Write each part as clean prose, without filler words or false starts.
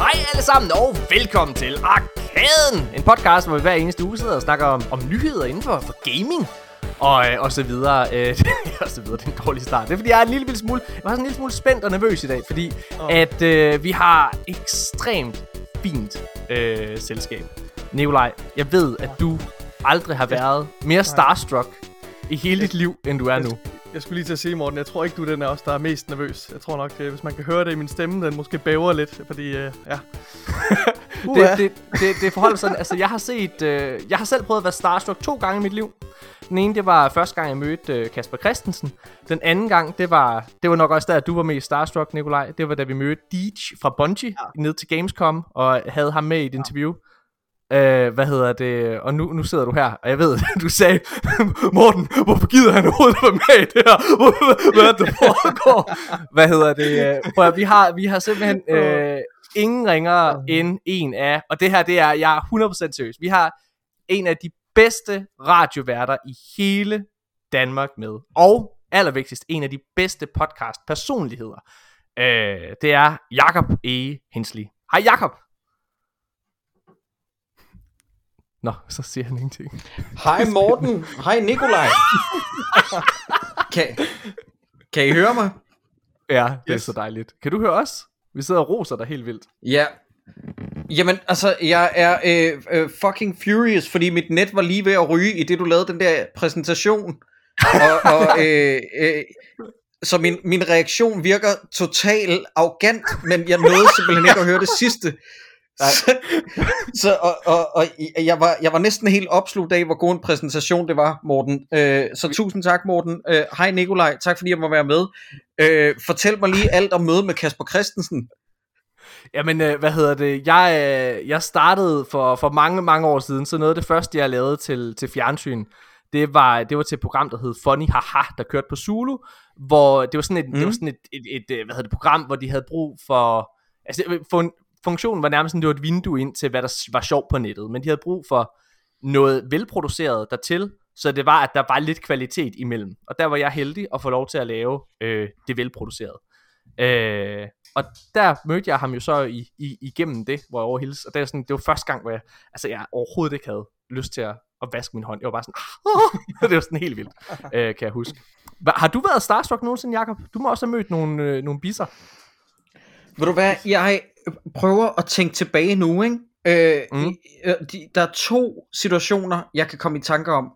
Hej alle sammen og velkommen til Arkaden, en podcast, hvor vi hver eneste uge sidder og snakker om nyheder inden for gaming og så videre. Og så videre, det er en dårlig start. Det er fordi jeg var sådan en lille smule spændt og nervøs i dag, fordi at vi har ekstremt fint selskab. Nikolaj, jeg ved, at du aldrig har været mere starstruck i hele dit liv, end du er nu. Jeg skulle lige til at sige, Morten, jeg tror ikke, du er den af os, der er mest nervøs. Jeg tror nok, hvis man kan høre det i min stemme, den måske bæver lidt, fordi ja. Det forholder sådan, altså jeg har selv prøvet at være starstruck 2 gange i mit liv. Den ene, det var første gang, jeg mødte Kasper Christensen. Den anden gang, det var nok også der, at du var mest starstruck, Nikolaj. Det var da vi mødte Deej fra Bungie ned til Gamescom og havde ham med i et interview. Og nu sidder du her, og jeg ved, du sagde, Morten, hvorfor gider han overhovedet være med i det her? Hvad er det foregår? Vi har simpelthen ingen ringere end en af, og det her, det er, jeg er 100% seriøs. Vi har en af de bedste radioværter i hele Danmark med, og allervigtigst, en af de bedste podcast personligheder. Det er Jakob E. Hensley. Hej Jakob. Nå, så siger han ingenting. Hej Morten. Hej Nikolaj. Kan I høre mig? Ja, det er så dejligt. Kan du høre os? Vi sidder og roser dig helt vildt. Ja. Jamen, altså, jeg er fucking furious, fordi mit net var lige ved at ryge, i det du lavede den der præsentation. Så min reaktion virker totalt arrogant, men jeg nåede simpelthen ikke at høre det sidste. Jeg var næsten helt opslugt af, hvor god en præsentation det var, Morten. Så tusind tak, Morten. Hej Nikolaj, tak fordi jeg må være med. Fortæl mig lige alt om mødet med Kasper Christensen. Jamen, jeg startede for mange år siden, så noget af det første, jeg lavede til fjernsyn, det var til et program, der hed Funny Haha, der kørte på Zulu, hvor det var sådan et program, hvor de havde brug for, funktionen var nærmest sådan, det var et vindue ind til, hvad der var sjovt på nettet, men de havde brug for noget velproduceret dertil, så det var, at der var lidt kvalitet imellem, og der var jeg heldig at få lov til at lave det velproducerede. Og der mødte jeg ham jo så igennem det, hvor jeg overhilste, og det var første gang, hvor jeg overhovedet ikke havde lyst til at vaske min hånd. Jeg var bare sådan, det var sådan helt vildt, kan jeg huske. Har du været starstruck nogensinde, Jakob? Du må også have mødt nogle bisser. Ved du hvad, jeg prøver at tænke tilbage nu, ikke? Der er 2 situationer, jeg kan komme i tanker om.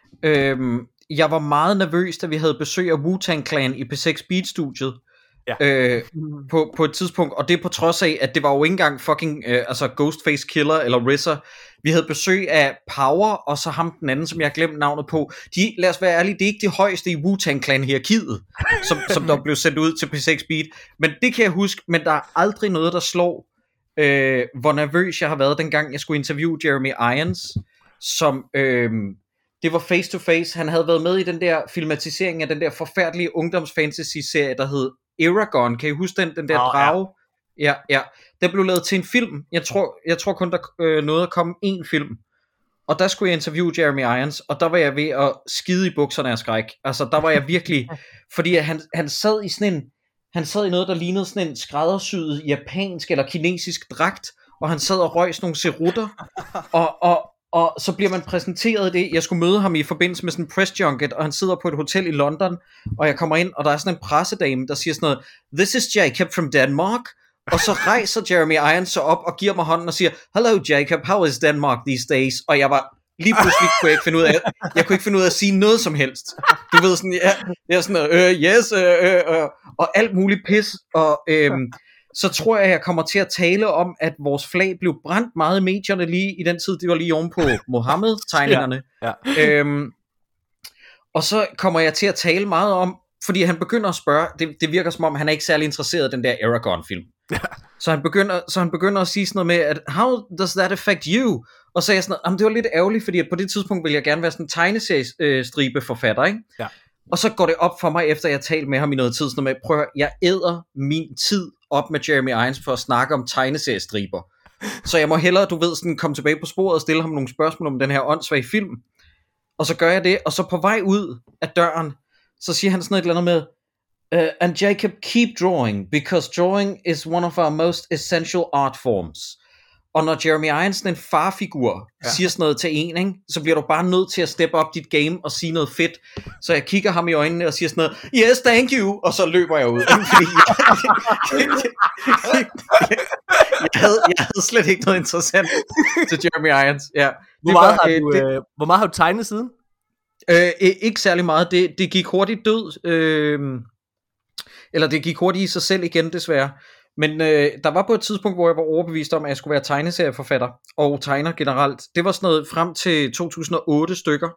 Jeg var meget nervøs, da vi havde besøg af Wu-Tang Clan i P6 Beat-studiet. Ja. På et tidspunkt, og det på trods af, at det var jo ikke engang fucking Ghostface Killer eller RZA. Vi havde besøg af Power, og så ham den anden, som jeg har glemt navnet på. Lad os være ærlige, det er ikke de højeste i Wu-Tang Clan hierarkiet, som der blev sendt ud til P6 Beat. Men det kan jeg huske, men der er aldrig noget, der slår, hvor nervøs jeg har været, dengang jeg skulle interviewe Jeremy Irons, som det var face to face. Han havde været med i den der filmatisering af den der forfærdelige ungdomsfantasy-serie, der hed Eragon. Kan I huske den der drage? Ja. Den blev lavet til en film. Jeg tror kun der nåede at komme 1 film. Og der skulle jeg interviewe Jeremy Irons, og der var jeg ved at skide i bukserne af skræk. Altså der var jeg virkelig, fordi han sad i sådan en, han sad i noget der lignede sådan en skræddersyet japansk eller kinesisk dragt, og han sad og røg sådan nogle cerutter, og så bliver man præsenteret det. Jeg skulle møde ham i forbindelse med sådan en press junket, og han sidder på et hotel i London, og jeg kommer ind, og der er sådan en pressedame, der siger sådan noget, "This is Jacob from Denmark." Og så rejser Jeremy Irons sig op og giver mig hånden og siger, "Hello Jacob, how is Denmark these days?" Og jeg var lige pludselig kunne jeg kunne ikke finde ud af at sige noget som helst. Du ved sådan, jeg er sådan, yes, og alt muligt pis, og så tror jeg kommer til at tale om, at vores flag blev brændt meget i medierne lige i den tid, det var lige oven på Mohammed-tegningerne. Ja. Og så kommer jeg til at tale meget om, fordi han begynder at spørge, det virker som om, han er ikke særlig interesseret i den der Eragon-film. Ja. Så han begynder at sige sådan noget med, at how does that affect you? Og så er jeg sådan noget, det var lidt ærgerligt, fordi at på det tidspunkt ville jeg gerne være sådan en tegneseriestribeforfatter, ikke? Ja. Og så går det op for mig, efter jeg har talt med ham i noget tid, sådan med, prøv at, jeg æder min tid op med Jeremy Irons for at snakke om tegneseriestriber. Så jeg må hellere, du ved, sådan komme tilbage på sporet og stille ham nogle spørgsmål om den her åndssvage film. Og så gør jeg det, og så på vej ud af døren, så siger han sådan et eller andet med, And Jacob, keep drawing, because drawing is one of our most essential art forms. Og når Jeremy Irons, en farfigur, siger sådan noget til en, ikke, så bliver du bare nødt til at steppe op dit game og sige noget fedt. Så jeg kigger ham i øjnene og siger sådan noget, yes, thank you, og så løber jeg ud. Fordi jeg havde slet ikke noget interessant til Jeremy Irons. Ja. Hvor meget har du tegnet siden? Ikke særlig meget. Det gik hurtigt død. Eller det gik hurtigt i sig selv igen, desværre. Men der var på et tidspunkt, hvor jeg var overbevist om, at jeg skulle være tegneserieforfatter og tegner generelt. Det var sådan noget frem til 2008 stykker.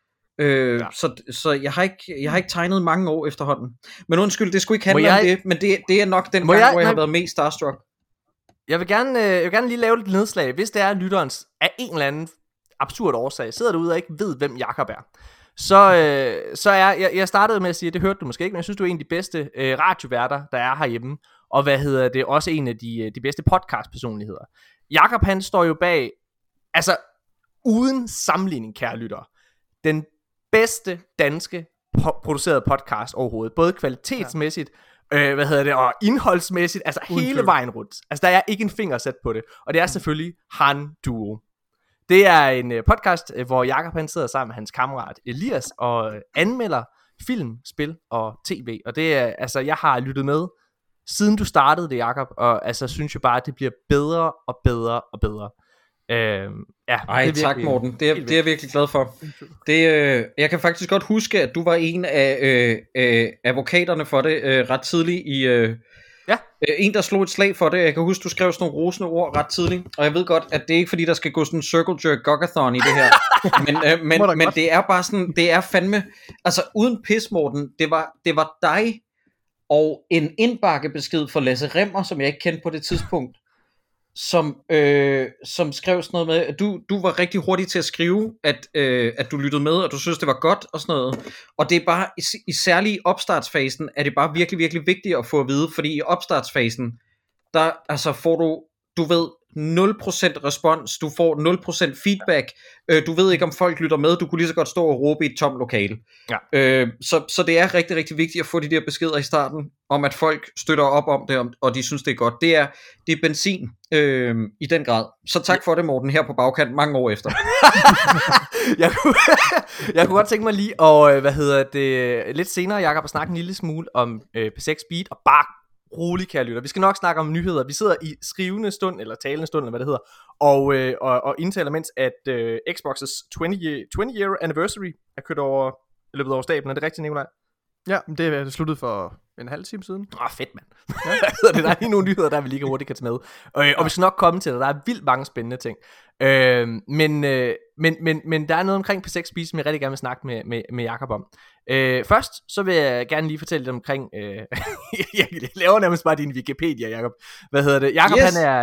Så jeg har ikke tegnet mange år efterhånden. Men undskyld, det skulle ikke handle om det. Men det er nok den gang, hvor jeg har været mest starstruck. Jeg vil gerne lige lave lidt nedslag. Hvis det er lytterens af en eller anden absurd årsag sidder derude og ikke ved, hvem Jakob er, så er jeg startede med at sige, det hørte du måske ikke, men jeg synes, du er en af de bedste radioværter, der er herhjemme. Og det også en af de bedste podcastpersonligheder. Jakob, han står jo bag, altså uden sammenligning, kære lyttere, den bedste danske producerede podcast overhovedet. Både kvalitetsmæssigt, og indholdsmæssigt, altså hele vejen rundt. Altså der er ikke en finger sat på det. Og det er selvfølgelig Han Duo. Det er en podcast, hvor Jakob han sidder sammen med hans kammerat Elias og anmelder film, spil og tv. Og det er, altså jeg har lyttet med siden du startede det, Jakob, og altså synes jo bare, at det bliver bedre og bedre og bedre. Tak Morten, det er jeg virkelig glad for. Jeg kan faktisk godt huske, at du var en af advokaterne for det ret tidligt i... En der slog et slag for det. Jeg kan huske du skrev sådan nogle rosende ord ret tidligt. Og jeg ved godt at det er ikke fordi der skal gå sådan en circle jerk gogathon i det her. men det er bare sådan, det er fandme, altså uden pis, Morten, det var dig og en indbakkebesked for Lasse Rimmer, som jeg ikke kendte på det tidspunkt, som skrev sådan noget med, at du var rigtig hurtig til at skrive, at du lyttede med, og du synes det var godt og sådan noget. Og det er bare i særlig opstartsfasen er det bare virkelig virkelig vigtigt at få at vide, fordi i opstartsfasen der altså får du ved 0% respons, du får 0% feedback, du ved ikke om folk lytter med, du kunne lige så godt stå og råbe i et tomt lokale. Så det er rigtig rigtig vigtigt at få de der beskeder i starten om at folk støtter op om det, og de synes det er godt. Det er benzin i den grad. Så tak for det, Morten, her på bagkant mange år efter. jeg kunne godt tænke mig lige og lidt senere, Jakob, at snakke en lille smule om P6 Beat og bare rolig, kære lytter. Vi skal nok snakke om nyheder. Vi sidder i skrivende stund, eller talende stund, eller hvad det hedder, og indtaler, mens at Xbox's 20-year anniversary er kørt løbet over stablen. Er det rigtigt, Nikolaj? Ja, det er sluttet for en halv time siden. Fedt, mand. Der er lige nogle nyheder, der vi lige hurtigt kan tage med. Og vi skal nok komme til det. Der er vildt mange spændende ting. Men der er noget omkring P6 Beat, som jeg rigtig gerne vil snakke med Jakob om. Først så vil jeg gerne lige fortælle lidt omkring jeg laver nærmest bare din Wikipedia, Jakob. Jakob, yes, han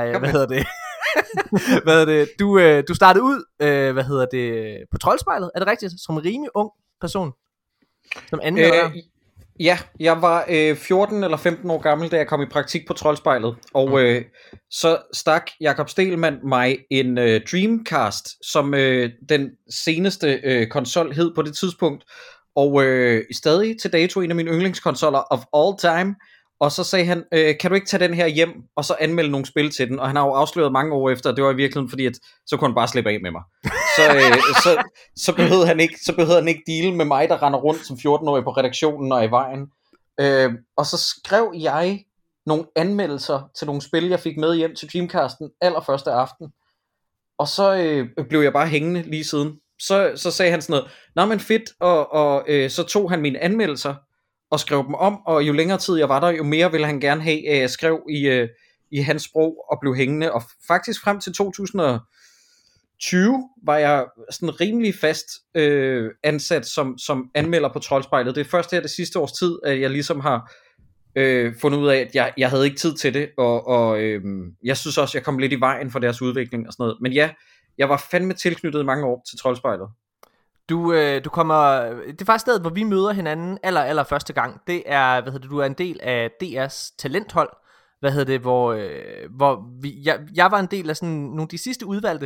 er du startede ud på Troldspejlet, er det rigtigt? Som en rimelig ung person som anmelder. Ja, jeg var 14 eller 15 år gammel, da jeg kom i praktik på Troldspejlet. Og så stak Jakob Stegelmann mig en Dreamcast, som den seneste konsol hed på det tidspunkt. Og stadig til dato en af mine yndlingskonsoller of all time. Og så sagde han, kan du ikke tage den her hjem, og så anmelde nogle spil til den? Og han har jo afsløret mange år efter, det var i virkeligheden fordi, at så kunne han bare slippe af med mig. Så behøvede han ikke deal med mig, der render rundt som 14-årig på redaktionen og i vejen. Og så skrev jeg nogle anmeldelser til nogle spil, jeg fik med hjem til Dreamcasten allerførste aften. Og så blev jeg bare hængende lige siden. Så sagde han sådan noget, nå men fedt, og så tog han mine anmeldelser, og skrev dem om, og jo længere tid jeg var der, jo mere ville han gerne have, at jeg skrev i hans sprog, og blev hængende, og faktisk frem til 2020, var jeg sådan rimelig fast ansat som anmelder på Troldspejlet. Det er først her det sidste års tid, at jeg ligesom har fundet ud af, at jeg havde ikke tid til det, og jeg synes også, jeg kom lidt i vejen for deres udvikling og sådan noget, men ja, jeg var fandme tilknyttet mange år til Troldspejlet. Du kommer, det er faktisk stedet, hvor vi møder hinanden aller første gang. Det er, du er en del af DR's talenthold. Hvor jeg var en del af sådan nogle af de sidste udvalgte,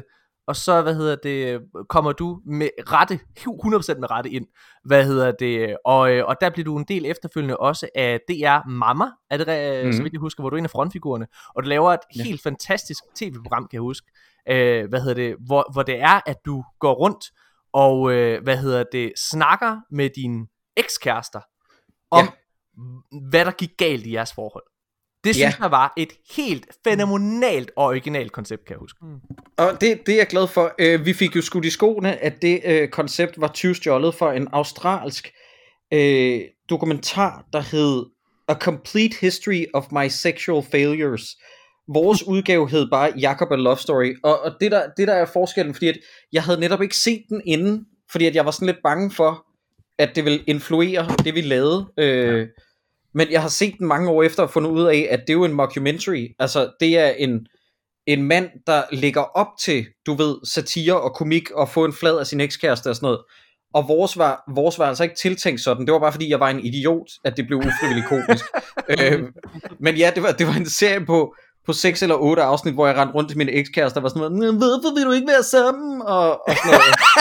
og så, kommer du med rette, 100% med rette ind, og der bliver du en del efterfølgende også af DR Mamma, er det så vidt jeg husker, hvor du er en af frontfigurerne, og du laver et helt fantastisk tv-program, kan jeg huske, hvor det er, at du går rundt, og snakker med dine ekskærester, om hvad der gik galt i jeres forhold. Det synes jeg var et helt fænomenalt og originalt koncept, kan jeg huske. Og det er jeg glad for. Vi fik jo skudt i skoene, at det koncept var tyvstjålet for en australsk dokumentar, der hed A Complete History of My Sexual Failures. Vores udgave hed bare Jacob A Love Story. Og det der er forskellen, fordi at jeg havde netop ikke set den inden, fordi at jeg var sådan lidt bange for, at det ville influere det, vi lavede. Men jeg har set den mange år efter og fundet ud af, at det er jo en mockumentary. Altså, det er en mand, der lægger op til, du ved, satire og komik og få en flad af sin ekskæreste og sådan noget. Og vores var altså ikke tiltænkt sådan. Det var bare fordi, jeg var en idiot, at det blev ufrivilligt komisk. Men ja, det var en serie på 6 eller 8 afsnit, hvor jeg rendte rundt til min ekskæreste og var sådan noget, hvorfor vil du ikke være sammen? Og sådan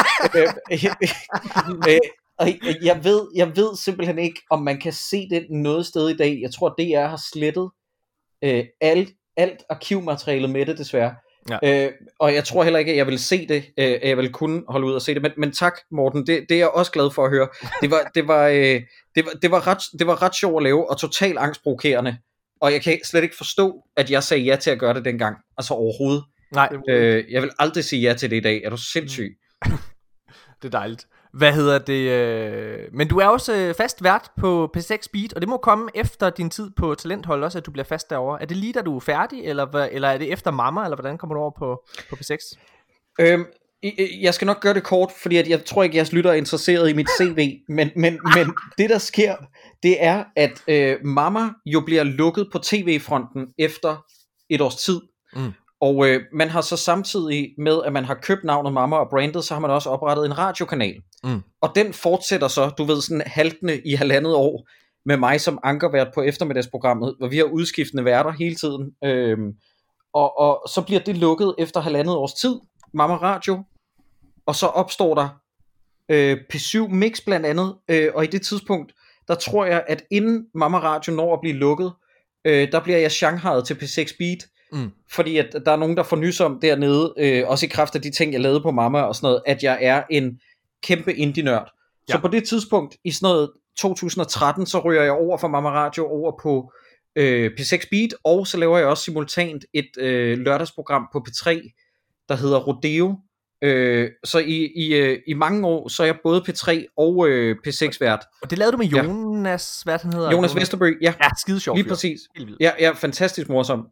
noget. Og jeg ved simpelthen ikke, om man kan se det noget sted i dag. Jeg tror, at DR har slettet alt arkivmaterialet med det, desværre. Ja. Og jeg tror heller ikke, at jeg vil se det. Jeg vil kun holde ud og se det. Men tak, Morten. Det er jeg også glad for at høre. Det var ret sjovt at lave, og totalt angstprovokerende. Og jeg kan slet ikke forstå, at jeg sagde ja til at gøre det dengang. Altså overhovedet. Nej. Jeg vil aldrig sige ja til det i dag. Er du sindssyg? Det er dejligt. Men du er også fast vært på P6 Beat, og det må komme efter din tid på Talenthold også, at du bliver fast derovre. Er det lige da du er færdig, eller er det efter Mamma, eller hvordan kommer du over på P6? Jeg skal nok gøre det kort, fordi at jeg tror ikke, jeres lytter er interesseret i mit CV, men det der sker, det er, at Mamma jo bliver lukket på tv-fronten efter et års tid. Og man har så samtidig med, at man har købt navnet Mamma og brandet, så har man også oprettet en radiokanal. Og den fortsætter så, du ved, sådan haltende i 1,5 år, med mig som ankervært på eftermiddagsprogrammet, hvor vi har udskiftende værter hele tiden. Og så bliver det lukket efter 1,5 års tid, Mamma Radio, og så opstår der P7 Mix blandt andet, og i det tidspunkt, der tror jeg, at inden Mamma Radio når at blive lukket, der bliver jeg shanghajet til P6 Beat, fordi at der er nogen, der får nys om dernede, også i kraft af de ting, jeg lavede på Mamma og sådan noget, at jeg er en kæmpe indie-nørd. Så på det tidspunkt, i sådan noget 2013, så ryger jeg over fra Mamma Radio over på P6 Beat, og så laver jeg også simultant et lørdagsprogram på P3, der hedder Rodeo. Så i mange år, så er jeg både P3 og P6 vært. Og det lavede du med Jonas, hvad han hedder? Jonas Vesterbø, ja. Ja, skide sjovt. Lige præcis. Ja, fantastisk morsom.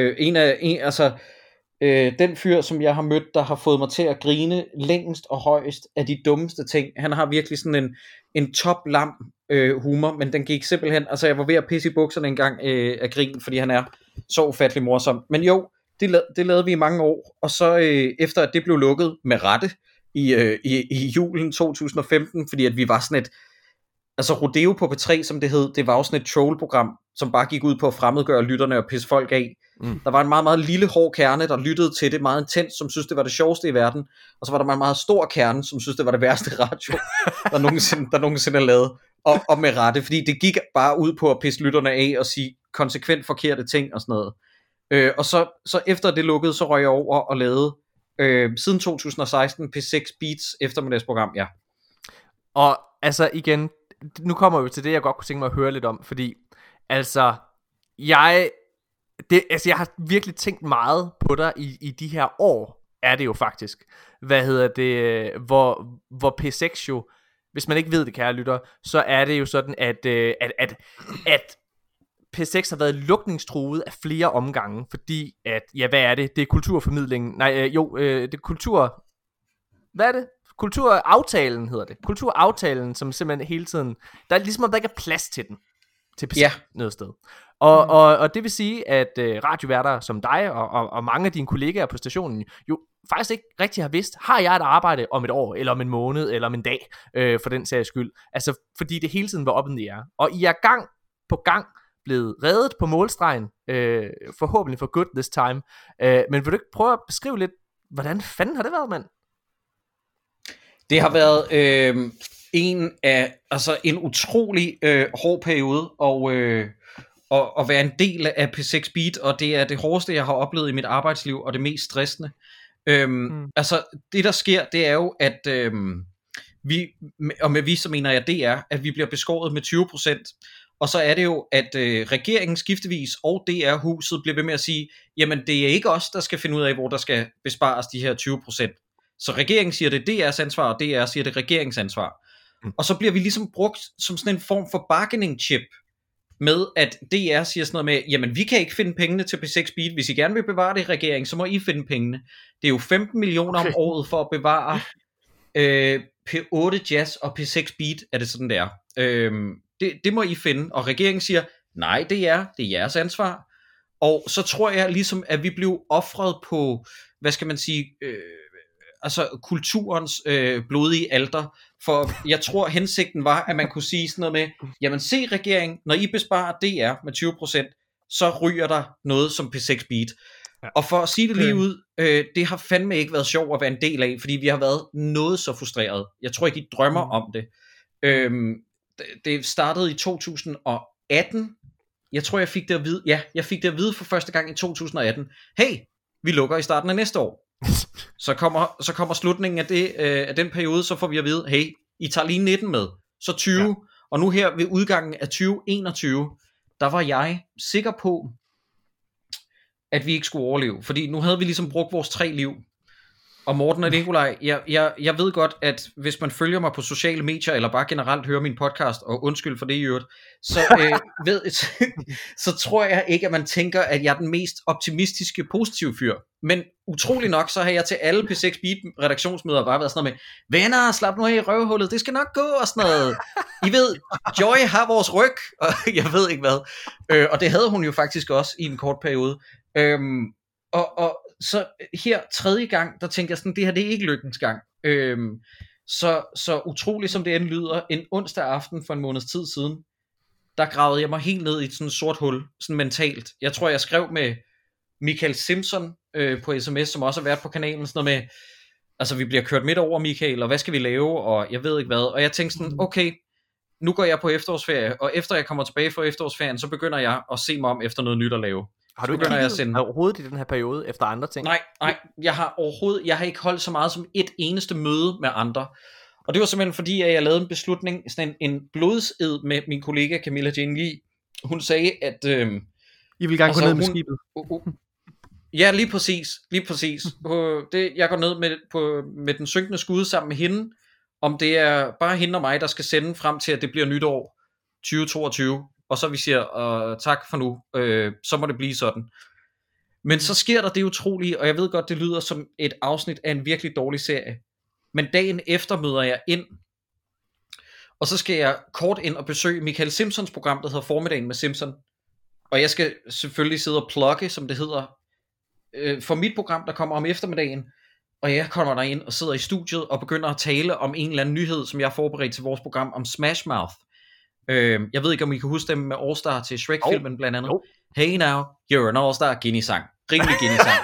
Den fyr, som jeg har mødt, der har fået mig til at grine længst og højst af de dummeste ting. Han har virkelig sådan en top-lam humor, men den gik simpelthen, altså jeg var ved at pisse i bukserne en gang af grin, fordi han er så ufattelig morsom. Men jo, det lavede vi i mange år, og så efter at det blev lukket med rette i julen 2015, fordi at vi var sådan et, altså Rodeo på P3, som det hed, det var jo sådan et trollprogram, som bare gik ud på at fremmedgøre lytterne og pisse folk af. Der var en meget, meget lille hård kerne, der lyttede til det meget intens, som synes det var det sjoveste i verden, og så var der en meget stor kerne, som synes det var det værste radio, der nogensinde er lavet, og med rette, fordi det gik bare ud på at pisse lytterne af og sige konsekvent forkerte ting og sådan noget. Og så efter det lukkede, så røg jeg over og lavede siden 2016 P6 Beats eftermiddagsprogram, ja. Og altså igen, nu kommer vi til det, jeg godt kunne tænke mig at høre lidt om, fordi altså, jeg har virkelig tænkt meget på dig i de her år, er det jo faktisk. Hvor P6 jo, hvis man ikke ved det, kære lytter, så er det jo sådan, at P6 har været lukningstruet af flere omgange, fordi at, ja, hvad er det? Det er kulturformidlingen, det er kulturaftalen hedder det. Kulturaftalen, som simpelthen hele tiden, der er ligesom, at der ikke er plads til den, til P6 noget sted. Og det vil sige, at radioværter som dig og mange af dine kollegaer på stationen jo faktisk ikke rigtig har vidst, har jeg et arbejde om et år, eller om en måned, eller om en dag, for den sags skyld. Altså, fordi det hele tiden var op i jer. Og I er gang på gang blevet reddet på målstregen, forhåbentlig for good this time. Men vil du ikke prøve at beskrive lidt, Hvordan fanden har det været, mand? Det har været en utrolig hård periode, og være en del af P6 Beat, og det er det hårdeste, jeg har oplevet i mit arbejdsliv, og det mest stressende. Altså, det der sker, det er jo, at vi, og med vi, så mener jeg, det er, at vi bliver beskåret med 20%, og så er det jo, at regeringen skiftevis og DR-huset bliver ved med at sige, jamen det er ikke os, der skal finde ud af, hvor der skal bespares de her 20%. Så regeringen siger, det er DR's ansvar, og DR siger, det er regeringens ansvar. Og så bliver vi ligesom brugt som sådan en form for bargaining chip, med at DR siger sådan noget med, jamen vi kan ikke finde pengene til P6 Beat, hvis I gerne vil bevare det i regeringen, så må I finde pengene. Det er jo 15 millioner om året for at bevare P8 Jazz og P6 Beat, er det sådan der. Det må I finde, og regeringen siger, nej det er jeres ansvar. Og så tror jeg ligesom, at vi blev ofret på, hvad skal man sige, altså kulturens blodige alter, for jeg tror hensigten var, at man kunne sige sådan noget med, jamen se regering, når I besparer DR med 20%, så ryger der noget som P6 Beat. Ja. Og for at sige det lige ud, det har fandme ikke været sjovt at være en del af, fordi vi har været noget så frustreret. Jeg tror ikke I drømmer om det. Det startede i 2018. Jeg tror jeg fik det at vide. Ja, jeg fik det at vide for første gang i 2018. Hey, vi lukker i starten af næste år. Så kommer slutningen af den periode, så får vi at vide, hey, I tager lige 19 med, så 20, ja. Og nu her ved udgangen af 2021, der var jeg sikker på, at vi ikke skulle overleve, fordi nu havde vi ligesom brugt vores 3 liv. Og Morten og Nikolaj, jeg ved godt, at hvis man følger mig på sociale medier, eller bare generelt hører min podcast, og undskyld for det i øvrigt, så tror jeg ikke, at man tænker, at jeg er den mest optimistiske, positive fyr. Men utrolig nok, så har jeg til alle P6 Beat redaktionsmøder bare været sådan noget med, venner, slap nu af i røvhullet, det skal nok gå, og sådan noget. I ved, Joy har vores ryg, og jeg ved ikke hvad. Og det havde hun jo faktisk også i en kort periode. Og så her tredje gang, der tænker jeg sådan, det her det er ikke lykkens gang. Så utroligt som det end lyder, en onsdag aften for en måneds tid siden, der gravede jeg mig helt ned i et sådan sort hul, sådan mentalt. Jeg tror jeg skrev med Michael Simpson på sms, som også har været på kanalen, sådan noget med, altså vi bliver kørt midt over Michael, og hvad skal vi lave, og jeg ved ikke hvad. Og jeg tænkte sådan, okay, nu går jeg på efterårsferie, og efter jeg kommer tilbage fra efterårsferien, så begynder jeg at se mig om efter noget nyt at lave. Har du ikke overhovedet i den her periode efter andre ting? Nej, jeg har ikke holdt så meget som et eneste møde med andre. Og det var simpelthen fordi, at jeg lavede en beslutning, sådan en blodsed med min kollega Camilla Jane Lee. Hun sagde, at I vil gerne gå ned med skibet. Ja, lige præcis. Jeg går ned med den synkende skud sammen med hende. Om det er bare hende og mig, der skal sende frem til, at det bliver nytår 2022. Og så vi siger, tak for nu, så må det blive sådan. Men så sker der det utrolige, og jeg ved godt, det lyder som et afsnit af en virkelig dårlig serie. Men dagen efter møder jeg ind, og så skal jeg kort ind og besøge Michael Simpsons program, der hedder Formiddagen med Simpson. Og jeg skal selvfølgelig sidde og plukke, som det hedder, for mit program, der kommer om eftermiddagen. Og jeg kommer derind og sidder i studiet og begynder at tale om en eller anden nyhed, som jeg har forberedt til vores program om Smash Mouth. Jeg ved ikke om I kan huske dem med All Star til Shrek-filmen blandt andet. Hey now, you're an All Star, Guinea-sang. Rimelig Guinea-sang.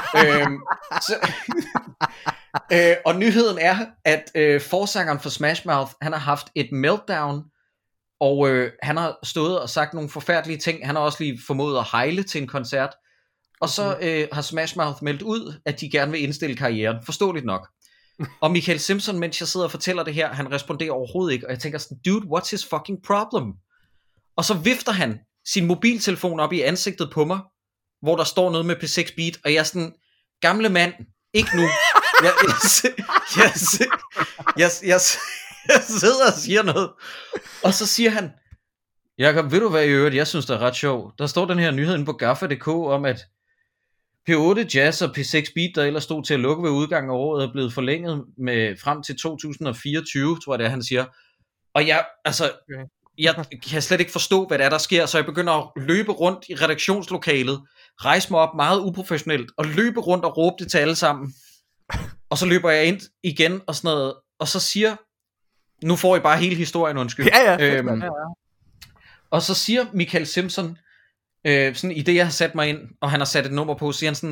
Og nyheden er, at forsangeren for Smash Mouth, han har haft et meltdown, og han har stået og sagt nogle forfærdelige ting. Han har også lige formået at hejle til en koncert. Og så har Smash Mouth meldt ud, at de gerne vil indstille karrieren. Forståeligt nok. Og Michael Simpson, mens jeg sidder og fortæller det her, han responderer overhovedet ikke, og jeg tænker sådan, dude, what's his fucking problem? Og så vifter han sin mobiltelefon op i ansigtet på mig, hvor der står noget med P6 Beat, og jeg er sådan, gamle mand, ikke nu. Jeg sidder og siger noget, og så siger han, Jakob, ved du hvad i øvrigt, jeg synes det er ret sjovt. Der står den her nyhed inde på Gaffa.dk om, at P8 Jazz og P6 Beat, der ellers stod til at lukke ved udgangen af året, er blevet forlænget med frem til 2024, tror jeg det er, han siger. Og jeg kan slet ikke forstå, hvad der sker, så jeg begynder at løbe rundt i redaktionslokalet, rejse mig op meget uprofessionelt, og løbe rundt og råbe det til alle sammen. Og så løber jeg ind igen og sådan noget, og så siger, nu får I bare hele historien, undskyld. Ja. Og så siger Michael Simpson, sådan i det jeg har sat mig ind, og han har sat et nummer på, siger han sådan,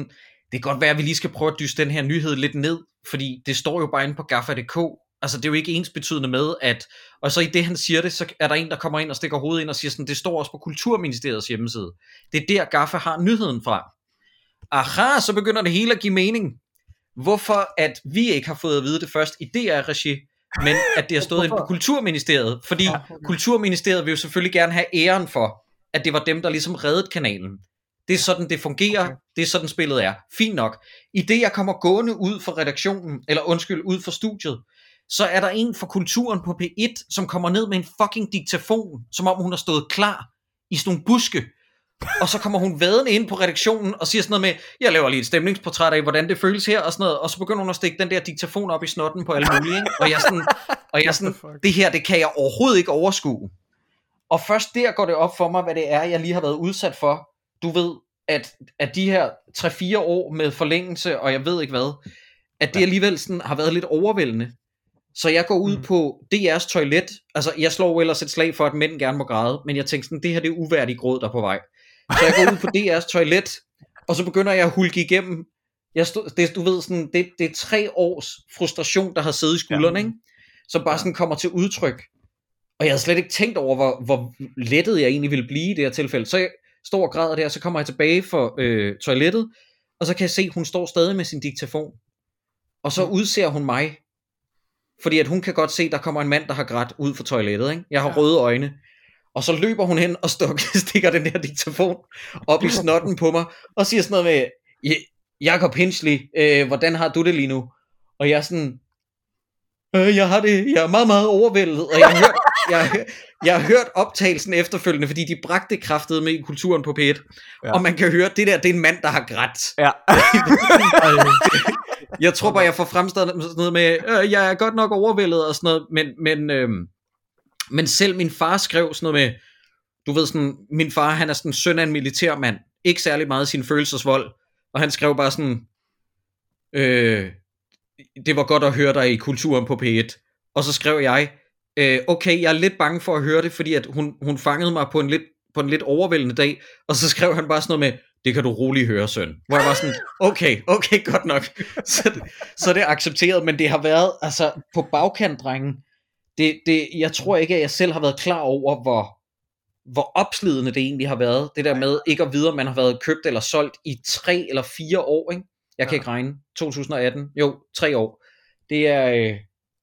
det kan godt være, at vi lige skal prøve at dyste den her nyhed lidt ned, fordi det står jo bare inde på gaffa.dk. Altså det er jo ikke ensbetydende med, at... Og så i det han siger det, så er der en, der kommer ind og stikker hovedet ind og siger sådan, det står også på Kulturministeriets hjemmeside. Det er der Gaffa har nyheden fra. Aha, så begynder det hele at give mening. Hvorfor at vi ikke har fået at vide det først i DR-regi, men at det har stået inde på Kulturministeriet. Fordi Kulturministeriet vil jo selvfølgelig gerne have æren for, at det var dem, der ligesom reddede kanalen. Det er sådan, det fungerer. Okay. Det er sådan, spillet er. Fint nok. I det, jeg kommer gående ud fra redaktionen, eller undskyld, ud fra studiet, så er der en fra Kulturen på P1, som kommer ned med en fucking diktafon, som om hun har stået klar i sådan nogle buske. Og så kommer hun vadende ind på redaktionen og siger sådan noget med, jeg laver lige et stemningsportræt af, hvordan det føles her, og sådan noget. Og så begynder hun at stikke den der diktafon op i snotten på alle mulige, ikke? Og jeg er sådan, det her, det kan jeg overhovedet ikke overskue. Og først der går det op for mig, hvad det er, jeg lige har været udsat for. Du ved, at de her 3-4 år med forlængelse, og jeg ved ikke hvad, at det alligevel sådan har været lidt overvældende. Så jeg går ud på DR's toilet. Altså jeg slår jo ellers et slag for, at mænd gerne må græde, men jeg tænker sådan, det her det er uværdig gråd, der er på vej. Så jeg går ud på DR's toilet, og så begynder jeg at hulke igennem. Du ved sådan, det er 3 års frustration, der har siddet i skuldrene, ikke? Som bare sådan kommer til udtryk. Og jeg havde slet ikke tænkt over, hvor lettet jeg egentlig ville blive i det her tilfælde. Så jeg står og græder der, så kommer jeg tilbage for toilettet, og så kan jeg se, hun står stadig med sin diktafon. Og så udser hun mig, fordi at hun kan godt se, der kommer en mand, der har grædt ud fra toilettet, ikke? Jeg har røde øjne. Og så løber hun hen og stikker den der diktafon op i snotten på mig, og siger sådan noget med, Jakob Hinsley, hvordan har du det lige nu? Og jeg er sådan, jeg er meget, meget overvældet, og jeg har hørt optagelsen efterfølgende, fordi de bragte kraftet med i Kulturen på P1, og man kan høre, det er en mand, der har grædt. Ja. Jeg tror bare, jeg får fremstillet sådan noget med, jeg er godt nok overvældet og sådan noget, men selv min far skrev sådan noget med, du ved sådan, min far han er sådan søn af en militærmand, ikke særlig meget sin følelsesvold, og han skrev bare sådan, det var godt at høre dig i Kulturen på P1, og så skrev jeg, okay, jeg er lidt bange for at høre det, fordi at hun fangede mig på en lidt overvældende dag, og så skrev han bare sådan noget med, det kan du roligt høre, søn. Hvor jeg var sådan, okay, godt nok. Så det er accepteret, men det har været, altså, på bagkant, drengen, jeg tror ikke, at jeg selv har været klar over, hvor opslidende det egentlig har været. Det der med ikke at vide, om man har været købt eller solgt i 3 eller 4 år, ikke? Jeg kan ikke regne. 2018. Jo, 3 år. Det er...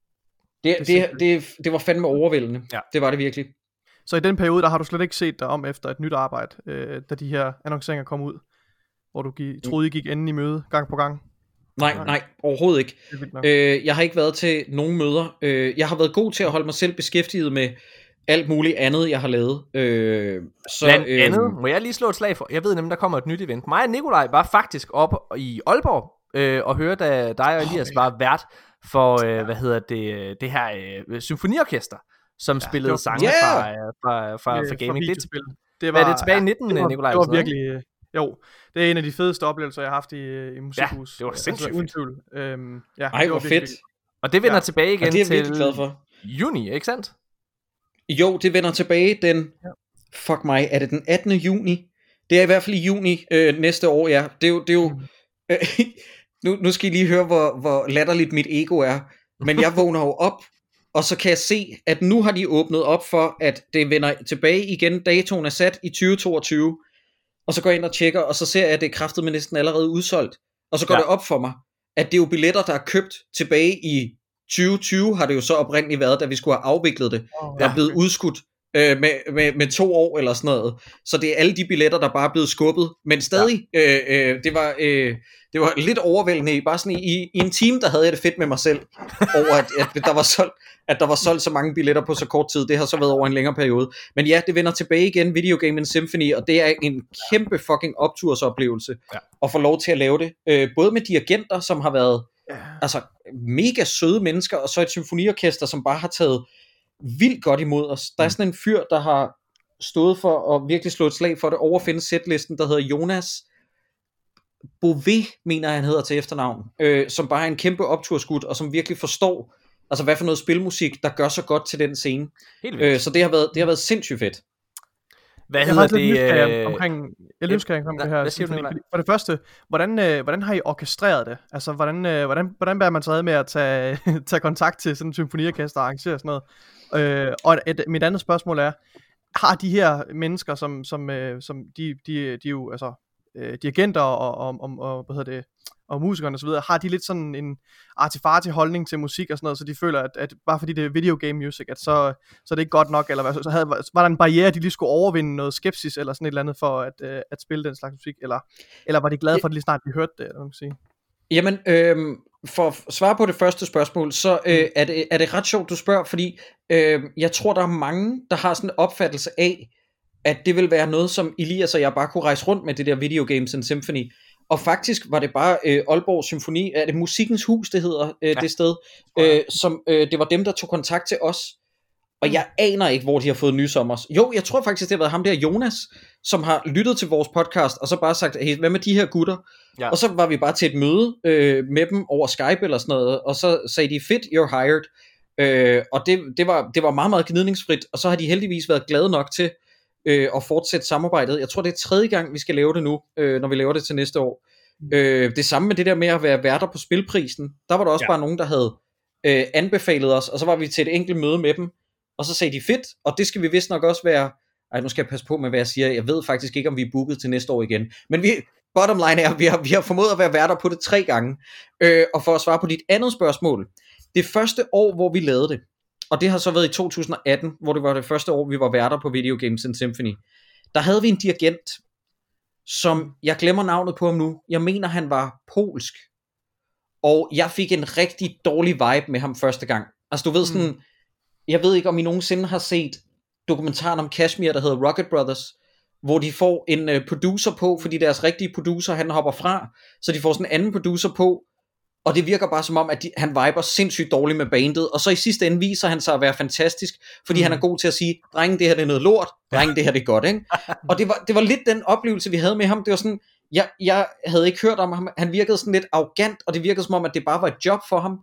Det var fandme overvældende. Ja. Det var det virkelig. Så i den periode, der har du slet ikke set dig om efter et nyt arbejde, da de her annonceringer kom ud, hvor du troede, I gik enden i møde gang på gang? Nej, overhovedet ikke. Jeg har ikke været til nogen møder. Jeg har været god til at holde mig selv beskæftiget med alt muligt andet, jeg har lavet. Blandt andet, må jeg lige slå et slag for, jeg ved nemlig, der kommer et nyt event. Mig og Nikolaj var faktisk oppe i Aalborg og hørte, da dig og Elias var vært for, det her symfoniorkester, som spillede sange fra Gaming. Det var det tilbage i 19, Nikolaj? Det var virkelig... Jo, det er en af de fedeste oplevelser, jeg har haft i musikhus. Ja, det var sindssygt uden tvivl. Ej, hvor fedt. Og det vender tilbage igen det er til glad for. Juni, ikke sandt? Jo, det vender tilbage den... Fuck mig, er det den 18. juni? Det er i hvert fald i juni næste år, ja. Det er jo nu skal I lige høre, hvor latterligt mit ego er. Men jeg vågner jo op, og så kan jeg se, at nu har de åbnet op for, at det vender tilbage igen. Datoen er sat i 2022. Og så går jeg ind og tjekker, og så ser jeg, at det er kraftedeme næsten allerede udsolgt. Og så går det op for mig, at det er jo billetter, der er købt tilbage i 2020, har det jo så oprindeligt været, da vi skulle have afviklet det. Der er blevet udskudt med 2 år eller sådan noget. Så det er alle de billetter, der bare er blevet skubbet. Men stadig, det var lidt overvældende. Bare sådan i en time, der havde jeg det fedt med mig selv, over at der var solgt så mange billetter på så kort tid. Det har så været over en længere periode. Men ja, det vender tilbage igen, Video Game Symphony, og det er en kæmpe fucking optursoplevelse at få lov til at lave det. Både med dirigenter, som har været altså mega søde mennesker, og så et symfoniorkester, som bare har taget vildt godt imod os. Der er sådan en fyr, der har stået for at virkelig slå et slag for det, overfinde setlisten, der hedder Jonas Bové, mener han hedder til efternavn, som bare er en kæmpe opturskud, og som virkelig forstår, altså hvad for noget spilmusik, der gør så godt til den scene. Så det har været sindssygt fedt. Hvad hedder det? Jeg lysker omkring det her. For det første, hvordan har I orkestreret det? Altså, hvordan bærer man sig ad med at tage kontakt til sådan en symfoniorkester og arrangere sådan noget? Og mit andet spørgsmål er, har de her mennesker, som de jo, altså, dirigenter og hvad hedder det, og musikerne og så videre, har de lidt sådan en artifarti holdning til musik og sådan noget, så de føler, at bare fordi det er video game music, at så er det ikke godt nok, eller var der en barriere, de lige skulle overvinde noget skepsis, eller sådan et eller andet, for at spille den slags musik, eller var de glade for, at lige snart de hørte det, eller man kan sige? Jamen, for at svare på det første spørgsmål, så er det ret sjovt, du spørger, fordi jeg tror, der er mange, der har sådan en opfattelse af, at det vil være noget, som Elias og jeg bare kunne rejse rundt med, det der Video Games and Symphony. Og faktisk var det bare Aalborg Symfoni, er det Musikkens Hus, det hedder det sted, som det var dem, der tog kontakt til os. Og jeg aner ikke, hvor de har fået nys om os. Jo, jeg tror faktisk, det har været ham der Jonas, som har lyttet til vores podcast, og så bare sagt, hey, hvad med de her gutter? Ja. Og så var vi bare til et møde med dem over Skype eller sådan noget, og så sagde de, fedt, you're hired. Og det var meget, meget gnidningsfrit, og så har de heldigvis været glade nok til og fortsætte samarbejdet. Jeg tror det er 3. gang vi skal lave det nu, når vi laver det til næste år. Det samme med det der med at være værter på Spilprisen. Der var der også bare nogen, der havde anbefalet os, og så var vi til et enkelt møde med dem, og så sagde de fedt, og det skal vi vist nok også være. Nu skal jeg passe på med hvad jeg siger. Jeg ved faktisk ikke om vi er booket til næste år igen, men bottom line er, vi har formået at være værter på det 3 gange. Og for at svare på dit andet spørgsmål, det første år hvor vi lavede det, og det har så været i 2018, hvor det var det første år, vi var værter på Video Games and Symphony. Der havde vi en dirigent, som jeg glemmer navnet på ham nu. Jeg mener, han var polsk. Og jeg fik en rigtig dårlig vibe med ham første gang. Altså du ved sådan, jeg ved ikke om I nogensinde har set dokumentaren om Kashmir, der hedder Rocket Brothers, hvor de får en producer på, fordi deres rigtige producer, han hopper fra, så de får sådan en anden producer på, og det virker bare som om, at han viber sindssygt dårligt med bandet, og så i sidste ende viser han sig at være fantastisk, fordi han er god til at sige, drenge, det her det er noget lort, drenge, det her det er godt, ikke? Og det var lidt den oplevelse, vi havde med ham. Det var sådan, jeg havde ikke hørt om ham, han virkede sådan lidt arrogant, og det virkede som om, at det bare var et job for ham,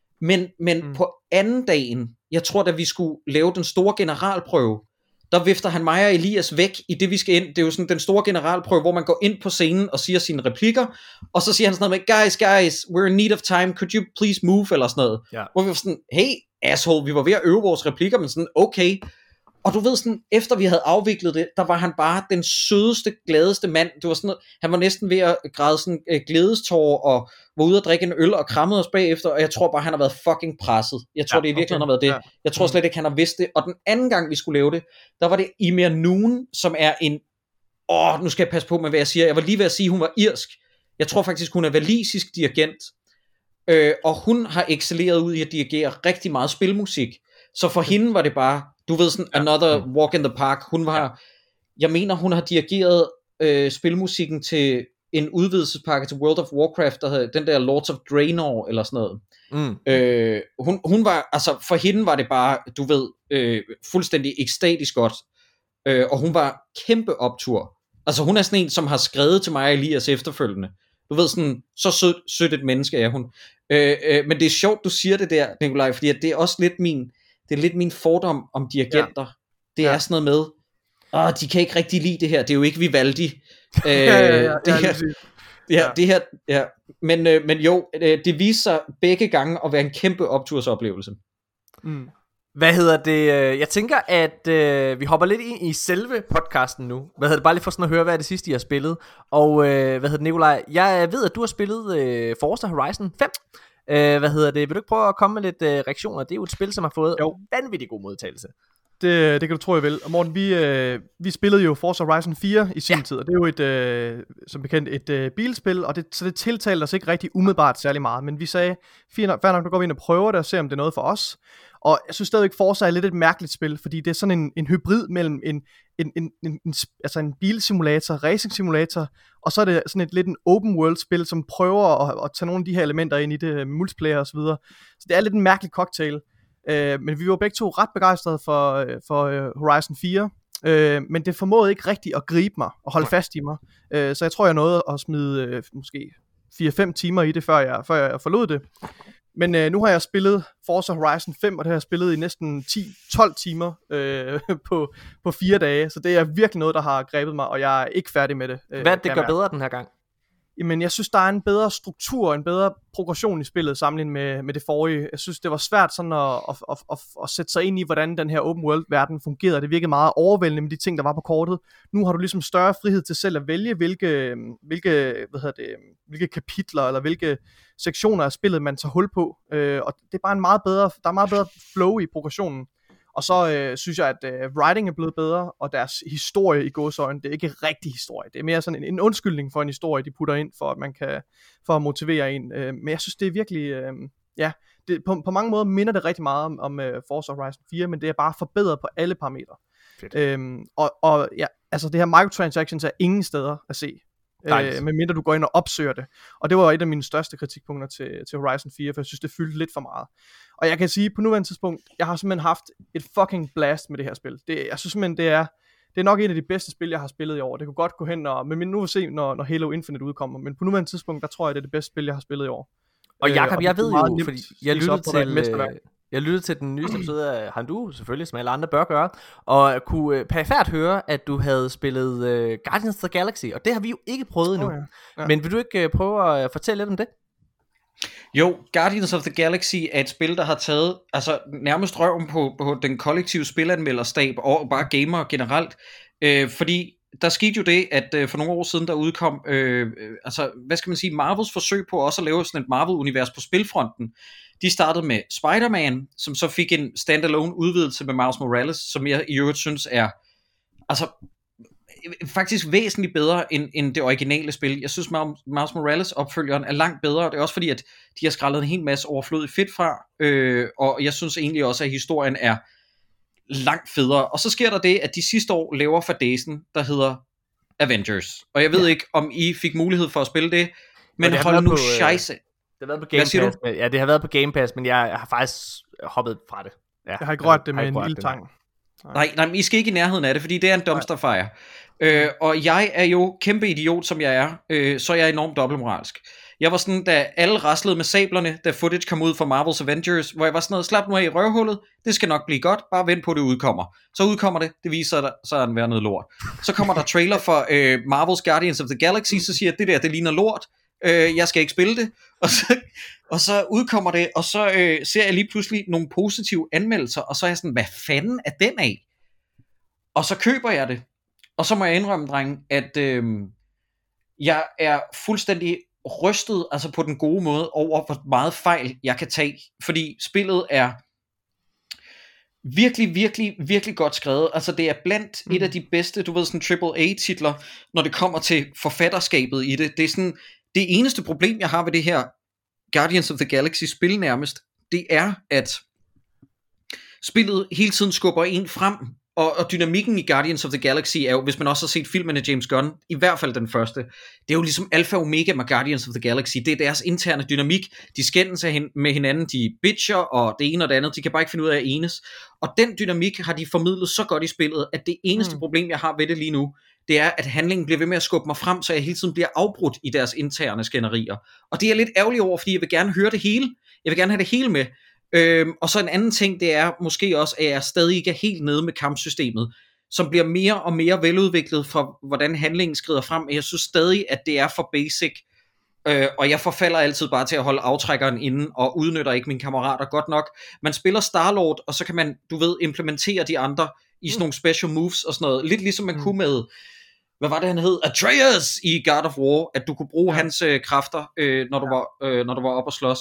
men på anden dagen, jeg tror, da vi skulle lave den store generalprøve, der vifter han mig og Elias væk i det vi skal ind. Det er jo sådan den store generalprøve, hvor man går ind på scenen og siger sine replikker, og så siger han sådan noget med, guys, we're in need of time, could you please move, eller sådan noget. Ja. Hvor vi var sådan, hey asshole, vi var ved at øve vores replikker, men sådan, okay. Og du ved sådan, efter vi havde afviklet det, der var han bare den sødeste, gladeste mand. Det var sådan, han var næsten ved at græde sådan glædestårer, og var ude at drikke en øl og krammede os bagefter, og jeg tror bare, han har været fucking presset. Jeg tror, det i virkeligheden har været det. Jeg tror slet ikke, han har vidst det. Og den anden gang, vi skulle lave det, der var det Emir Noon, som er en, nu skal jeg passe på med, hvad jeg siger. Jeg var lige ved at sige, hun var irsk. Jeg tror faktisk, hun er walisisk dirigent. Og hun har excelleret ud i at dirigere rigtig meget spilmusik. Så for hende var det bare, du ved sådan, another walk in the park. Hun var, jeg mener, hun har dirigeret spilmusikken til en udvidelsespakke til World of Warcraft, der hedder den der Lords of Draenor, eller sådan noget. Hun var, altså for hende var det bare, du ved, fuldstændig ekstatisk godt. Og hun var kæmpe optur. Altså hun er sådan en, som har skrevet til mig og Elias efterfølgende. Du ved sådan, så sødt et menneske er hun. Men det er sjovt, du siger det der, Nikolaj, fordi det er også lidt min fordom om dirigenter. Det er sådan noget med, de kan ikke rigtig lide det her, det er jo ikke Vivaldi. Men jo, det viser sig begge gange at være en kæmpe optursoplevelse. Hvad hedder det? Jeg tænker, at vi hopper lidt ind i selve podcasten nu. Hvad hedder det? Bare lige for sådan at høre, hvad er det sidste, I har spillet. Og hvad hedder det, Nikolaj? Jeg ved, at du har spillet Forza Horizon 5. Hvad hedder det? Vil du ikke prøve at komme med lidt reaktioner? Det er jo et spil, som har fået vanvittig god modtagelse. Det kan du tro, jeg vil. Og Morten, vi spillede jo Forza Horizon 4 i sin tid, og det er jo som bekendt et bilspil, og så det tiltalte os ikke rigtig umiddelbart særlig meget, men vi sagde, fair nok, nu går vi ind og prøver det og ser, om det er noget for os. Og jeg synes stadigvæk, Forza er lidt et mærkeligt spil, fordi det er sådan en hybrid mellem en bilsimulator, racing simulator, og så er det sådan lidt en open world spil, som prøver at tage nogle af de her elementer ind i det, multiplayer og så videre. Så det er lidt en mærkelig cocktail. Men vi var begge to ret begejstrede for Horizon 4, men det formåede ikke rigtigt at gribe mig og holde fast i mig, så jeg tror jeg nåede at smide måske 4-5 timer i det, før jeg forlod det. Men nu har jeg spillet Forza Horizon 5, og det har jeg spillet i næsten 10-12 timer på 4 dage, så det er virkelig noget, der har grebet mig, og jeg er ikke færdig med det. Hvad det gør bedre den her gang? Jamen, jeg synes, der er en bedre struktur, en bedre progression i spillet sammenlignet med det forrige. Jeg synes, det var svært sådan at sætte sig ind i, hvordan den her open world-verden fungerede. Det virkede meget overvældende med de ting, der var på kortet. Nu har du ligesom større frihed til selv at vælge, hvilke kapitler eller hvilke sektioner af spillet, man tager hul på. Og det er bare der er meget bedre flow i progressionen. Og så synes jeg, at writing er blevet bedre, og deres historie i gåseøjne, det er ikke rigtig historie. Det er mere sådan en undskyldning for en historie, de putter ind, for at motivere en. Men jeg synes, det er virkelig, på mange måder minder det rigtig meget om Forza Horizon 4, men det er bare forbedret på alle parametre. Altså det her microtransactions er ingen steder at se. Medmindre du går ind og opsøger det. Og det var et af mine største kritikpunkter til Horizon 4, for jeg synes, det fyldte lidt for meget. Og jeg kan sige, på nuværende tidspunkt, jeg har simpelthen haft et fucking blast med det her spil. Jeg synes simpelthen, det er nok en af de bedste spil, jeg har spillet i år. Det kunne godt gå hen, men nu vil vi se, når Halo Infinite udkommer. Men på nuværende tidspunkt, der tror jeg, det er det bedste spil, jeg har spillet i år. Og Jakob, jeg ved jo, fordi jeg lyttede til den nyeste episode af Handu, selvfølgelig, som alle andre bør gøre, og kunne perifært høre, at du havde spillet Guardians of the Galaxy, og det har vi jo ikke prøvet endnu. Ja. Men vil du ikke prøve at fortælle lidt om det? Jo, Guardians of the Galaxy er et spil, der har taget nærmest røven på den kollektive spilanmelderstab og bare gamer generelt, fordi der skete jo det, at for nogle år siden der udkom, hvad skal man sige, Marvels forsøg på også at lave sådan et Marvel-univers på spilfronten. De startede med Spider-Man, som så fik en standalone udvidelse med Miles Morales, som jeg i øvrigt synes er faktisk væsentligt bedre end det originale spil. Jeg synes, Miles Morales opfølgeren er langt bedre, og det er også fordi, at de har skrællet en hel masse overflødig fedt fra, og jeg synes egentlig også, at historien er langt federe. Og så sker der det, at de sidste år laver fadesen, der hedder Avengers. Og jeg ved ikke, om I fik mulighed for at spille det, men hold nu scheisse. Det har været på Game Pass. Ja, det har været på Game Pass, men jeg har faktisk hoppet fra det. Ja, jeg har ikke rørt det med en ildtang. Nej, I skal ikke i nærheden af det, fordi det er en dumpster fire. Og jeg er jo kæmpe idiot, som jeg er, så er jeg enormt dobbeltmoralsk. Jeg var sådan, da alle raslede med sablerne, da footage kom ud fra Marvel's Avengers, hvor jeg var sådan noget, slap nu af i røvhullet, det skal nok blive godt, bare vent på det udkommer. Så udkommer det viser sig, så er den værd noget lort. Så kommer der trailer for Marvel's Guardians of the Galaxy, så siger jeg, det ligner lort, jeg skal ikke spille det. Og så udkommer det, og så ser jeg lige pludselig nogle positive anmeldelser, og så er jeg sådan, hvad fanden er den af? Og så køber jeg det. Og så må jeg indrømme, drenge, at jeg er fuldstændig rystet, altså på den gode måde, over hvor meget fejl jeg kan tage, fordi spillet er virkelig, virkelig, virkelig godt skrevet. Altså det er blandt et af de bedste, du ved, sådan AAA-titler, når det kommer til forfatterskabet i det. Det er sådan, det eneste problem, jeg har ved det her Guardians of the Galaxy spil nærmest, det er, at spillet hele tiden skubber en frem, og dynamikken i Guardians of the Galaxy er jo, hvis man også har set filmen af James Gunn, i hvert fald den første, det er jo ligesom alfa og omega med Guardians of the Galaxy, det er deres interne dynamik, de skændes med hinanden, de bitcher, og det ene og det andet, de kan bare ikke finde ud af at enes, og den dynamik har de formidlet så godt i spillet, at det eneste problem, jeg har ved det lige nu, det er, at handlingen bliver ved med at skubbe mig frem, så jeg hele tiden bliver afbrudt i deres interne skænderier, og det er lidt ærgerligt over, fordi jeg vil gerne høre det hele, jeg vil gerne have det hele med. Og så en anden ting, det er måske også, at jeg stadig ikke er helt nede med kampsystemet, som bliver mere og mere veludviklet fra, hvordan handlingen skrider frem, men jeg synes stadig, at det er for basic, og jeg forfalder altid bare til at holde aftrækkeren inde, og udnytter ikke mine kammerater godt nok. Man spiller Star-Lord, og så kan man, du ved, implementere de andre i sådan nogle special moves og sådan noget, lidt ligesom man kunne med, hvad var det han hed, Atreus i God of War, at du kunne bruge hans kræfter, når du var oppe og slås.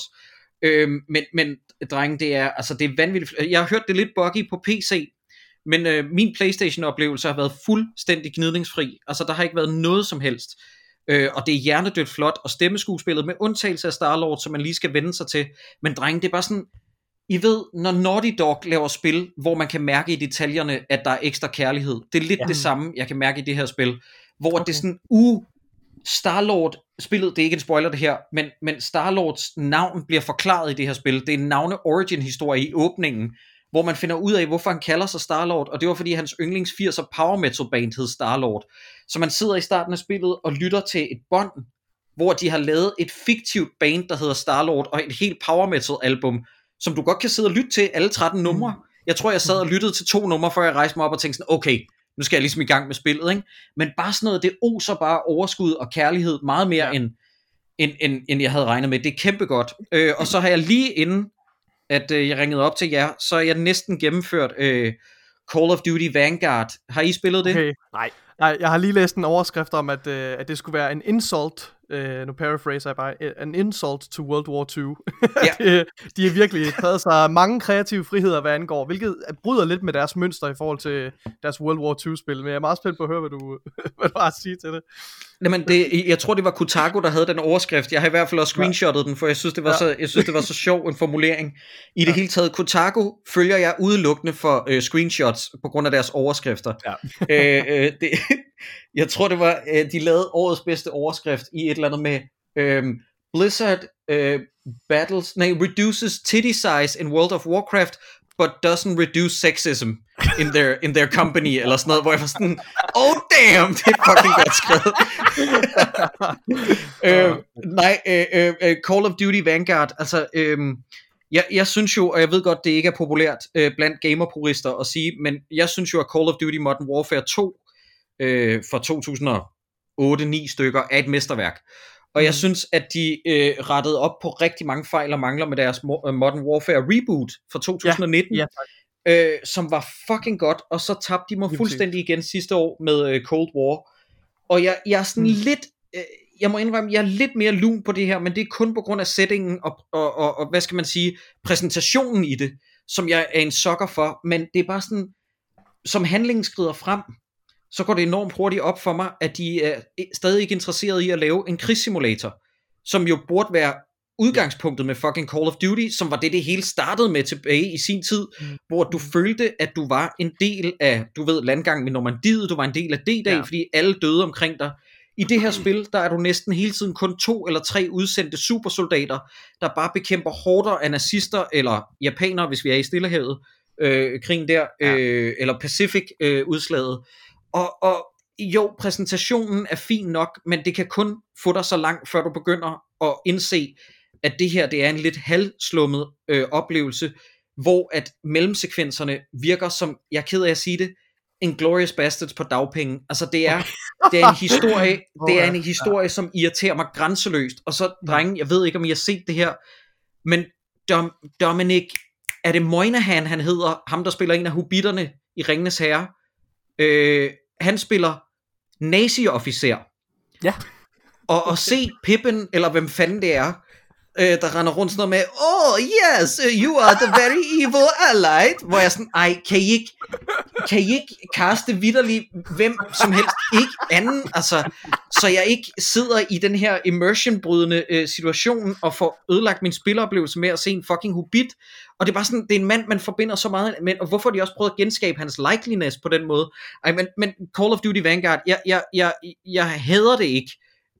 Men drenge, det er vanvittigt. Jeg har hørt det lidt buggy på PC, men min PlayStation oplevelse har været fuldstændig gnidningsfri. Altså der har ikke været noget som helst, og det er hjernedødt flot, og stemmeskuespillet med undtagelse af Star-Lord, som man lige skal vende sig til. Men drenge, det er bare sådan, I ved, når Naughty Dog laver spil, hvor man kan mærke i detaljerne, at der er ekstra kærlighed, det er lidt det samme, jeg kan mærke i det her spil, hvor det er sådan, Star-Lord spillet, det er ikke en spoiler det her, men Star-Lords navn bliver forklaret i det her spil. Det er en navne-origin-historie i åbningen, hvor man finder ud af, hvorfor han kalder sig Star-Lord, og det var fordi hans yndlings 80'er power metal band hed Star-Lord. Så man sidder i starten af spillet og lytter til et bånd, hvor de har lavet et fiktivt band, der hedder Starlord, og et helt power metal album, som du godt kan sidde og lytte til, alle 13 numre. Jeg tror, jeg sad og lyttede til 2 numre, før jeg rejste mig op og tænkte sådan, okay, nu skal jeg ligesom i gang med spillet, ikke? Men bare sådan noget, det oser bare overskud og kærlighed, meget mere end jeg havde regnet med. Det er kæmpe godt. Og så har jeg lige inden, at jeg ringede op til jer, så er jeg næsten gennemført Call of Duty Vanguard. Har I spillet det? Okay. Nej, jeg har lige læst en overskrift om, at det skulle være en insult, nu paraphraser jeg bare, an insult to World War II. Ja. De har virkelig taget sig mange kreative friheder, hvad angår, hvilket bryder lidt med deres mønster i forhold til deres World War II-spil, men jeg er meget spændt på at høre, hvad du har at sige til det. Jamen, jeg tror, det var Kotaku, der havde den overskrift. Jeg har i hvert fald også screenshottet den, for jeg synes, det var så sjov en formulering. I det hele taget, Kotaku følger jeg udelukkende for screenshots på grund af deres overskrifter. Ja. Jeg tror, det var, de lavede årets bedste overskrift i et eller andet med Blizzard reduces titty size in World of Warcraft, but doesn't reduce sexism in their company, eller sådan noget, hvor jeg var sådan, oh damn, det er fucking godt skrevet. Call of Duty Vanguard, altså, jeg synes jo, og jeg ved godt, det ikke er populært blandt gamerpurister at sige, men jeg synes jo, at Call of Duty Modern Warfare 2 for 2008-9 stykker er et mesterværk. Og jeg synes, at de rettede op på rigtig mange fejl og mangler med deres Modern Warfare reboot fra 2019, som var fucking godt, og så tabte de mig fuldstændig igen sidste år med Cold War. Og jeg er sådan lidt, jeg må indrømme, jeg er lidt mere lun på det her, men det er kun på grund af settingen og hvad skal man sige, præsentationen i det, som jeg er en sukker for, men det er bare sådan, som handlingen skrider frem, så går det enormt hurtigt op for mig, at de er stadig ikke interesseret i at lave en krigssimulator, som jo burde være udgangspunktet med fucking Call of Duty, som var det hele startede med tilbage i sin tid, hvor du følte, at du var en del af, du ved, landgangen med Normandiet, du var en del af D-dag, fordi alle døde omkring dig. I det her spil, der er du næsten hele tiden kun 2 eller 3 udsendte supersoldater, der bare bekæmper horder af nazister, eller japanere, hvis vi er i Stillehavet, krigen der, eller Pacific udslaget. Og jo, præsentationen er fin nok, men det kan kun få dig så langt, før du begynder at indse, at det her, det er en lidt halvslummet oplevelse, hvor at mellemsekvenserne virker som, jeg er ked af at sige det, Inglourious Basterds på dagpenge. Altså det er en historie, som irriterer mig grænseløst. Og så, drenge, jeg ved ikke, om I har set det her, men Dominic, er det Moynihan, han hedder, ham der spiller en af hobitterne i Ringenes Herre, han spiller nazi-officer. Ja. Og se Pippin, eller hvem fanden det er, der render rundt sådan noget med, oh yes, you are the very evil allied, hvor jeg sådan, ej, kan I ikke kaste vitterligt hvem som helst, ikke anden, altså, så jeg ikke sidder i den her immersion-brydende situation, og får ødelagt min spiloplevelse med at se en fucking hobbit, og det er bare sådan, det er en mand, man forbinder så meget med, og hvorfor har de også prøvet at genskabe hans likeliness på den måde? Ej, men Call of Duty Vanguard, jeg hader det ikke,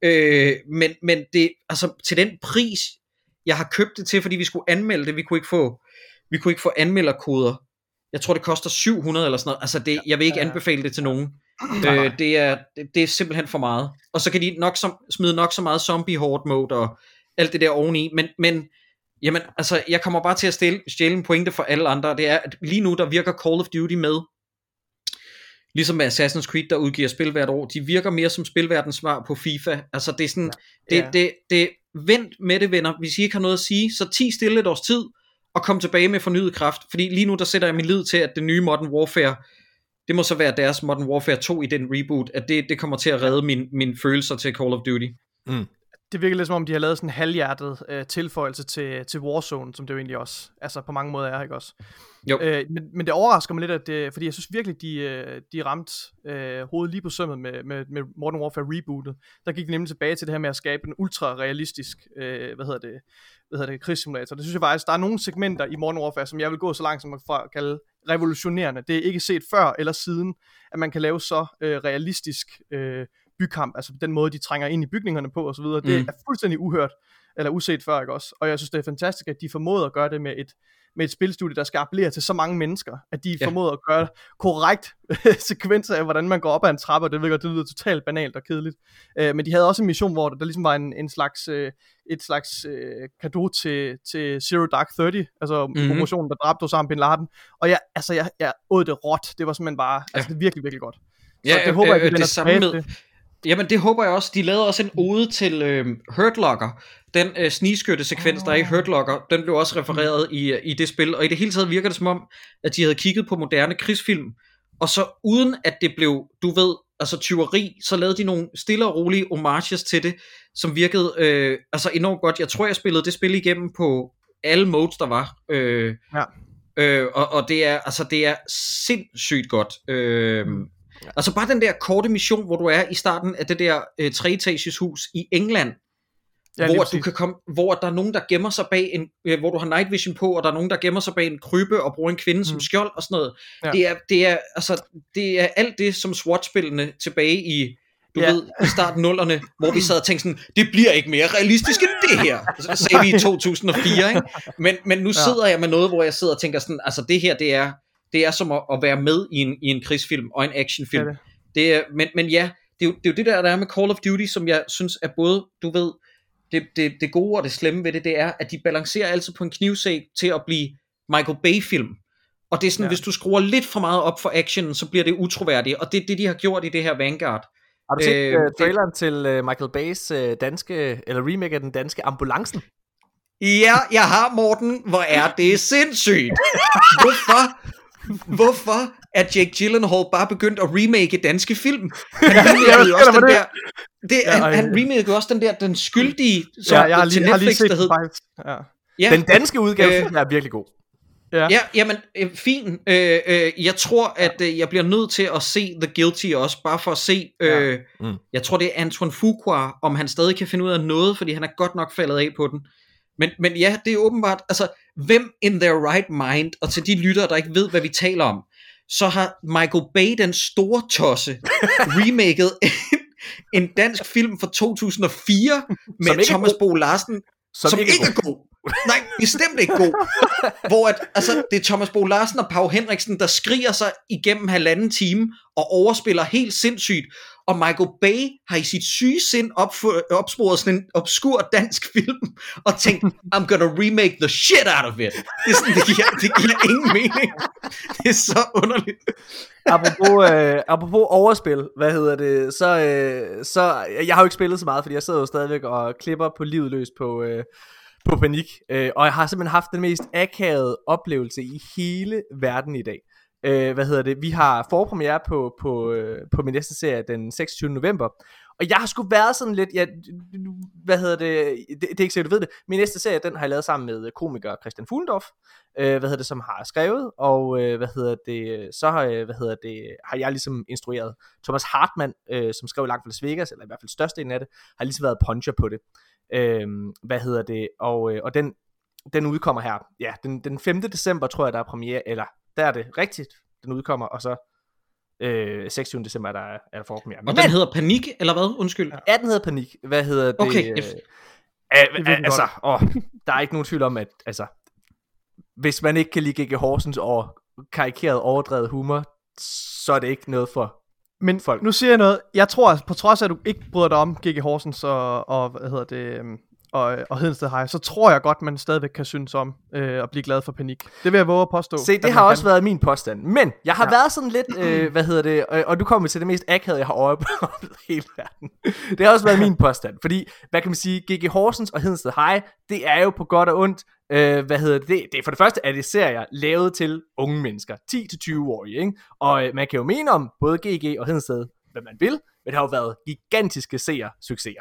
men det, altså, til den pris, jeg har købt det til, fordi vi skulle anmelde det, vi kunne ikke få anmelderkoder. Jeg tror det koster 700 eller sådan noget. Altså jeg vil ikke anbefale det til nogen. Det er simpelthen for meget. Og så kan de smide nok så meget zombie horde mode og alt det der oveni, men jamen altså jeg kommer bare til at stjæle en pointe for alle andre. Det er at lige nu der virker Call of Duty med, ligesom med Assassin's Creed, der udgiver spil hvert år, de virker mere som spilverdens svar på FIFA. Altså det er sådan, det vent med det, venner. Hvis I ikke har noget at sige, så 10 stille et års tid, og kom tilbage med fornyet kraft. Fordi lige nu, der sætter jeg min lid til, at det nye Modern Warfare, det må så være deres Modern Warfare 2 i den reboot, at det kommer til at redde mine følelser til Call of Duty. Det virker lidt som om, de har lavet sådan en halvhjertet tilføjelse til Warzone, som det jo egentlig også, altså på mange måder er, ikke også? Jo. Men det overrasker mig lidt, at fordi jeg synes virkelig, de ramte hovedet lige på sømmet med Modern Warfare rebootet. Der gik nemlig tilbage til det her med at skabe en ultra-realistisk, krigssimulator. Det synes jeg faktisk, der er nogle segmenter i Modern Warfare, som jeg vil gå så langt som at kalde revolutionerende. Det er ikke set før eller siden, at man kan lave så realistisk bykamp, altså den måde, de trænger ind i bygningerne på og så videre. Det er fuldstændig uhørt, eller uset før, ikke også? Og jeg synes, det er fantastisk, at de formåede at gøre det med med et spilstudie, der skal appellere til så mange mennesker, at de formåede at gøre korrekt sekvenser af, hvordan man går op ad en trappe, og det lyder totalt banalt og kedeligt. Men de havde også en mission, hvor der ligesom var et slags cadeau til Zero Dark 30, altså operationen, der dræbte Osama Bin Laden. Og jeg åd det råt. Det var simpelthen bare, altså det er virkelig, virkelig godt. Så det håber jeg, det samme med. Jamen det håber jeg også. De lavede også en ode til Hurt Locker. Den snigskytte-sekvens, der er i Hurt Locker, den blev også refereret i det spil. Og i det hele taget virker det som om, at de havde kigget på moderne krigsfilm. Og så uden at det blev, du ved, altså tyveri, så lavede de nogle stille og rolige homages til det, som virkede altså enormt godt. Jeg tror, jeg spillede det spil igennem på alle modes, der var. Og det er sindssygt godt. Altså bare den der korte mission, hvor du er i starten af det der 3-etages hus i England, hvor du kan komme, hvor der er nogen, der gemmer sig bag en, hvor du har night vision på, og der er nogen, der gemmer sig bag en krybe og bruger en kvinde som skjold og sådan noget. Det er alt det, som SWAT-spillene tilbage i, du ved, i starten 0'erne, hvor vi sad og tænkte sådan, det bliver ikke mere realistisk end det her, sagde vi i 2004, ikke? Men nu sidder jeg med noget, hvor jeg sidder og tænker sådan, altså det her, det er som at være med i en krigsfilm og en actionfilm. Det er, men ja, det er jo det der er med Call of Duty, som jeg synes er både, du ved, det gode og det slemme ved det er, at de balancerer altså på en knivsæg til at blive Michael Bay-film. Og det er sådan, hvis du skruer lidt for meget op for actionen, så bliver det utroværdigt. Og det er det, de har gjort i det her Vanguard. Har du set traileren til Michael Bays danske, eller remake af den danske Ambulancen? Ja, jeg har, Morten. Hvor er det sindssygt. Hvorfor er Jake Gyllenhaal bare begyndt at remake danske film? Han remakede jo også den der... Han remakede også den der, den skyldige, som til Netflix, der hed... Den danske udgave er virkelig god. Ja, jamen, fint. Jeg tror, at jeg bliver nødt til at se The Guilty også, bare for at se, jeg tror det er Antoine Fuqua, om han stadig kan finde ud af noget, fordi han er godt nok faldet af på den. Men ja, det er åbenbart, altså, hvem in their right mind, og til de lyttere, der ikke ved, hvad vi taler om, så har Michael Bay, den store tosse, remaket en dansk film fra 2004, med Thomas Bo Larsen, som ikke er god. Nej, bestemt ikke god. Hvor at, altså, det er Thomas Bo Larsen og Pau Henriksen, der skriger sig igennem 1,5 time og overspiller helt sindssygt. Og Michael Bay har i sit syge sind opsporet sådan en obskur dansk film og tænkt, I'm gonna remake the shit out of it. Det er sådan, det giver ingen mening. Det er så underligt. Apropos overspil, hvad hedder det, så jeg har jo ikke spillet så meget, fordi jeg sidder jo stadigvæk og klipper på livet løs på Panik, og jeg har simpelthen haft den mest akavede oplevelse i hele verden i dag. Vi har forpremiere på min næste serie den 26. november, og jeg har sgu været sådan lidt, det er ikke sikkert, du ved det, min næste serie, den har jeg lavet sammen med komiker Christian Fuglendorf, som har skrevet, og har jeg ligesom instrueret. Thomas Hartmann, som skrev Langt fra Las Vegas, eller i hvert fald størstedelen af det, har ligesom været puncher på det. Og den udkommer her, ja, den 5. december, tror jeg, der er premiere, eller der er det rigtigt, den udkommer, og så 26. december er der forpremiere. Og den hedder Panik, eller hvad? Undskyld. Ja, den hedder Panik. Okay. Der er ikke nogen tvivl om, at hvis man ikke kan lide G.G. Horsens og karikeret overdrevet humor, så er det ikke noget for men folk. Nu siger jeg noget. Jeg tror, på trods af, at du ikke bryder dig om G.G. Horsens og Hedensted High, så tror jeg godt, man stadigvæk kan synes om at blive glad for Panik. Det vil jeg våge at påstå. Se, det har også været min påstand. Men jeg har været sådan lidt, og du kommer til det mest akavede, jeg har oplevet hele verden. Det har også været min påstand, fordi, hvad kan man sige, G.G. Horsens og Hedensted High, det er jo på godt og ondt, det er for det første, er det serier lavet til unge mennesker, 10-20-årige, ikke? Og man kan jo mene om både GG og Hedensted, hvad man vil, men det har jo været gigantiske succeser.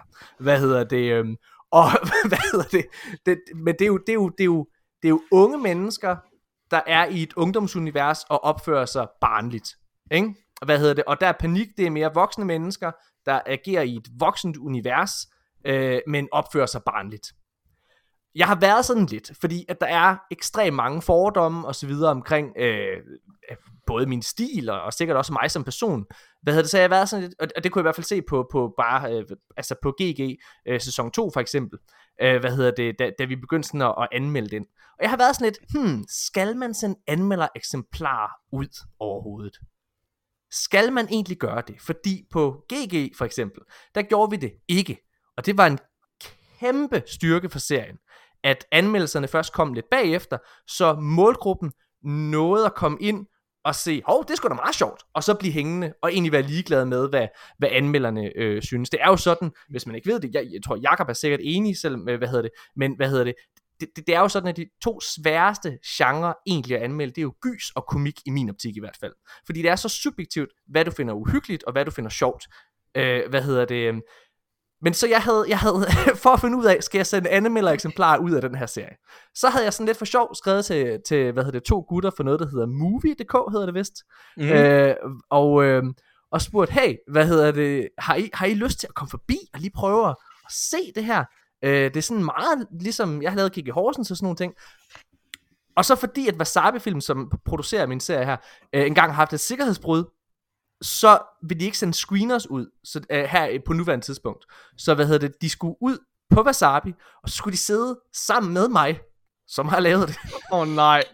Men det er jo unge mennesker, der er i et ungdomsunivers og opfører sig barnligt, ikke? Og der er Panik, det er mere voksne mennesker, der agerer i et voksent univers, men opfører sig barnligt. Jeg har været sådan lidt, fordi at der er ekstremt mange fordomme og så videre omkring både min stil og sikkert også mig som person. Så jeg har været sådan lidt, og det kunne jeg i hvert fald se på GG sæson 2 for eksempel, da vi begyndte sådan at anmelde den. Og jeg har været sådan lidt, skal man sende anmeldereksemplarer ud overhovedet? Skal man egentlig gøre det? Fordi på GG for eksempel, der gjorde vi det ikke. Og det var en kæmpe styrke for serien, at anmeldelserne først kom lidt bagefter, så målgruppen nåede at komme ind og se, det er sgu da meget sjovt, og så blive hængende, og egentlig være ligeglad med, hvad anmelderne synes. Det er jo sådan, hvis man ikke ved det, jeg tror, Jakob er sikkert enig selv, men det er jo sådan, at de to sværeste genrer egentlig at anmelde, det er jo gys og komik i min optik i hvert fald. Fordi det er så subjektivt, hvad du finder uhyggeligt, og hvad du finder sjovt. Men så jeg havde for at finde ud af, skal jeg sende anmeldereksemplarer ud af den her serie, så havde jeg sådan lidt for sjov skrevet til 2 gutter for noget, der hedder Movie.dk, hedder det vist. Og spurgt, hey, har I lyst til at komme forbi og lige prøve at se det her? Det er sådan meget ligesom, jeg har lavet Kigge Horsens og sådan nogle ting. Og så fordi, at Wasabi Film, som producerer min serie her, engang har haft et sikkerhedsbrud, så vil de ikke sende screeners ud her på nuværende tidspunkt. Så de skulle ud på Wasabi, og så skulle de sidde sammen med mig, som har lavet det. Nej.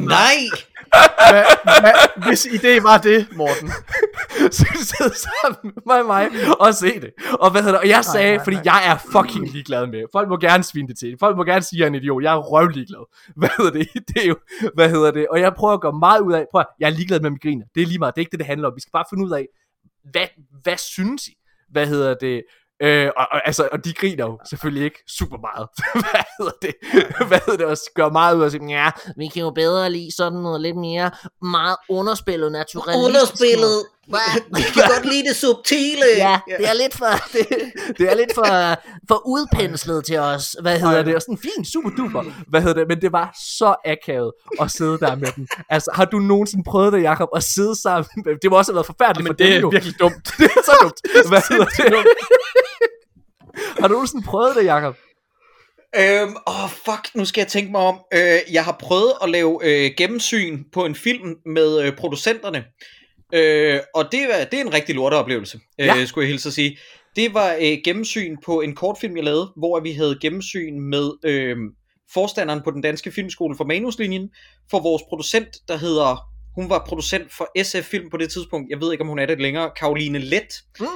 Hvis idé var det, Morten. Så de sidde sammen med mig og se det. Og og jeg sagde, fordi jeg er fucking ligeglad med. Folk må gerne svine det til. Folk må gerne sige, at jeg er en idiot. Jeg er røvligeglad. Det er jo, og jeg prøver at gøre meget ud af, jeg er ligeglad med mit griner. Det er lige meget, det er ikke det handler om. Vi skal bare finde ud af, hvad synes I? Og de griner jo selvfølgelig ikke super meget. Og gør meget ud af at sige, ja, vi kan jo bedre lide sådan noget lidt mere meget underspillet naturalistisk. Underspillet. Vi kan godt lide det subtile. Ja, det er lidt for udpenslet til os. Og sådan fint, super duper. Men det var så akavet at sidde der med dem. Altså, har du nogensinde prøvet det, Jakob, at sidde sammen? Det må også have været forfærdeligt for dem. Det er virkelig dumt. Det er så dumt. Har du nogensinde prøvet det, Jakob? Nu skal jeg tænke mig om. Jeg har prøvet at lave gennemsyn på en film med producenterne. Og det er en rigtig lorteoplevelse, skulle jeg hilse at sige. Det var gennemsyn på en kortfilm, jeg lavede, hvor vi havde gennemsyn med forstanderen på den danske filmskole for manuslinjen, for vores producent, der hedder, hun var producent for SF Film på det tidspunkt, jeg ved ikke, om hun er det længere, Caroline Let.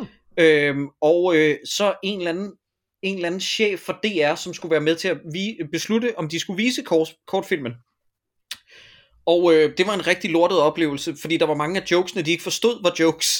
Så en eller anden chef for DR, som skulle være med til at beslutte, om de skulle vise kortfilmen. Og det var en rigtig lortet oplevelse, fordi der var mange af jokesene, de ikke forstod var jokes.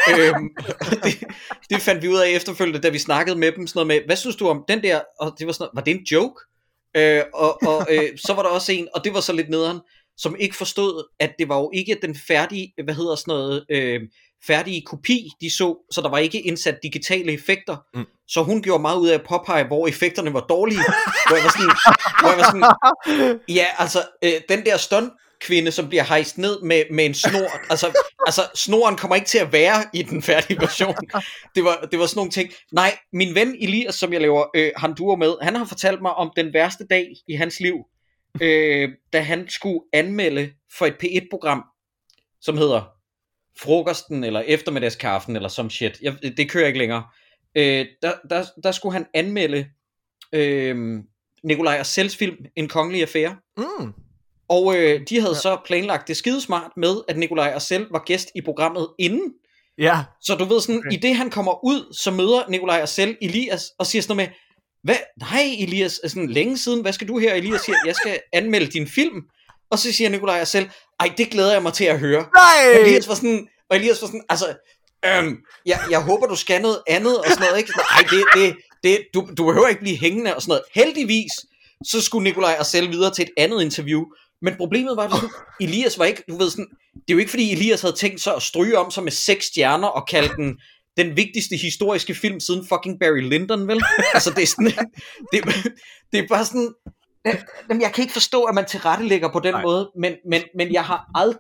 Det fandt vi ud af efterfølgende, da vi snakkede med dem, sådan noget med, hvad synes du om den der? Og det var sådan noget, var det en joke? Så var der også en, og det var så lidt nederen, som ikke forstod, at det var jo ikke den færdige, færdige kopi, de så der var ikke indsat digitale effekter. Så hun gjorde meget ud af at påpege, hvor effekterne var dårlige. Hvor jeg var sådan, ja, altså, den der stuntkvinde, som bliver hejst ned med en snor, altså snoren kommer ikke til at være i den færdige version. Det var sådan nogle ting. Nej, min ven Elias, som jeg laver Handuo med, han har fortalt mig om den værste dag i hans liv, da han skulle anmelde for et P1-program, som hedder Frokosten, eller Eftermiddagskaffen, eller some shit. Det kører ikke længere. Der skulle han anmelde Nikolaj Arcels film En Kongelig Affære. Og de havde så planlagt det skidesmart med, at Nikolaj Arcel var gæst i programmet inden. Ja. Så du ved sådan, i det han kommer ud, så møder Nikolaj Arcel Elias og siger sådan noget med, hvad? Nej, Elias, sådan længe siden, hvad skal du her? Elias siger, jeg skal anmelde din film. Og så siger Nikolaj Arcel, ej, det glæder jeg mig til at høre. Nej! Og Elias var sådan, altså, jeg håber, du skal noget andet, og sådan noget, ikke? Nej, du behøver ikke blive hængende, og sådan noget. Heldigvis, så skulle Nikolaj Arcel videre til et andet interview. Men problemet var, at Elias var ikke, du ved sådan, det er jo ikke fordi Elias havde tænkt sig at stryge om sig med 6 stjerner, og kalde den vigtigste historiske film siden fucking Barry Lyndon, vel? Altså, det er sådan, det er bare sådan, jeg kan ikke forstå, at man tilrettelægger på den måde, men jeg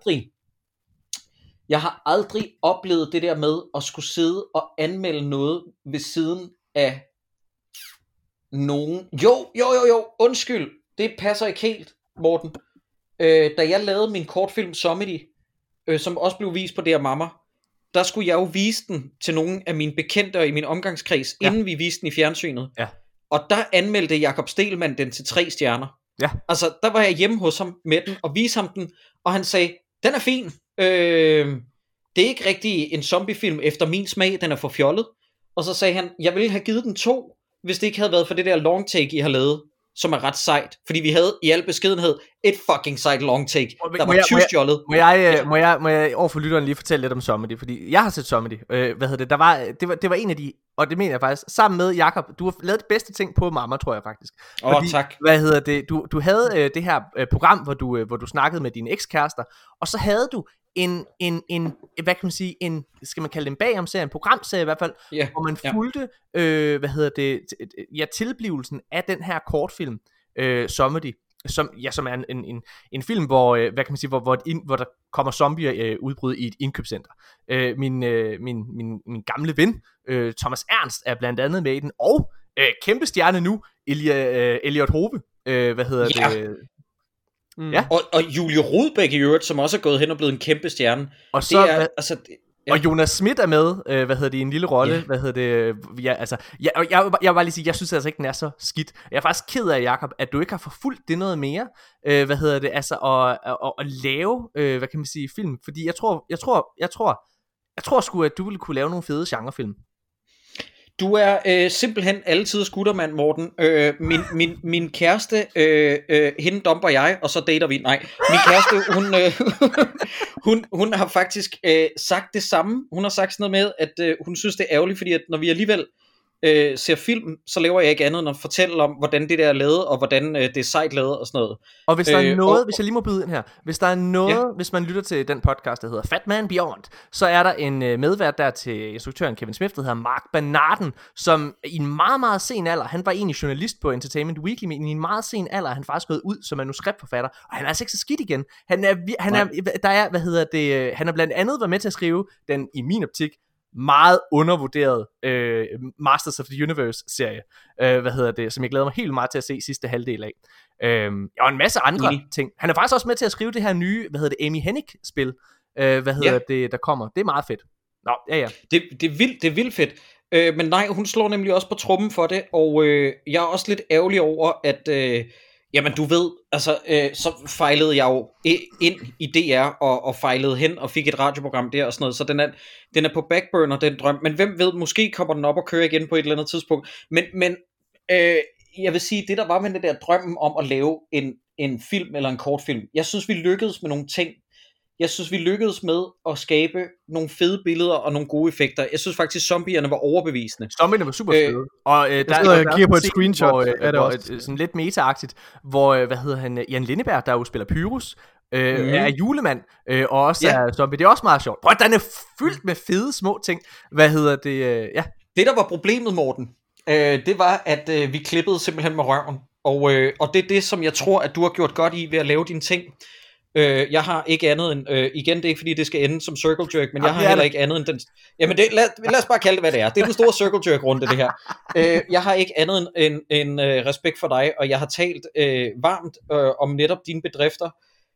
har aldrig oplevet det der med at skulle sidde og anmelde noget ved siden af nogen. Jo, undskyld, det passer ikke helt, Morten. Da jeg lavede min kortfilm Sommedy, som også blev vist på DR Mamma, der skulle jeg jo vise den til nogle af mine bekendte og i min omgangskreds, inden vi viste den i fjernsynet. Ja. Og der anmeldte Jakob Stelman den til 3 stjerner. Ja. Altså, der var jeg hjemme hos ham med den, og viste ham den, og han sagde, den er fin. Det er ikke rigtig en zombiefilm efter min smag, den er for fjollet. Og så sagde han, jeg ville have givet den 2, hvis det ikke havde været for det der long take, I har lavet, som er ret sejt. Fordi vi havde i al beskedenhed et fucking sejt long take, der var tyvstjålet. Må jeg overfor lytteren lige fortælle lidt om Somedy? Fordi jeg har set Somedy. Det var en af de, og det mener jeg faktisk, sammen med Jakob, du har lavet det bedste ting på Mamma, tror jeg faktisk. Fordi, tak. Du havde det her program, hvor du snakkede med dine ekskærester, og så havde du en hvad kan man sige, skal man kalde det en bagomserie, en programserie i hvert fald, hvor man fulgte, tilblivelsen af den her kortfilm, Somedy, som er en film, hvor, hvad kan man sige, hvor der kommer zombier udbrud i et indkøbscenter. Min gamle ven, Thomas Ernst, er blandt andet med i den, og kæmpe stjerne nu, Elliot Hove, det... Ja. Og Julie Rudbæk i øvrigt, som også er gået hen og blevet en kæmpe stjerne. Og så og Jonas Schmidt er med, i en lille rolle. Jeg vil bare lige sige, jeg synes altså ikke den er så skidt. Jeg er faktisk ked af, Jakob, at du ikke har forfulgt det noget mere. At lave, hvad kan man sige, film, fordi jeg tror sgu, at du ville kunne lave nogle fede genrefilm. Du er simpelthen altid skuttermand, Morten. Min kæreste, hende dumper jeg, og så dater vi. Nej, min kæreste, hun har faktisk sagt det samme. Hun har sagt sådan noget med, at hun synes det er ærgerligt, fordi at når vi alligevel ser film, så laver jeg ikke andet end at fortælle om, hvordan det der er lavet, og hvordan det er sejt lavet og sådan noget. Og hvis der er noget, hvis jeg lige må byde ind her, hvis der er noget, hvis man lytter til den podcast, der hedder Fat Man Beyond, så er der en medvært der til instruktøren Kevin Smith, der hedder Mark Bernarden, som i en meget, meget sen alder, han var egentlig journalist på Entertainment Weekly, men i en meget sen alder er han faktisk gået ud som manuskriptforfatter, og han er altså ikke så skidt igen. Han er blandt andet været med til at skrive den, i min optik, meget undervurderet Masters of the Universe serie, som jeg glæder mig helt meget til at se sidste halvdel af. Og en masse andre ting. Han er faktisk også med til at skrive det her nye, Amy Hennig spil, der kommer. Det er meget fedt. Nå, ja. Det er vildt fedt. Men nej, hun slår nemlig også på trommen for det, og jeg er også lidt ærgerlig over, at jamen du ved, altså så fejlede jeg jo ind i DR og fejlede hen og fik et radioprogram der og sådan noget, så den er på backburner, den drøm, men hvem ved, måske kommer den op og kører igen på et eller andet tidspunkt, men jeg vil sige, det der var med det der drømmen om at lave en film eller en kortfilm, jeg synes vi lykkedes med nogle ting. Jeg synes vi lykkedes med at skabe nogle fede billeder og nogle gode effekter. Jeg synes faktisk zombierne var overbevisende. Zombierne var super fede. Og der giver på et screenshot er det også sådan lidt meta-agtigt, hvor Jan Lindeberg, der jo spiller Pyrus, er julemand, og også er zombie. Det er også meget sjovt. Prøv, den er fyldt med fede små ting. Det der var problemet, Morten, det var at vi klippede simpelthen med røven. Og det er det, som jeg tror, at du har gjort godt i ved at lave dine ting. Jeg har ikke andet end igen, det er ikke fordi det skal ende som circle jerk, men jeg har heller ikke andet end den. Jamen lad os bare kalde det hvad det er. Det er den store circle jerk runde det her. Jeg har ikke andet end respekt for dig, og jeg har talt varmt om netop dine bedrifter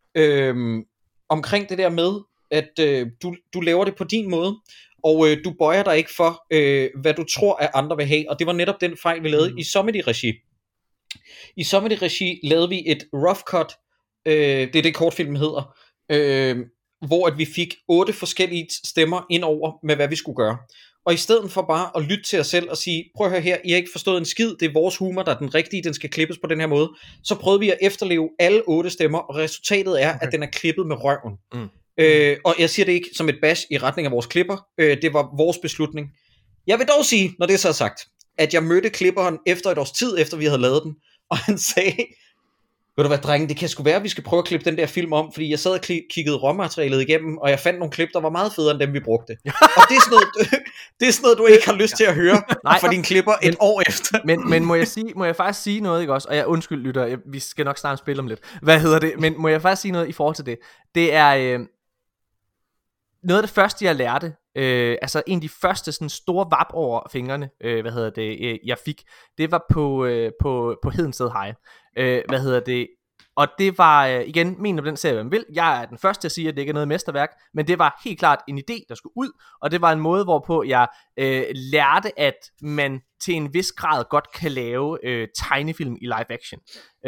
omkring det der med at du laver det på din måde, og du bøjer dig ikke for hvad du tror at andre vil have, og det var netop den fejl vi lavede i Somedy-regi. I Somedy-regi lavede vi et rough cut. Det er det kortfilmen hedder, hvor at vi fik 8 forskellige stemmer ind over med hvad vi skulle gøre. Og i stedet for bare at lytte til os selv og sige, prøv at høre her, I har ikke forstået en skid, det er vores humor, der er den rigtige, den skal klippes på den her måde. Så prøvede vi at efterleve alle 8 stemmer, og resultatet er, at den er klippet med røven. Og jeg siger det ikke som et bash i retning af vores klipper, det var vores beslutning. Jeg vil dog sige, når det så er sagt, at jeg mødte klipperen efter et års tid, efter vi havde lavet den, og han sagde, ved du hvad, drenge, det kan sgu være, at vi skal prøve at klippe den der film om, fordi jeg sad og kiggede råmaterialet igennem, og jeg fandt nogle klip, der var meget federe end dem, vi brugte. Og det er sådan noget, du ikke har lyst til at høre fra din klipper et år efter. Men må jeg faktisk sige noget, ikke også? Og jeg undskyld, lytter, vi skal nok snart spille om lidt. Men må jeg faktisk sige noget i forhold til det? Det er noget af det første, jeg lærte, altså en af de første sådan store vap over fingrene, jeg fik, det var på Hedensted High. Og det var, igen, men om den serie, man vil. Jeg er den første til at sige, at det ikke er noget mesterværk, men det var helt klart en idé, der skulle ud, og det var en måde, hvorpå jeg lærte, at man til en vis grad godt kan lave tegnefilm i live action.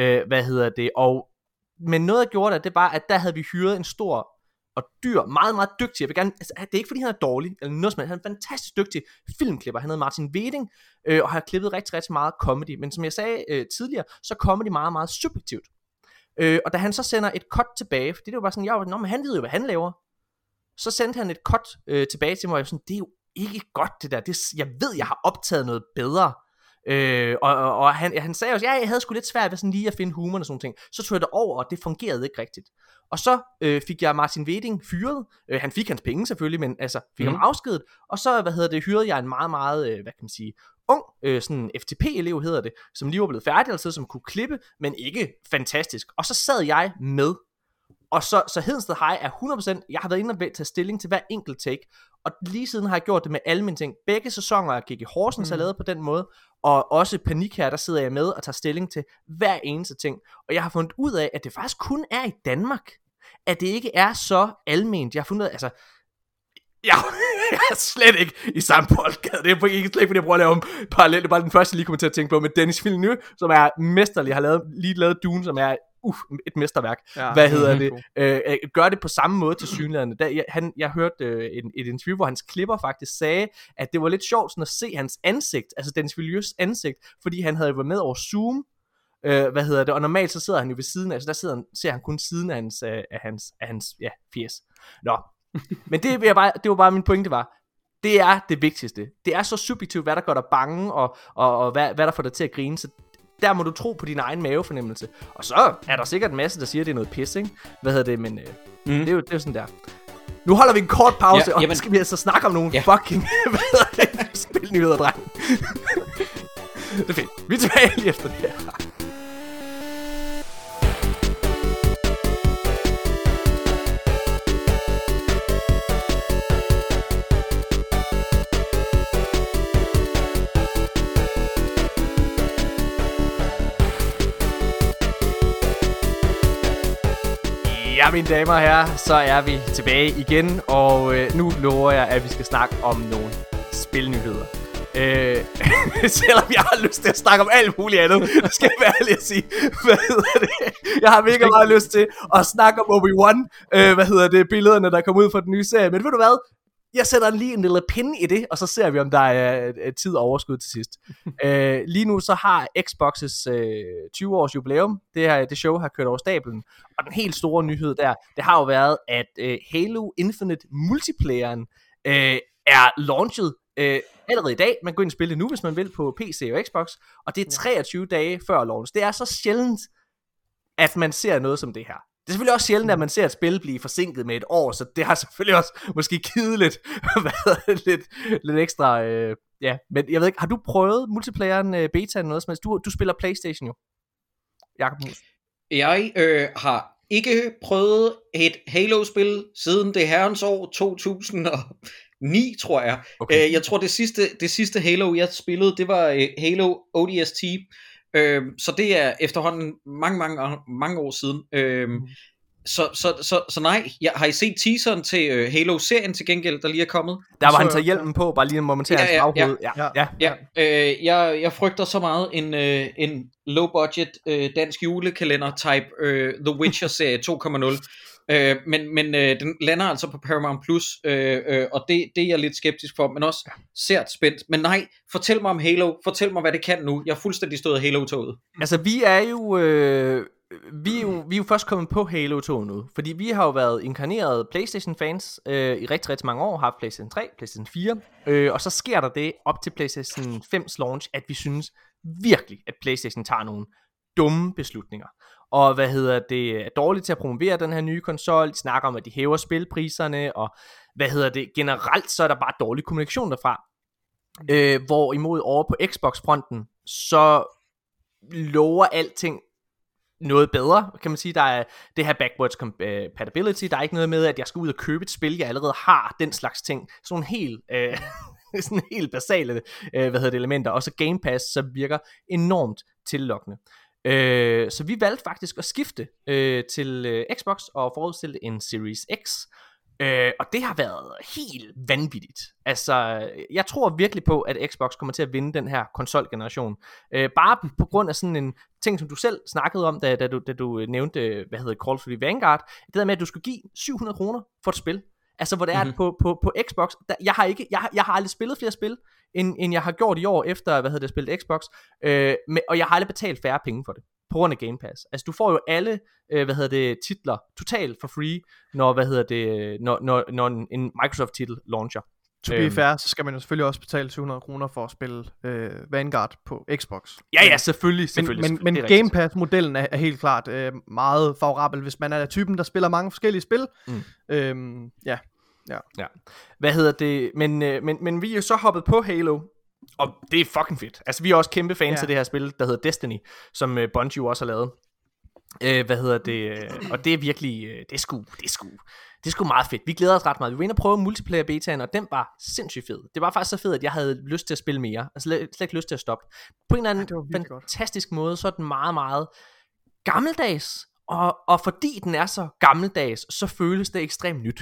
Men noget, der gjorde det var, at der havde vi hyret en stor og dyr, meget, meget dygtig. Jeg vil gerne, altså, det er ikke fordi han er dårlig eller noget som helst. Han er en fantastisk dygtig filmklipper. Han hedder Martin Veding, og har klippet rigtig, rigtig meget comedy. Men som jeg sagde tidligere, så er comedy meget, meget subjektivt. Og da han så sender et cut tilbage, for det var bare sådan, men han ved jo, hvad han laver. Så sendte han et cut tilbage til mig, og jeg var sådan, det er jo ikke godt det der. Jeg ved, jeg har optaget noget bedre. Og han sagde også, jeg havde sgu lidt svært ved sådan lige at finde humor og sådan ting. Så tog jeg det over, og det fungerede ikke rigtigt. Og så fik jeg Martin Veding fyret. Han fik hans penge selvfølgelig, men altså fik ham afskedet. Og så hyrede jeg en meget, meget ung sådan FTP-elev hedder det, som lige var blevet færdig, altså som kunne klippe, men ikke fantastisk. Og så sad jeg med. Og så Hedensted High er 100%, jeg har været inde og tage stilling til hver enkelt take, og lige siden har jeg gjort det med alle mine ting. Begge sæsoner jeg gik i Horsens, jeg lavet på den måde, og også Panik her, der sidder jeg med og tager stilling til hver eneste ting. Og jeg har fundet ud af, at det faktisk kun er i Danmark, at det ikke er så alment. Jeg har fundet ud af, altså, jeg er slet ikke i samme boldgade. Det er ikke slet ikke, fordi jeg prøver at lave en parallel. Det er bare den første, jeg lige kommer til at tænke på, med Dennis Villeneuve, som er mesterlig, har lige lavet Dune, som er et mesterværk. Ja, gør det på samme måde til synligheden. Jeg hørte et interview, hvor hans klipper faktisk sagde, at det var lidt sjovt sådan at se hans ansigt, altså Dennis Villeneuves ansigt, fordi han havde været med over Zoom, og normalt så sidder han jo ved siden af, så der ser han kun siden af hans fjes. Nå, men det var bare min pointe var, det er det vigtigste. Det er så subjektivt, hvad der gør dig bange, og hvad der får dig til at grine, så der må du tro på din egen mavefornemmelse. Og så er der sikkert en masse, der siger, at det er noget pis, ikke? Men det er jo sådan der. Nu holder vi en kort pause, og så skal vi altså snakke om nogle fucking spilnyheder, dreng. Det er fint. Vi er tilbage lige efter det her. Ja, mine damer og herrer, så er vi tilbage igen, og nu lover jeg, at vi skal snakke om nogle spilnyheder. Selvom jeg har lyst til at snakke om alt muligt andet, skal jeg være ærlig at sige, jeg har mega meget lyst til at snakke om Obi-Wan, billederne, der kom ud fra den nye serie, men ved du hvad? Jeg sætter lige en lille pinde i det, og så ser vi, om der er tid og overskud til sidst. Lige nu så har Xbox's 20 års jubilæum, det show har kørt over stablen, og den helt store nyhed der, det har jo været, at Halo Infinite multiplayeren er launchet allerede i dag. Man kan gå ind og spille det nu, hvis man vil, på PC og Xbox, og det er 23 dage før launch. Det er så sjældent, at man ser noget som det her. Det er selvfølgelig også sjældent, at man ser et spil blive forsinket med et år, så det har selvfølgelig også måske givet lidt ekstra, men jeg ved ikke, har du prøvet multiplayeren beta noget som helst? Du spiller PlayStation jo, Jakob Mus. Jeg har ikke prøvet et Halo-spil siden det herrens år 2009, tror jeg. Okay. Jeg tror det sidste Halo, jeg spillede, det var Halo ODST. Så det er efterhånden mange år siden. Så nej, har I set teaseren til Halo-serien til gengæld, der lige er kommet? Der var han taget hjelmen på, bare lige en momentær baghoved. Jeg frygter så meget en low-budget dansk julekalender-type The Witcher-serie 2.0. Men den lander altså på Paramount Plus, og det er jeg lidt skeptisk for, men også sært spændt. Men nej, fortæl mig om Halo, fortæl mig hvad det kan nu. Jeg er fuldstændig stået af Halo-toget. Altså vi er jo først kommet på Halo-toget nu, fordi vi har jo været inkarnerede PlayStation-fans i rigtig, rigtig mange år, haft PlayStation 3, PlayStation 4, og så sker der det op til PlayStation 5's launch, at vi synes virkelig, at PlayStation tager nogle dumme beslutninger. Og det er dårligt til at promovere den her nye konsol. De snakker om, at de hæver spilpriserne, og generelt så er der bare dårlig kommunikation derfra. Hvorimod over på Xbox-fronten, så lover alting noget bedre, kan man sige. Der er det her backwards compatibility, der er ikke noget med, at jeg skal ud og købe et spil, jeg allerede har, den slags ting. Sådan nogle helt basale elementer. Og så Game Pass, så virker enormt tillokkende. Så vi valgte faktisk at skifte til Xbox og forudstille en Series X. Og det har været helt vanvittigt. Altså, jeg tror virkelig på, at Xbox kommer til at vinde den her konsolgeneration. Bare på grund af sådan en ting, som du selv snakkede om, da du nævnte, Call of Duty Vanguard. Det der med, at du skulle give 700 kroner for et spil. Altså, hvor det er på Xbox. Jeg har aldrig spillet flere spil, end jeg har gjort i år, efter, spillet Xbox. Og jeg har aldrig betalt færre penge for det. På grund af Game Pass. Altså du får jo alle titler totalt for free, når en Microsoft titel launcher. To be fair, så skal man jo selvfølgelig også betale 700 kroner for at spille Vanguard på Xbox. Ja, selvfølgelig. Men Game Pass modellen er helt klart meget favorabel, hvis man er typen, der spiller mange forskellige spil. Ja. Men vi er jo så hoppet på Halo. Og det er fucking fedt. Altså vi er også kæmpe fans af det her spil, der hedder Destiny, som Bungie også har lavet. Og det er virkelig, det er sgu meget fedt. Vi glæder os ret meget. Vi var inde og prøve multiplayer betaen, og den var sindssygt fed. Det var faktisk så fedt, at jeg havde lyst til at spille mere. Altså slet ikke lyst til at stoppe. På en eller anden fantastisk måde, så er den meget, meget gammeldags. Og fordi den er så gammeldags, så føles det ekstremt nyt.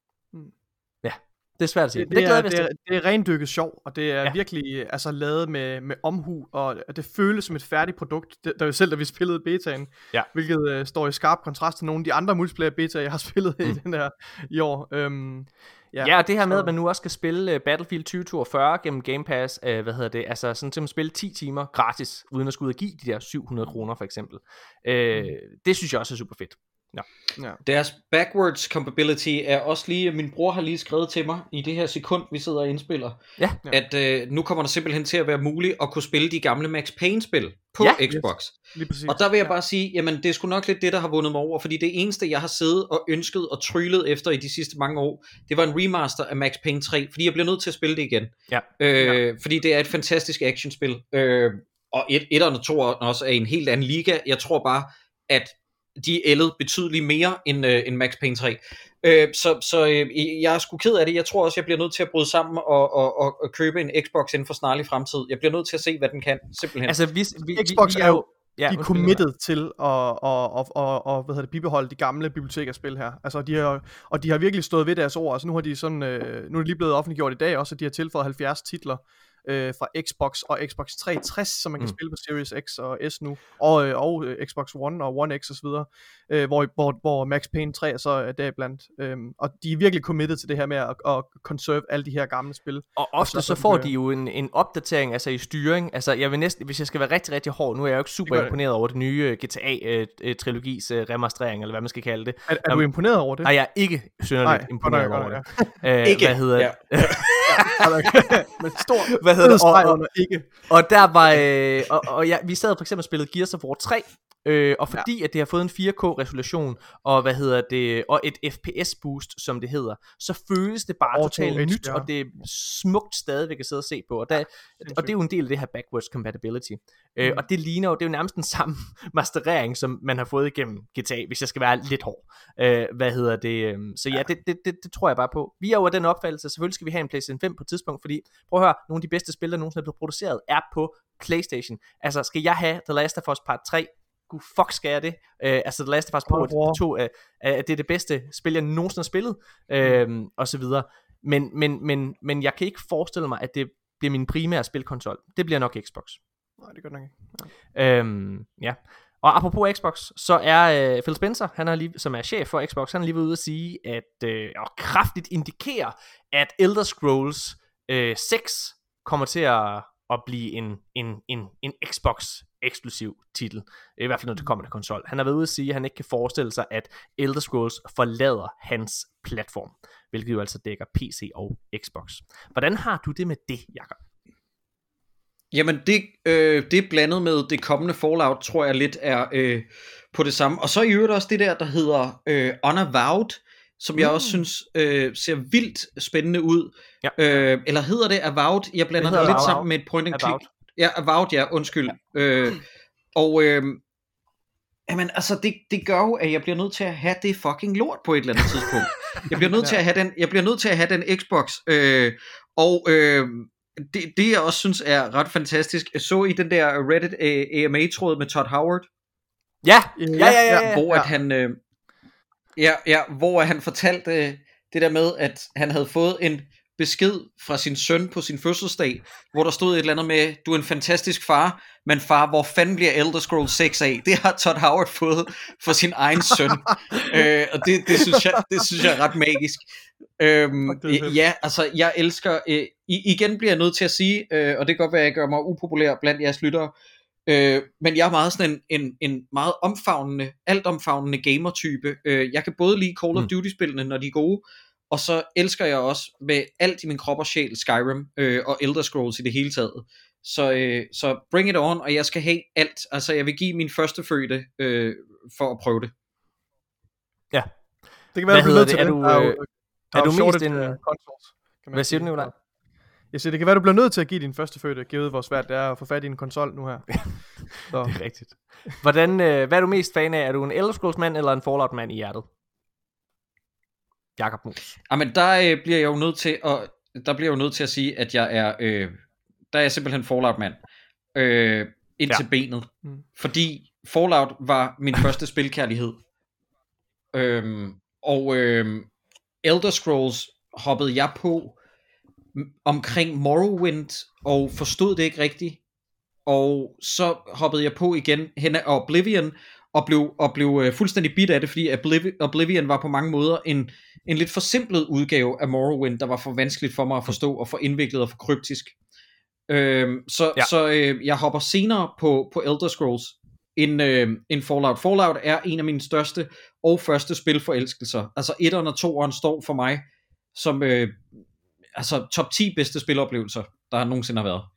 Ja. Det er svært at sige. Det er rendyrket sjov, og det er virkelig lavet med omhu, og det føles som et færdigt produkt, da vi spillede betaen, hvilket står i skarp kontrast til nogle af de andre multiplayer betaer, jeg har spillet i den her i år. Og det her med, at man nu også skal spille Battlefield 2042 gennem Game Pass, altså sådan til at spille 10 timer gratis, uden at skulle ud og give de der 700 kroner for eksempel. Det synes jeg også er super fedt. Ja. Deres backwards compatibility er også lige, min bror har lige skrevet til mig i det her sekund vi sidder og indspiller, at nu kommer der simpelthen til at være muligt at kunne spille de gamle Max Payne spil på Xbox. Og der vil jeg bare sige, jamen det er sgu nok lidt det, der har vundet mig over, fordi det eneste jeg har siddet og ønsket og tryllet efter i de sidste mange år, det var en remaster af Max Payne 3, fordi jeg bliver nødt til at spille det igen. Fordi det er et fantastisk actionspil, og etteren og toeren også er i en helt anden liga. Jeg tror bare, at de ældede betydeligt mere end Max Payne 3. Så jeg er sgu ked af det. Jeg tror også, jeg bliver nødt til at bryde sammen og købe en Xbox inden for snarlig fremtid. Jeg bliver nødt til at se, hvad den kan, simpelthen. Altså, Xbox er jo de er committed til at bibeholde de gamle bibliotekerspil her. Altså, de har virkelig stået ved deres ord. Altså, nu er det lige blevet offentliggjort i dag også, at de har tilføjet 70 titler fra Xbox og Xbox 360, som man kan spille på Series X og S nu, og Xbox One og One X og så videre, hvor Max Payne 3 så er deriblandt. Og de er virkelig committed til det her med at conserve alle de her gamle spil. Og ofte så får de jo en opdatering, altså i styring. Altså jeg vil næsten, hvis jeg skal være rigtig, rigtig hård, nu er jeg jo ikke super imponeret over det nye GTA-trilogis remastrering, eller hvad man skal kalde det. Er du imponeret over det? Nej, jeg er ikke synderligt imponeret over det. Ikke? Hvad hedder det? Men stor hvad hedder det? Ikke. Og der var vi sad for eksempel og spillede Gears of War 3, og fordi at det har fået en 4K resolution og og et FPS boost, som det hedder, så føles det bare totalt nyt, og det er smukt stadigvæk at sidde og se på, og det er jo en del af det her backwards compatibility. Og det ligner jo, det er jo nærmest den samme masterering, som man har fået igennem GTA, hvis jeg skal være lidt hård. Så ja, det tror jeg bare på. Vi er jo af den opfattelse, selvfølgelig skal vi have en PlayStation 5 på et tidspunkt, fordi prøv at høre, nogle af de bedste spil, der nogensinde er blevet produceret, er på PlayStation. Altså, skal jeg have The Last of Us Part 3? Gud, fuck skal jeg det? The Last of Us Part 2, det er det bedste spil, jeg nogensinde har spillet, og så videre. Men jeg kan ikke forestille mig, at det bliver min primære spilkonsol. Det bliver nok Xbox. Nej, det gør nok ikke. Ja. Og apropos Xbox, så er Phil Spencer, som er chef for Xbox, han er lige ved ude at sige, og kraftigt indikere, at Elder Scrolls 6 kommer til at blive en Xbox eksklusiv titel, i hvert fald når det kommer til konsol. Han har været ude at sige, at han ikke kan forestille sig, at Elder Scrolls forlader hans platform, hvilket jo altså dækker PC og Xbox. Hvordan har du det med det, Jakob? Jamen det blandet med det kommende Fallout, tror jeg lidt er på det samme. Og så i øvrigt også det der hedder Unavowed, som jeg også synes ser vildt spændende ud. Ja. Eller hedder det Avowed? Jeg blander det lidt sammen med et point and click. Ja, Avowed, ja, undskyld. Jamen altså det gør jo, at jeg bliver nødt til at have det fucking lort på et eller andet tidspunkt. Jeg bliver nødt til at have den Xbox. det jeg også synes er ret fantastisk, så I den der Reddit AMA-tråd med Todd Howard? Ja. Hvor at han hvor han fortalte det der med, at han havde fået en besked fra sin søn på sin fødselsdag, hvor der stod et eller andet med, du er en fantastisk far, men far, hvor fanden bliver Elder Scrolls 6 af? Det har Todd Howard fået for sin egen søn. Og det synes jeg er ret magisk. Ja, altså jeg elsker, igen bliver jeg nødt til at sige, og det kan godt være, at jeg gør mig upopulær blandt jeres lyttere, men jeg er meget sådan en meget altomfavnende gamer-type. Jeg kan både lide Call of Duty-spillene, når de er gode, og så elsker jeg også med alt i min krop og sjæl Skyrim og Elder Scrolls i det hele taget. Så bring it on, og jeg skal have alt. Altså jeg vil give min første fødte for at prøve det. Ja. Det kan være, du bliver nødt til det. Er du mest en... Hvad siger du, Nikolaj? Jeg siger, det kan være, du bliver nødt til at give din første fødte, givet hvor svært det er at få fat i en konsol nu her. Så. Det er rigtigt. Hvad er du mest fan af? Er du en Elder Scrolls mand eller en Fallout mand i hjertet? Jakob Mus. Jamen der bliver jeg jo nødt til at sige, at jeg er der er jeg simpelthen Fallout mand ind til benet, fordi Fallout var min første spilkærlighed, og Elder Scrolls hoppede jeg på omkring Morrowind og forstod det ikke rigtigt, og så hoppede jeg på igen hen ad Oblivion og blev fuldstændig bit af det, fordi Oblivion var på mange måder en lidt forsimplet udgave af Morrowind, der var for vanskeligt for mig at forstå, og for indviklet og for kryptisk. Så jeg hopper senere på Elder Scrolls end Fallout. Fallout er en af mine største og første spilforelskelser. Altså 1'eren og 2'eren står for mig som altså top 10 bedste spiloplevelser, der nogensinde har været.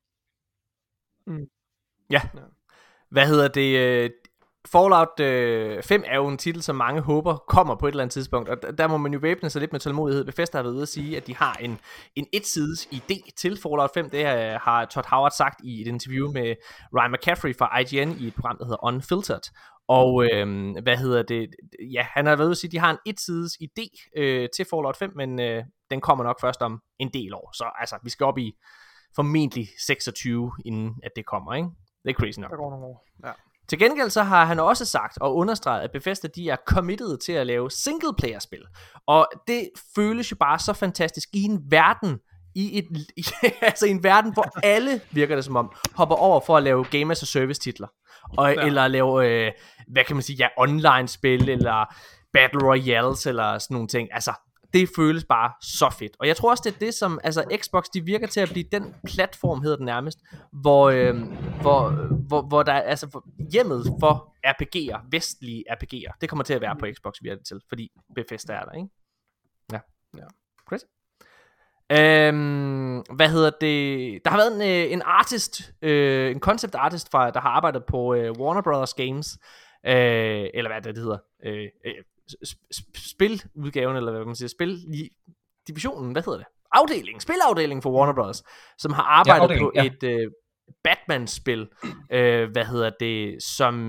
Ja. Hvad hedder det? Fallout 5 er jo en titel, som mange håber kommer på et eller andet tidspunkt, og der må man jo væbne sig lidt med tålmodighed. Bethesda har været ude at sige, at de har en etsides idé til Fallout 5. Det har Todd Howard sagt i et interview med Ryan McCaffrey fra IGN i et program, der hedder Unfiltered. Og hvad hedder det? Ja, han har været ude at sige, at de har en etsides idé til Fallout 5, men den kommer nok først om en del år. Så altså, vi skal op i formentlig 26, inden at det kommer, ikke? Det er crazy nok. Der går nogle år, ja. Til gengæld så har han også sagt og understreget, at Bethesda de er committed til at lave single-player-spil. Og det føles jo bare så fantastisk i en verden, altså i en verden, hvor alle, virker det som om, hopper over for at lave game as a service titler. Eller lave, hvad kan man sige, online-spil, eller battle royales, eller sådan nogle ting. Altså, det føles bare så fedt. Og jeg tror også, det er det, som altså Xbox, de virker til at blive den platform, hedder det nærmest, hvor der er altså hjemmet for RPG'er, vestlige RPG'er. Det kommer til at være på Xbox, virker det til, fordi Bethesda er der, ikke? Ja. Crazy. Hvad hedder det? Der har været en artist, en concept artist, der har arbejdet på Warner Brothers Games, eller hvad det hedder, spiludgaven, eller hvad man siger, divisionen, hvad hedder det? Spilafdelingen for Warner Bros., som har arbejdet på et Batman-spil, hvad hedder det, som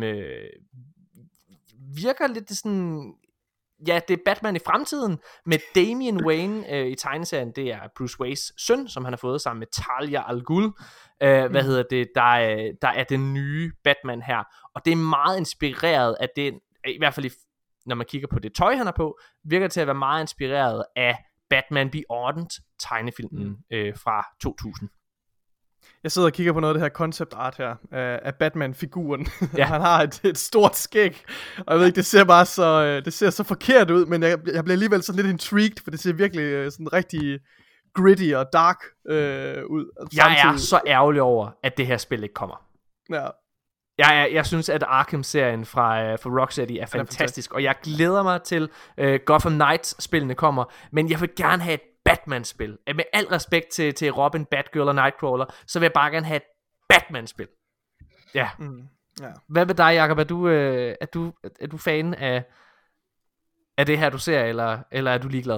virker lidt sådan, ja, det er Batman i fremtiden, med Damian Wayne i tegneserien, det er Bruce Waynes søn, som han har fået sammen med Talia al Ghul, hvad hedder det, der er den nye Batman her, og det er meget inspireret af den, i hvert fald når man kigger på det tøj, han er på, virker til at være meget inspireret af Batman Beyond tegnefilmen fra 2000. Jeg sidder og kigger på noget af det her concept art her, af Batman-figuren. Ja. Han har et stort skæg, og jeg ved ikke, det ser så forkert ud, men jeg bliver alligevel sådan lidt intrigued, for det ser virkelig sådan rigtig gritty og dark ud. Jeg er så ærgerlig over, at det her spil ikke kommer. Ja. Jeg synes, at Arkham-serien fra Rocksteady er fantastisk, og jeg glæder mig til Gotham Knights-spillene kommer, men jeg vil gerne have et Batman-spil. Med al respekt til Robin, Batgirl og Nightcrawler, så vil jeg bare gerne have et Batman-spil. Ja. Ja. Hvad med dig, Jacob? Er du fan af det her, du ser, eller er du ligeglad?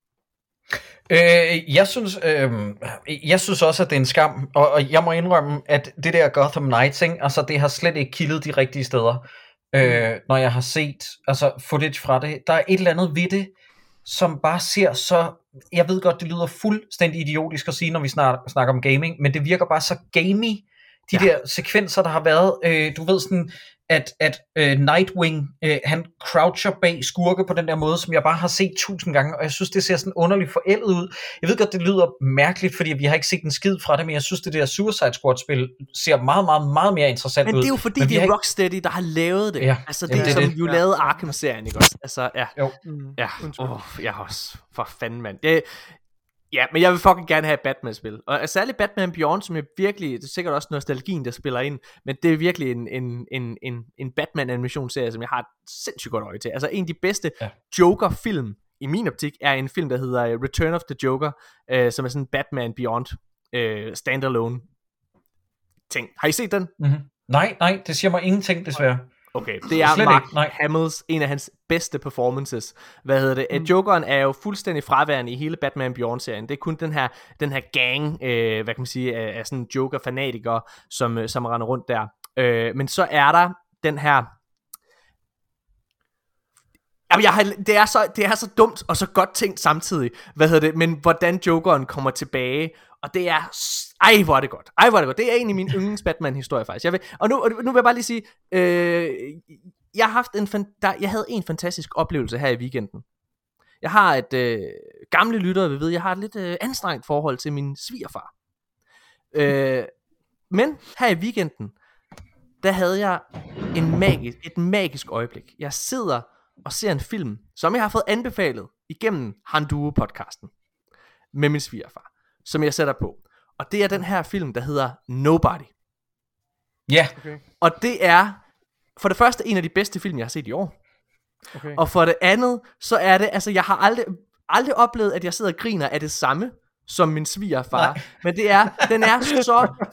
Jeg synes også, at det er en skam, og jeg må indrømme, at det der Gotham Knights, altså det har slet ikke kildet de rigtige steder, når jeg har set altså footage fra det. Der er et eller andet ved det, som bare ser så, jeg ved godt, det lyder fuldstændig idiotisk at sige, når vi snakker om gaming, men det virker bare så gamey, de der sekvenser, der har været, du ved sådan, at Nightwing, han croucher bag skurke på den der måde, som jeg bare har set 1000 gange, og jeg synes, det ser sådan underligt forældet ud. Jeg ved godt, det lyder mærkeligt, fordi vi har ikke set en skid fra det, men jeg synes, det der Suicide Squad-spil ser meget, meget, meget mere interessant ud. Men det er jo fordi, det er Rocksteady, der har lavet det. Ja, altså det som jo lavede Arkham-serien, ikke også? Altså, ja. Jo. Ja, jeg har også, for fanden, mand. Ja, men jeg vil fucking gerne have et Batman-spil. Og særligt Batman Beyond, som er virkelig, det er sikkert også nostalgien, der spiller ind, men det er virkelig en Batman-animationsserie, som jeg har et sindssygt godt øje til. Altså en af de bedste Joker-film, i min optik, er en film, der hedder Return of the Joker, som er sådan en Batman Beyond standalone ting. Har I set den? Mm-hmm. Nej, det siger mig ingenting, desværre. Okay, det er Mark Hamill's, en af hans bedste performances. Jokeren er jo fuldstændig fraværende i hele Batman Beyond-serien. Det er kun den her gang, hvad kan man sige, af sådan Joker-fanatikere, som render rundt der. Men så er der den her... Jamen, det er så dumt og så godt tænkt samtidig. Men hvordan Jokeren kommer tilbage, og det er... Ej, hvor er det godt. Det er en af mine yndlings Batman-historier, faktisk. Nu vil jeg bare lige sige... Jeg havde en fantastisk oplevelse her i weekenden. Jeg har et... gamle lyttere vil vide, jeg har et lidt anstrengt forhold til min svigerfar. Men her i weekenden, der havde jeg et magisk øjeblik. Jeg sidder og ser en film, som jeg har fået anbefalet igennem Handuo-podcasten med min svigerfar, som jeg sætter på. Og det er den her film, der hedder Nobody. Ja. Okay. Og det er for det første en af de bedste film, jeg har set i år. Okay. Og for det andet, så er det, altså jeg har aldrig oplevet, at jeg sidder og griner af det samme, som min svigerfar. Nej. Men den er så...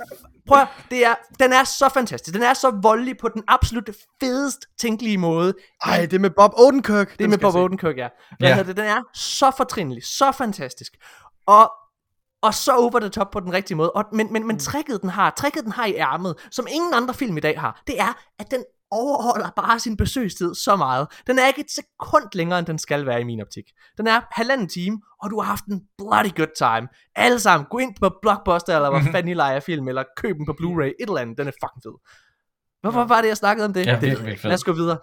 den er så fantastisk. Den er så voldelig på den absolut fedest tænkelige måde. Ej, det er med Bob Odenkirk. Det er med Bob Odenkirk, ja. Den er så fortrinlig, så fantastisk. Og så over the top på den rigtige måde. Men tricket den har i ærmet, som ingen andre film i dag har, det er, at den overholder bare sin besøgstid så meget. Den er ikke et sekund længere, end den skal være i min optik. Den er 1,5 time, og du har haft en bloody good time. Alle sammen, gå ind på Blockbuster, eller hvor fanden I leger film, eller køb den på Blu-ray, et eller andet. Den er fucking fed. Hvorfor var det, jeg snakkede om det? Ja, det lad os gå videre.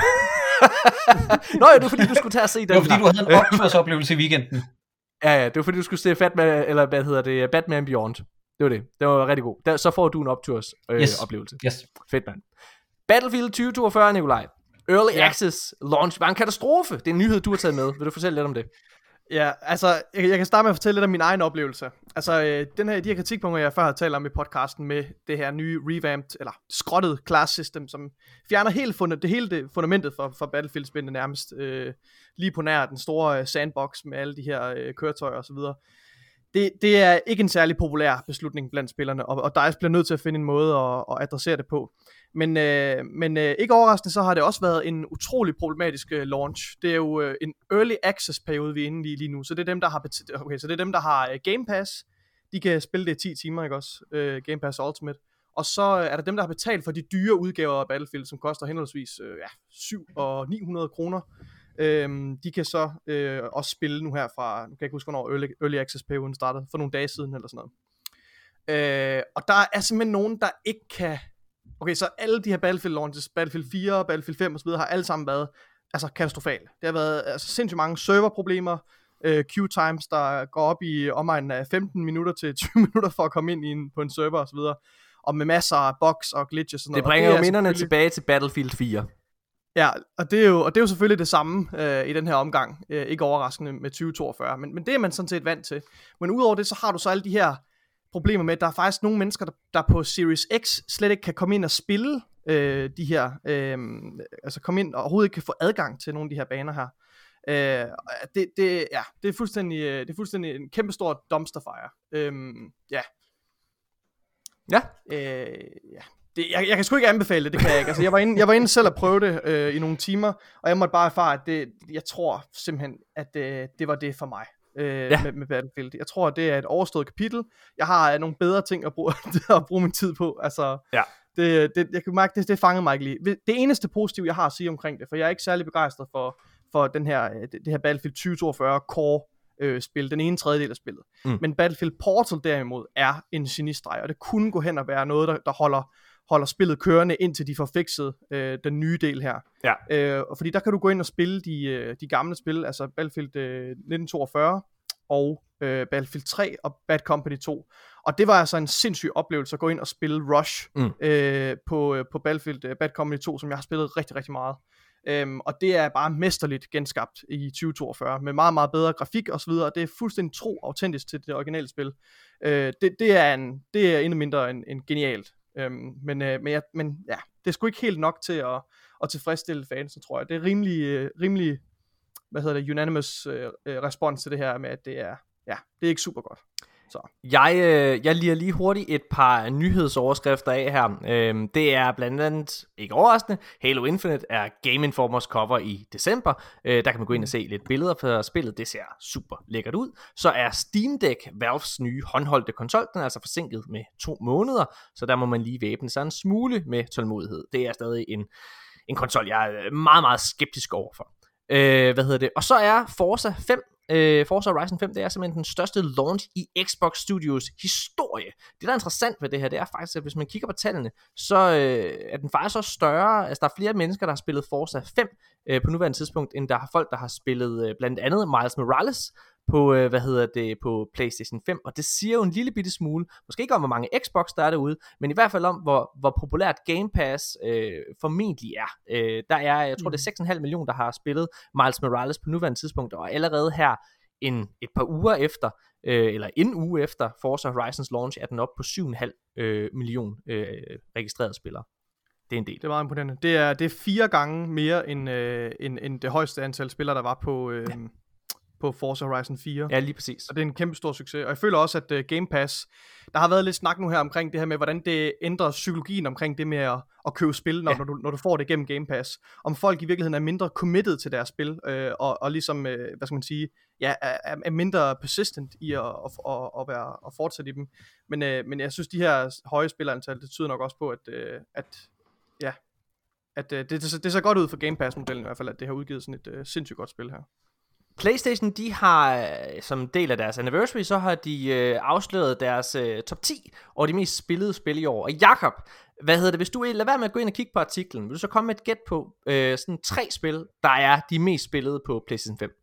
Nå ja, det var fordi, du skulle tage og se den. Det var fordi, du havde en optursoplevelse i weekenden. Ja, det var fordi, du skulle se Batman Beyond. Det var det. Det var rigtig god. Så får du en opturs oplevelse. Yes. Fedt, mand. Battlefield 2042, Nikolaj. Early Access launch var en katastrofe. Det er en nyhed, du har taget med. Vil du fortælle lidt om det? Ja, altså, jeg kan starte med at fortælle lidt om min egen oplevelse. Altså, de her kritikpunkter, jeg før har talt om i podcasten med det her nye revamped, eller skrottet class system, som fjerner hele fundamentet for Battlefield-spillene nærmest, lige på nær den store sandbox med alle de her køretøjer og så videre. Det er ikke en særlig populær beslutning blandt spillerne, og DICE bliver nødt til at finde en måde at adressere det på. Men ikke overraskende, så har det også været en utrolig problematisk launch. Det er jo en early access periode, vi er inde i lige nu, så det er dem, der har Game Pass. De kan spille det i 10 timer, ikke også? Game Pass Ultimate. Og så er der dem, der har betalt for de dyre udgaver af Battlefield, som koster henholdsvis 700 og 900 kroner. De kan så også spille nu her fra, nu kan jeg ikke huske, hvornår early access perioden startede, for nogle dage siden eller sådan noget. Og der er simpelthen nogen, der ikke kan... Okay, så alle de her Battlefield launches, Battlefield 4, Battlefield 5 osv., har alle sammen været katastrofale. Det har været sindssygt mange serverproblemer, queue times, der går op i omegnen af 15 minutter til 20 minutter for at komme ind på en server osv., og med masser af bugs og glitches og sådan noget. Det bringer jo minderne tilbage til Battlefield 4. Ja, og det er jo selvfølgelig det samme i den her omgang, ikke overraskende med 2042, men det er man sådan set vant til. Men udover det, så har du så alle de her problemer med, at der er faktisk nogle mennesker, der på Series X slet ikke kan komme ind og spille de her, altså komme ind og overhovedet ikke kan få adgang til nogle af de her baner her. Det er fuldstændig en kæmpe stor dumpster fire. Jeg kan sgu ikke anbefale det kan jeg ikke. Altså, jeg var inde selv at prøve det i nogle timer, og jeg måtte bare erfare, at jeg tror simpelthen, at det var det for mig. Med Battlefield. Jeg tror, det er et overstået kapitel. Jeg har nogle bedre ting at bruge min tid på. Altså, jeg kan mærke, det fangede mig ikke lige. Det eneste positive, jeg har at sige omkring det, for jeg er ikke særlig begejstret for for det her Battlefield 2042 core spil, den ene tredjedel af spillet. Men Battlefield Portal derimod er en genistreg, og det kunne gå hen og være noget, der holder spillet kørende, indtil de får fikset den nye del her. Ja. Fordi der kan du gå ind og spille de gamle spil, altså Battlefield 1942 og Battlefield 3 og Bad Company 2. Og det var altså en sindssyg oplevelse at gå ind og spille Rush på Battlefield Bad Company 2, som jeg har spillet rigtig, rigtig meget. Og det er bare mesterligt genskabt i 2042 med meget, meget bedre grafik og så videre. Det er fuldstændig tro autentisk til det originale spil. Det er endnu mindre end genialt. Men ja, det er sgu ikke helt nok til at tilfredsstille fansen, tror jeg. Det er rimelig unanimous respons til det her med, at det er ikke super godt. Så. Jeg liger lige hurtigt et par nyhedsoverskrifter af her. Det er blandt andet, ikke overraskende, Halo Infinite er Game Informers cover i december. Der kan man gå ind og se lidt billeder fra spillet. Det ser super lækkert ud. Så er Steam Deck Valves nye håndholdte konsol. Den er altså forsinket med 2 måneder, så der må man lige væbne sig en smule med tålmodighed. Det er stadig en konsol, jeg er meget, meget skeptisk overfor. Og så er Forza Horizon 5, det er simpelthen den største launch i Xbox Studios historie. Det der er interessant ved det her, det er faktisk, at hvis man kigger på tallene, så er den faktisk også større. Altså der er flere mennesker, der har spillet Forza 5 på nuværende tidspunkt, end der er folk, der har spillet blandt andet Miles Morales på, på PlayStation 5, og det siger jo en lille bitte smule, måske ikke om hvor mange Xbox der er derude, men i hvert fald om hvor populært Game Pass formentlig er. Der er, jeg tror det er 6,5 millioner, der har spillet Miles Morales på nuværende tidspunkt, og allerede her et par uger efter, eller en uge efter Forza Horizons launch, er den op på 7,5 million registrerede spillere. Det er en del. Det er meget imponerende. Det er 4 gange mere end det højeste antal spillere, der var på Forza Horizon 4. Ja, lige præcis. Og det er en kæmpe stor succes. Og jeg føler også, at Game Pass, der har været lidt snak nu her omkring det her med, hvordan det ændrer psykologien omkring det med at købe spil, når du får det gennem Game Pass. Om folk i virkeligheden er mindre committed til deres spil, og ligesom, hvad skal man sige, er mindre persistent i at fortsætte i dem. Men jeg synes, de her høje spillerantal, det tyder nok også på, at det ser godt ud for Game Pass-modellen i hvert fald, at det har udgivet sådan et sindssygt godt spil her. PlayStation, de har som del af deres anniversary, så har de afsløret deres top 10 over de mest spillede spil i år. Og Jakob, hvis du lader være med at gå ind og kigge på artiklen, vil du så komme med et gæt på sådan 3 spil, der er de mest spillede på PlayStation 5?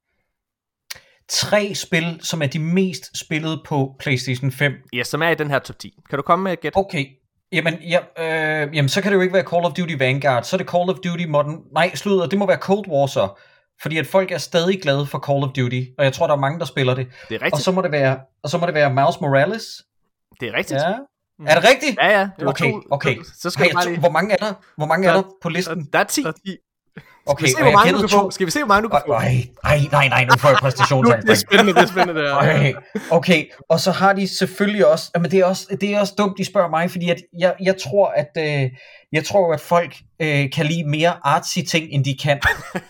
3 spil, som er de mest spillede på PlayStation 5? Ja, som er i den her top 10. Kan du komme med et gæt? Okay. Jamen, så kan det jo ikke være Call of Duty Vanguard, så er det Call of Duty Modern... Nej, slutter, det må være Cold War så. Fordi at folk er stadig glade for Call of Duty, og jeg tror, der er mange, der spiller det. Det er rigtigt. Og så må det være Miles Morales. Det er rigtigt. Ja. Er det rigtigt? Ja. Okay. Så skal Hvor mange er der på listen? Der er 10. Okay, skal vi se, hvor mange du kan få? Nej, nu får jeg præstationsangst. Det er spændende der. Okay, og så har de selvfølgelig også, men det er også dumt, de spørger mig, fordi at jeg tror, at folk kan lide mere artsy ting, end de kan.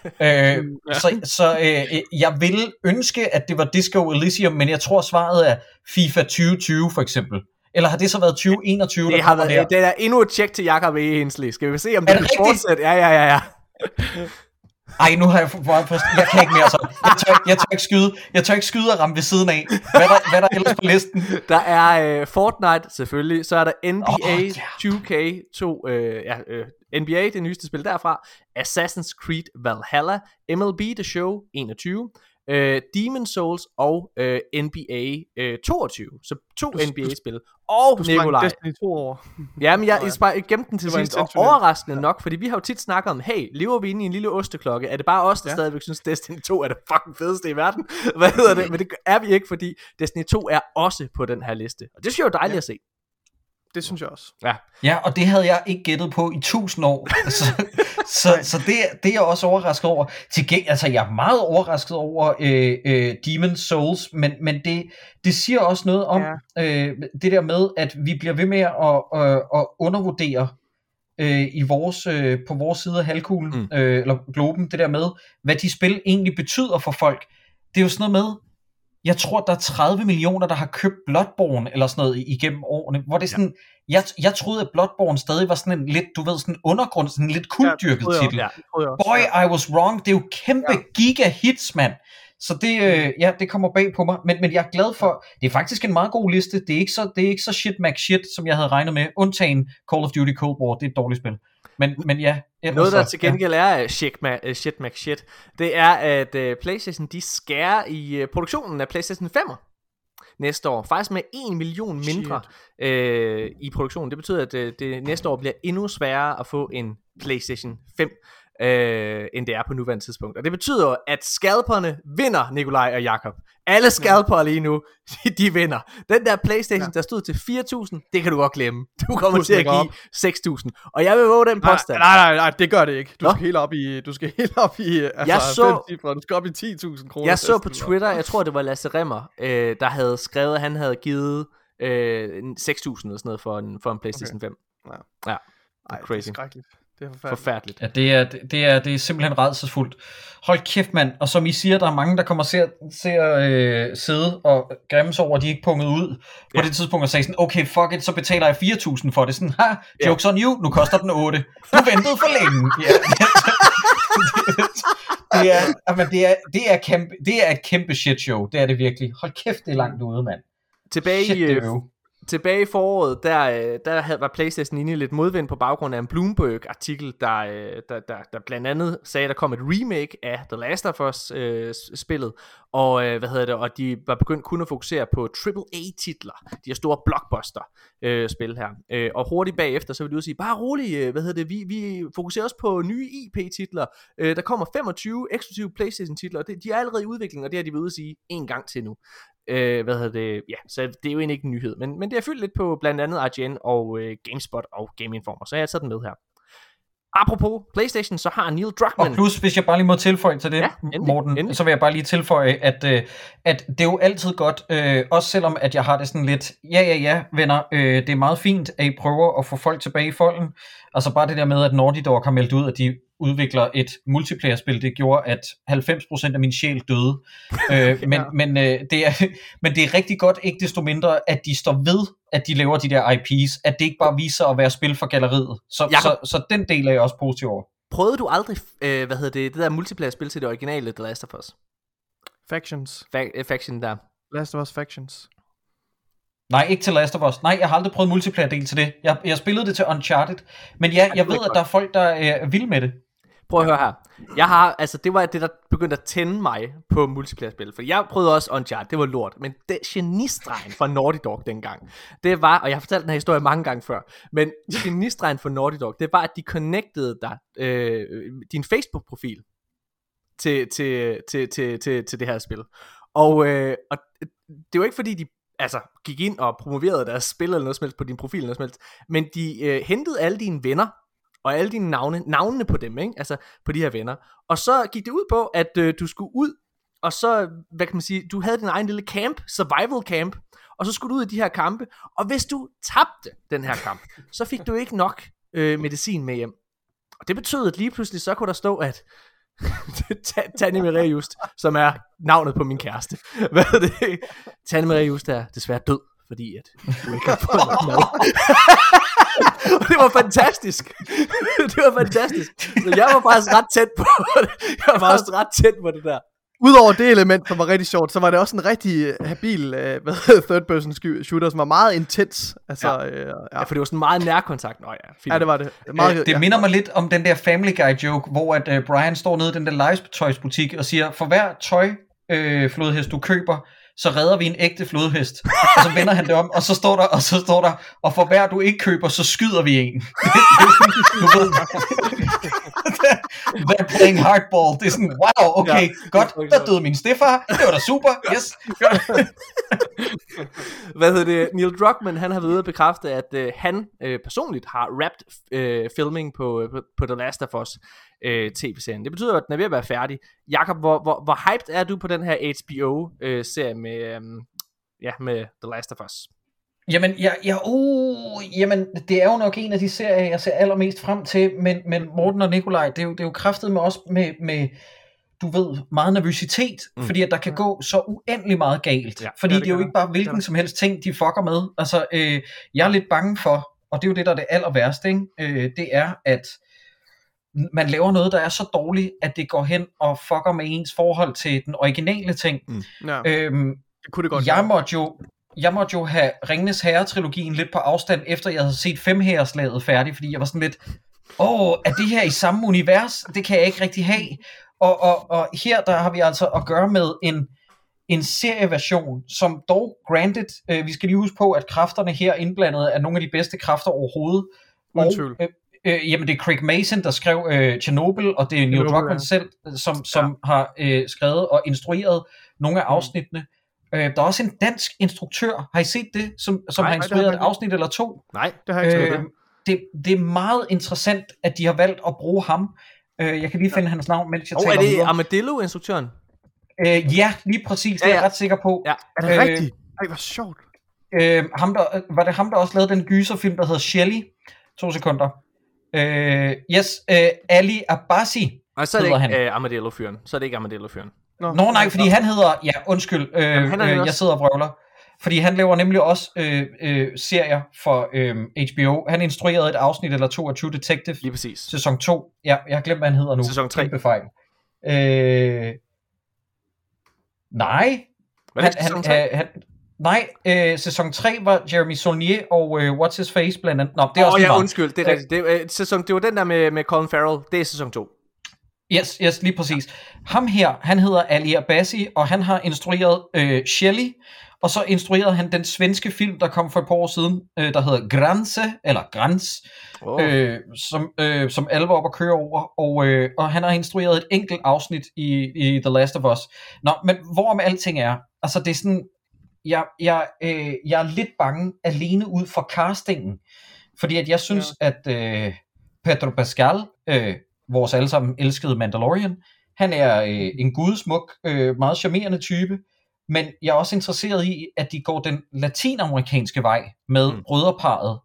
Så jeg ville ønske, at det var Disco Elysium, men jeg tror, svaret er FIFA 2020 for eksempel. Eller har det så været 2021? Det er endnu et tjek til Jakob E. Hensley. Skal vi se, om det kan fortsætte? Ja. Ej, nu har jeg kan ikke mere så. Jeg tør ikke skyde og ramme ved siden af. Hvad er der ellers på listen? Der er Fortnite selvfølgelig. Så er der NBA 2K2 NBA, det nyeste spil derfra. Assassin's Creed Valhalla, MLB The Show 21, Demon's Souls og NBA 22. Så 2 NBA-spil. Og Nikolaj. Destiny 2 år. Jamen, jeg gemte den til sidst. Og overraskende nok, fordi vi har jo tit snakket om, hey, lever vi inde i en lille osteklokke? Er det bare os, der stadigvæk synes, Destiny 2 er det fucking fedeste i verden? Hvad hedder det? Men det er vi ikke, fordi Destiny 2 er også på den her liste. Og det synes jeg jo dejligt at se. Det synes jeg også. Ja, og det havde jeg ikke gættet på i 1000 år. Så det er jeg også overrasket over. Altså, jeg er meget overrasket over Demon's Souls, men det siger også noget om det der med, at vi bliver ved med at undervurdere på vores side af halvkuglen, eller globen, det der med, hvad de spil egentlig betyder for folk. Det er jo sådan noget med, jeg tror, der er 30 millioner, der har købt Bloodborne, eller sådan noget, igennem årene, hvor det er sådan, jeg troede, at Bloodborne stadig var sådan en lidt, du ved, sådan en undergrund, sådan en lidt kultdyrket titel. Boy, I was wrong, det er jo kæmpe giga hits, mand. Så det kommer bag på mig, men jeg er glad for, det er faktisk en meget god liste, det er ikke så shit, som jeg havde regnet med, undtagen Call of Duty Cold War, det er et dårligt spil. Men ja. Noget der til gengæld er shit, det er at PlayStation, de skærer i produktionen af PlayStation 5'er næste år, faktisk med 1 million mindre i produktionen. Det betyder, at det næste år bliver endnu sværere at få en PlayStation 5, end det er på nuværende tidspunkt. Og det betyder, at scalperne vinder, Nikolaj og Jakob. Alle scalper lige nu, de vinder. Den der PlayStation, der stod til 4.000, det kan du godt glemme. Du kommer til at give 6.000. Og jeg vil våge den påstand. Nej, det gør det ikke. Du skal helt op i, du skal op i 10.000 kroner. Jeg så på Twitter, jeg tror det var Lasse Rimmer, der havde skrevet, at han havde givet 6.000 eller sådan noget for en PlayStation 5. Ja. Crazy. Det er skrækkeligt. Det er forfærdeligt. Ja, det er simpelthen rædselsfuldt. Hold kæft, mand. Og som I siger, der er mange, der kommer til at sidde og græmme sig over, at de ikke punget ud på det tidspunkt og sagde sådan, okay, fuck it, så betaler jeg 4.000 for det. Sådan, jokes on you, nu koster den 8. Du ventede for længe. Det er et kæmpe shit show. Det er det virkelig. Hold kæft, det er langt ude, mand. Tilbage i foråret, der var PlayStation inde i lidt modvind på baggrund af en Bloomberg-artikel, der blandt andet sagde, at der kom et remake af The Last of Us-spillet, og og de var begyndt kun at fokusere på AAA-titler, de her store blockbuster-spil her. Og hurtigt bagefter, så vil de sige, bare rolig, vi fokuserer også på nye IP-titler. Der kommer 25 eksklusive PlayStation-titler, og de er allerede i udvikling, og det har de ved ude at sige en gang til nu. Så det er jo egentlig ikke en nyhed, men det er fyldt lidt på blandt andet IGN og GameSpot og Game Informer, så jeg har taget den med her. Apropos PlayStation, så har Neil Druckmann... Og plus, hvis jeg bare lige må tilføje til det, Morten, så vil jeg bare lige tilføje, at det er jo altid godt, også selvom at jeg har det sådan lidt, ja, venner, det er meget fint, at I prøver at få folk tilbage i folden. Altså bare det der med, at Naughty Dog har meldt ud, at de udvikler et multiplayer-spil, det gjorde, at 90% af min sjæl døde. Men det er rigtig godt, ikke desto mindre, at de står ved, at de laver de der IPs, at det ikke bare viser at være spil for galleriet. Så den del er jeg også positiv over. Prøvede du aldrig, det der multiplayer-spil til det originale The Last of Us? Factions. Faction der. Last of Us Factions. Nej, ikke til Last of Us. Nej, jeg har aldrig prøvet multiplayer-del til det. Jeg spillede det til Uncharted. Men ja, jeg ved, at der er folk, der er vilde med det. Prøv at høre her. Det var det, der begyndte at tænde mig på multiplayer-spil. For jeg prøvede også Uncharted, det var lort. Men det genistregen fra Naughty Dog dengang, det var, og jeg har fortalt den her historie mange gange før, men genistregen for Naughty Dog, det var, at de connectede dig, din Facebook-profil til det her spil. Og det var ikke fordi, de gik ind og promoverede deres spil eller noget som helst på din profil eller noget som helst, men de hentede alle dine venner og alle dine navnene på dem, ikke? Altså på de her venner. Og så gik det ud på, at du skulle ud, og så, hvad kan man sige, du havde din egen lille camp, survival camp, og så skulle du ud i de her kampe, og hvis du tabte den her kamp, så fik du ikke nok medicin med hjem. Og det betød, at lige pludselig så kunne der stå, at Tanne Marie Just, som er navnet på min kæreste. Hvad er det? Tanne Marie Just er desværre død, fordi at du ikke har fået noget mad. Og det var fantastisk. Det var fantastisk. Så jeg var faktisk ret tæt på det. Jeg var faktisk ret tæt på det der. Udover det element, som var rigtig sjovt, så var det også en rigtig habil third person shooter, som var meget intens. Ja, for det var sådan meget nærkontakt. Ja, det var det. Det minder mig lidt om den der Family Guy joke, hvor at Brian står nede i den der legetøjsbutik og siger, for hver flodhest du køber, så redder vi en ægte flodhest. Og så vender han det om, og så står der, og for hver du ikke køber, så skyder vi en. Du ved, they're playing hardball. Det er sådan, wow, okay, godt, der døde min stefar, det var da super, yes. Neil Druckmann, han har været ude at bekræfte, at han personligt har wrapped filming på The Last of Us tv-serien. Det betyder, at den er ved at være færdig. Jakob, hvor hyped er du på den her HBO-serie med The Last of Us? Jamen, det er jo nok en af de serier, jeg ser allermest frem til, men Morten og Nikolaj, det er jo kraftet med også med du ved, meget nervøsitet, fordi at der kan gå så uendelig meget galt. Fordi det er jo ikke bare hvilken som helst ting, de fucker med. Altså, jeg er lidt bange for, og det er jo det, der er det aller værste, ikke? Det er, at man laver noget, der er så dårligt, at det går hen og fucker med ens forhold til den originale ting. Det kunne det godt jeg måtte jo have Ringenes Herre-trilogien lidt på afstand, efter jeg havde set Femhæreslaget færdig, fordi jeg var sådan lidt, er det her i samme univers? Det kan jeg ikke rigtig have. Og her der har vi altså at gøre med en serieversion, som dog granted, vi skal lige huske på, at kræfterne her indblandet er nogle af de bedste kræfter overhovedet. Jamen det er Craig Mason, der skrev Chernobyl, og det er Neil Druckmann selv, som har skrevet og instrueret nogle af afsnittene. Der er også en dansk instruktør, har I set det, som har instrueret et afsnit eller 2? Nej, det har jeg ikke set. Det er meget interessant, at de har valgt at bruge ham. Jeg kan lige finde hans navn, mens jeg taler videre. Er det Armadillo-instruktøren? Ja, lige præcis, det er jeg ret sikker på. Ja. Er det rigtigt? Ej, hvor sjovt. Var det ham, der også lavede den gyserfilm, der hedder Shelley? 2 sekunder. Ali Abbasi. Og så er det ikke Armadillo-fyren. Så er det ikke Armadillo-fyren. Nå nej, fordi han hedder, jeg sidder og vrøvler. Fordi han laver nemlig også serier for HBO. Han instruerede et afsnit eller 2 af True Detective. Lige præcis. Sæson 2. Ja, jeg har glemt, hvad han hedder nu. Sæson 3. Kæmpe fejl. Nej. Var det sæson 3? Nej, sæson 3 var Jeremy Saulnier og What's His Face blandt andet. Nå, det er også undskyld, det er rigtigt. Det var den der med Colin Farrell. Det er sæson 2. Yes, lige præcis. Ham her, han hedder Ali Abbasi, og han har instrueret Shelley, og så instruerede han den svenske film, der kom for et par år siden, der hedder Grans, som alle var op at køre over, og han har instrueret et enkelt afsnit i The Last of Us. Nå, men hvorom alting er, altså det er sådan, jeg er lidt bange alene ud for castingen, fordi at jeg synes, at Pedro Pascal, vores allesammen elskede Mandalorian, han er en gudsmuk, meget charmerende type, men jeg er også interesseret i, at de går den latinamerikanske vej med brødreparret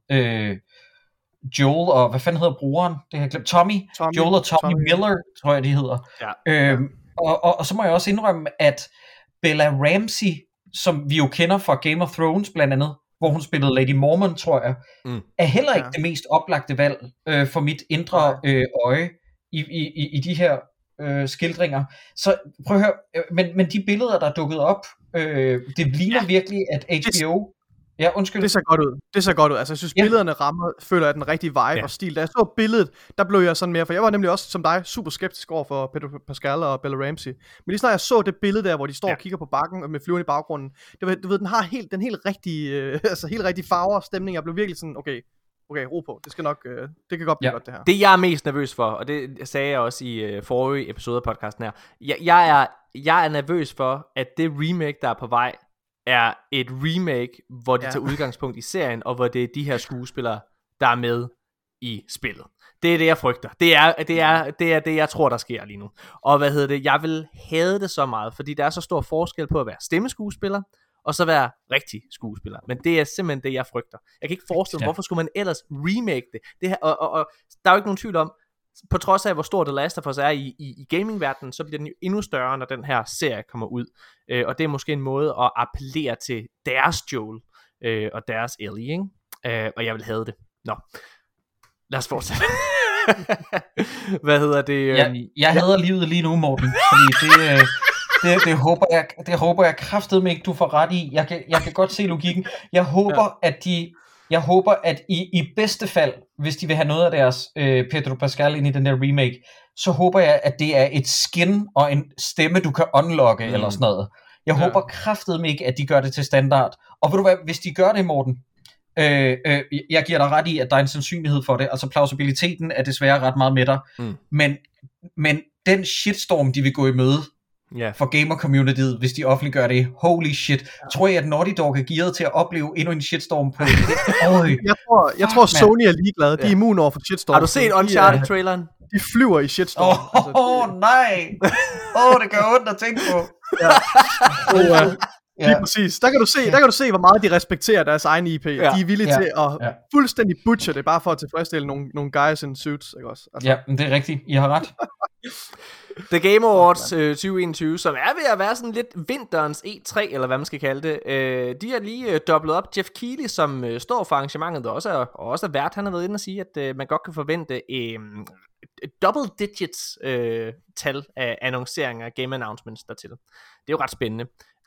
Joel og, hvad fanden hedder broren? Det har jeg glemt. Tommy. Joel og Tommy Miller, tror jeg de hedder. Ja. Og så må jeg også indrømme, at Bella Ramsey, som vi jo kender fra Game of Thrones blandt andet, hvor hun spillede Lady Mormont, tror jeg, er heller ikke det mest oplagte valg for mit indre øje i de her skildringer. Så prøv at høre, men de billeder, der er dukket op, det ligner virkelig, at HBO... Ja, undskyld. Det ser godt ud. Altså, jeg synes, billederne rammer, føler jeg den rigtige vibe og stil. Da jeg så billedet, der blev jeg sådan mere, for jeg var nemlig også, som dig, super skeptisk over for Pedro Pascal og Bella Ramsey. Men lige snart jeg så det billede der, hvor de står og kigger på bakken med flyverne i baggrunden, du ved, den har den helt rigtige, helt rigtige farver og stemning. Jeg blev virkelig sådan, okay, ro på. Det skal nok, det kan godt blive godt det her. Det jeg er mest nervøs for, og det sagde jeg også i forrige episode af podcasten her, jeg er nervøs for, at det remake, der er på vej, er et remake, hvor de tager udgangspunkt i serien, og hvor det er de her skuespillere, der er med i spillet. Det er det, jeg frygter. Det er det, jeg tror, der sker lige nu. Og jeg vil hade det så meget, fordi der er så stor forskel på at være stemmeskuespiller, og så være rigtig skuespiller. Men det er simpelthen det, jeg frygter. Jeg kan ikke forestille mig, hvorfor skulle man ellers remake det her, og der er jo ikke nogen tvivl om, på trods af hvor stor The Last of Us er i gamingverdenen, så bliver den jo endnu større, når den her serie kommer ud. Og det er måske en måde at appellere til deres Joel og deres Ellie, ikke? Og jeg vil have det. Nå, lad os fortsætte. Hvad hedder det? Jeg hader livet lige nu, Morten, fordi det håber jeg kraftedeme ikke, du får ret i. Jeg kan godt se logikken. Jeg håber, at i bedste fald, hvis de vil have noget af deres Pedro Pascal ind i den der remake, så håber jeg, at det er et skin og en stemme, du kan unlocke eller sådan noget. Jeg håber kraftedeme ikke, at de gør det til standard. Og ved du hvad, hvis de gør det, Morten, jeg giver dig ret i, at der er en sandsynlighed for det. Altså plausibiliteten er desværre ret meget med dig. Men den shitstorm, de vil gå i møde, for gamer-communityet, hvis de offentliggør det. Holy shit. Tror jeg, at Naughty Dog er gearet til at opleve endnu en shitstorm på det? Jeg tror Sony er ligeglade. De er immun over for shitstorm. Har du set Uncharted-traileren? De flyver i shitstorm. Nej. Det gør ondt at tænke på. Lige præcis. Der kan du se, hvor meget de respekterer deres egen IP. De er villige til at fuldstændig butcher det, bare for at tilfredsstille nogle guys in suits, ikke også? Altså. Ja, men det er rigtigt. I har ret. The Game Awards 2021, som er ved at være sådan lidt vinterens E3, eller hvad man skal kalde det, de har lige doublet op. Jeff Keighley, som står for arrangementet, og også er vært, han har været inde og sige, at man godt kan forvente double digits tal af annonceringer af game announcements dertil. Det er jo ret spændende.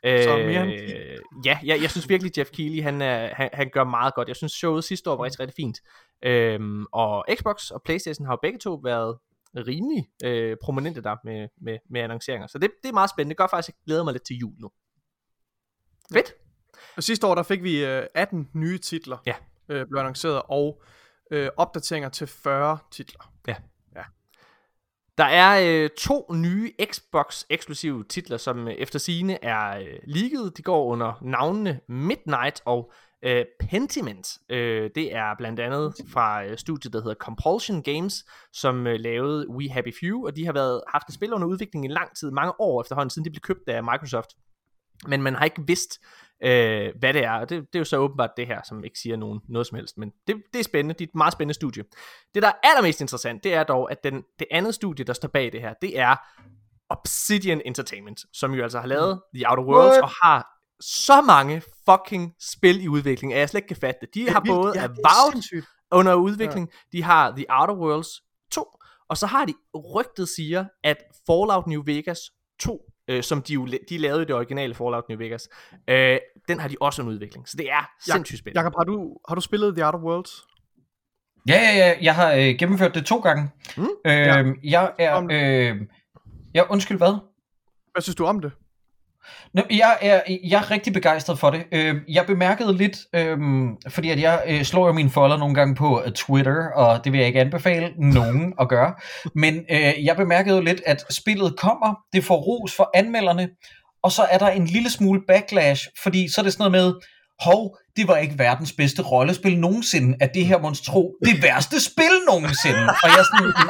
Jeg synes virkelig, Jeff Keighley, han gør meget godt. Jeg synes, showet sidste år var rigtig, rigtig fint. Og Xbox og PlayStation har jo begge to været rimelig prominente der med annonceringer. Så det er meget spændende. Det gør faktisk, at jeg glæder mig lidt til jul nu. Fedt. Og sidste år, der fik vi 18 nye titler, blev annonceret, og opdateringer til 40 titler. Ja. Der er 2 nye Xbox-eksklusive titler, som efter sigende er leaget. De går under navnene Midnight og Pentiment. Det er blandt andet fra studiet, der hedder Compulsion Games, som lavede We Happy Few, og de har haft et spil under udvikling i lang tid, mange år efterhånden, siden de blev købt af Microsoft. Men man har ikke vidst, hvad det er, og det er jo så åbenbart det her, som ikke siger noget som helst, men det er spændende, det er et meget spændende studie. Det, der er allermest interessant, det er dog, at det andet studie, der står bag det her, det er Obsidian Entertainment, som jo altså har lavet The Outer Worlds, og har så mange fucking spil i udvikling, at jeg slet ikke kan fatte det. De har både Avowed under udvikling, de har The Outer Worlds 2, og så har de rygtet siger, at Fallout New Vegas 2, som de lavede i det originale Fallout New Vegas, den har de også under udvikling. Så det er sindssygt spændende. Jakob, har du spillet The Outer Worlds? Ja, jeg har gennemført det 2 gange. Undskyld, hvad? Hvad synes du om det? Jeg er rigtig begejstret for det. Jeg bemærkede lidt, fordi at jeg slår jo mine folder nogle gange på Twitter, og det vil jeg ikke anbefale nogen at gøre. Men jeg bemærkede lidt, at spillet kommer, det får ros for anmelderne, og så er der en lille smule backlash, fordi så er det sådan noget med, det var ikke verdens bedste rollespil nogensinde, at det her monstro, det værste spil nogensinde. Og jeg er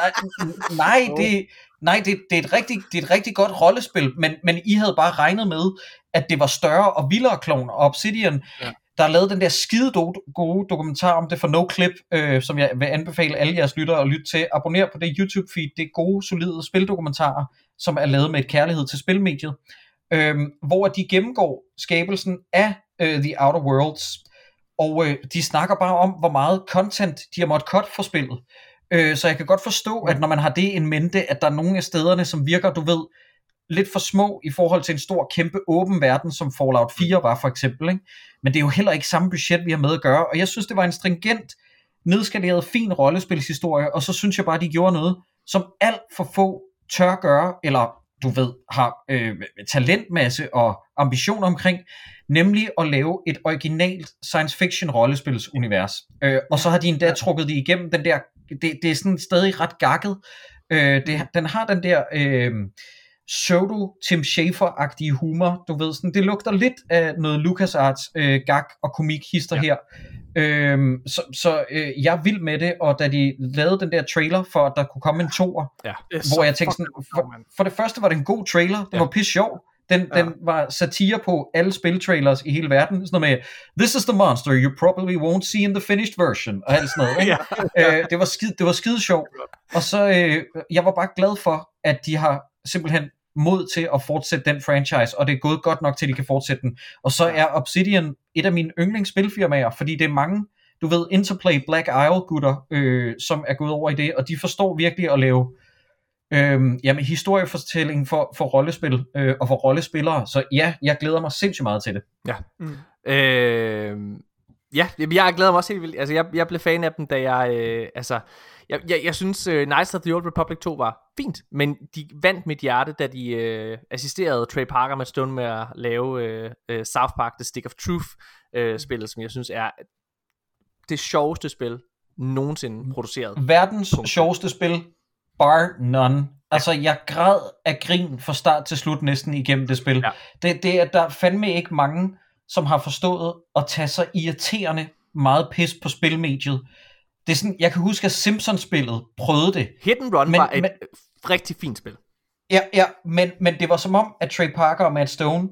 sådan, nej, det er et rigtig godt rollespil, men I havde bare regnet med, at det var større og vildere kloner, og Obsidian, der har lavet den der skide gode dokumentar om det for NoClip, som jeg vil anbefale alle jeres lyttere at lytte til. Abonner på det YouTube-feed, det er gode, solide spildokumentarer, som er lavet med et kærlighed til spilmediet, hvor de gennemgår skabelsen af The Outer Worlds, og de snakker bare om, hvor meget content de har måttet cut for spillet. Så jeg kan godt forstå, at når man har det in mente, at der er nogle af stederne, som virker, du ved, lidt for små i forhold til en stor, kæmpe åben verden, som Fallout 4 var for eksempel, ikke? Men det er jo heller ikke samme budget, vi har med at gøre, og jeg synes, det var en stringent, nedskaleret, fin rollespilshistorie, og så synes jeg bare, de gjorde noget, som alt for få tør gøre, eller du ved, har talentmasse og ambitioner omkring, nemlig at lave et originalt science fiction rollespilsunivers. Og så har de endda trukket det igennem den der, det er sådan stadig ret gakket. Den har den der pseudo Tim Schafer-agtige humor, du ved, sådan, det lugter lidt af noget LucasArts gag og komik hister her. Så jeg er vild med det, og da de lavede den der trailer for, at der kunne komme en toer, hvor jeg tænkte sådan, for det første var det en god trailer, det var pisse sjov. Den var satire på alle spiltrailers i hele verden. Sådan noget med, this is the monster you probably won't see in the finished version, og alt sådan noget, ikke? Det var skide sjov. Og så, jeg var bare glad for, at de har simpelthen mod til at fortsætte den franchise, og det er gået godt nok til, at de kan fortsætte den. Og så er Obsidian et af mine yndlingsspilfirmaer, fordi det er mange, du ved, Interplay Black Isle gutter, som er gået over i det, og de forstår virkelig at lave historiefortælling for rollespil og for rollespillere. Så ja, jeg glæder mig sindssygt meget til det. Ja. Jeg glæder mig også helt vildt. Altså, jeg blev fan af dem, da jeg synes Knights of the Old Republic 2 var fint, men de vandt mit hjerte, da de assisterede Trey Parker med stund med at lave South Park The Stick of Truth spillet, som jeg synes er det sjoveste spil nogensinde produceret. Verdens sjoveste spil, bar none. Altså, jeg græd af grin fra start til slut næsten igennem det spil. Ja. Det er der fandme ikke mange, som har forstået at tage sig irriterende meget pis på spilmediet. Det er sådan, jeg kan huske, at Simpsons-spillet prøvede det. Hit and Run var et rigtig fint spil. Ja, men det var som om, at Trey Parker og Matt Stone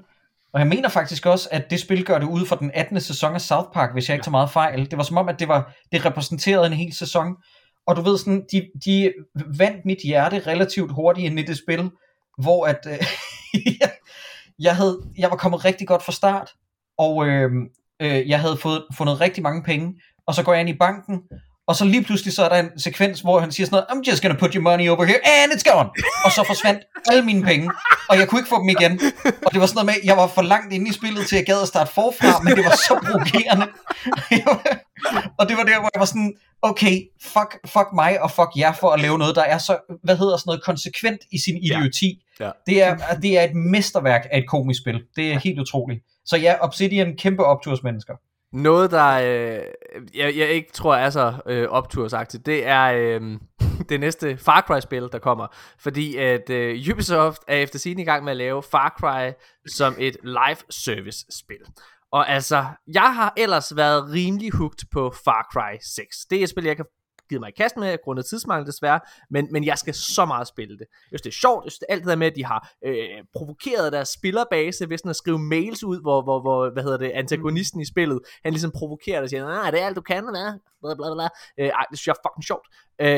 Og jeg mener faktisk også, at det spil gør det ud for den 18. sæson af South Park, hvis jeg ikke tager meget fejl. Det var som om, at det repræsenterede en hel sæson. Og du ved sådan, de vandt mit hjerte relativt hurtigt ind i det spil, hvor at jeg var kommet rigtig godt fra start, og jeg havde fundet rigtig mange penge, og så går jeg ind i banken, og så lige pludselig så er der en sekvens, hvor han siger sådan noget, I'm just gonna put your money over here, and it's gone. Og så forsvandt alle mine penge, og jeg kunne ikke få dem igen. Og det var sådan noget med, jeg var for langt inde i spillet, til jeg gad at starte forfra, men det var så provokerende. Og det var der, hvor jeg var sådan, okay, fuck mig, og fuck jer for at lave noget, der er så, konsekvent i sin idioti. Ja. Det er et mesterværk af et komisk spil. Det er helt utroligt. Så ja, Obsidian, kæmpe optursmennesker. Noget, der jeg ikke tror er så optursagtigt, det er det næste Far Cry-spil, der kommer. Fordi at Ubisoft er efter sigende i gang med at lave Far Cry som et live-service-spil. Og altså, jeg har ellers været rimelig hooked på Far Cry 6. Det er et spil, jeg kan give mig i kast med, grundet tidsmangel desværre, men jeg skal så meget spille det. Jeg synes, det er sjovt, jeg synes, det er alt det der med, at de har provokeret deres spillerbase ved sådan at skrive mails ud, hvor antagonisten i spillet, han ligesom provokerer det og siger, det er alt du kan, blablabla. Det synes jeg er fucking sjovt.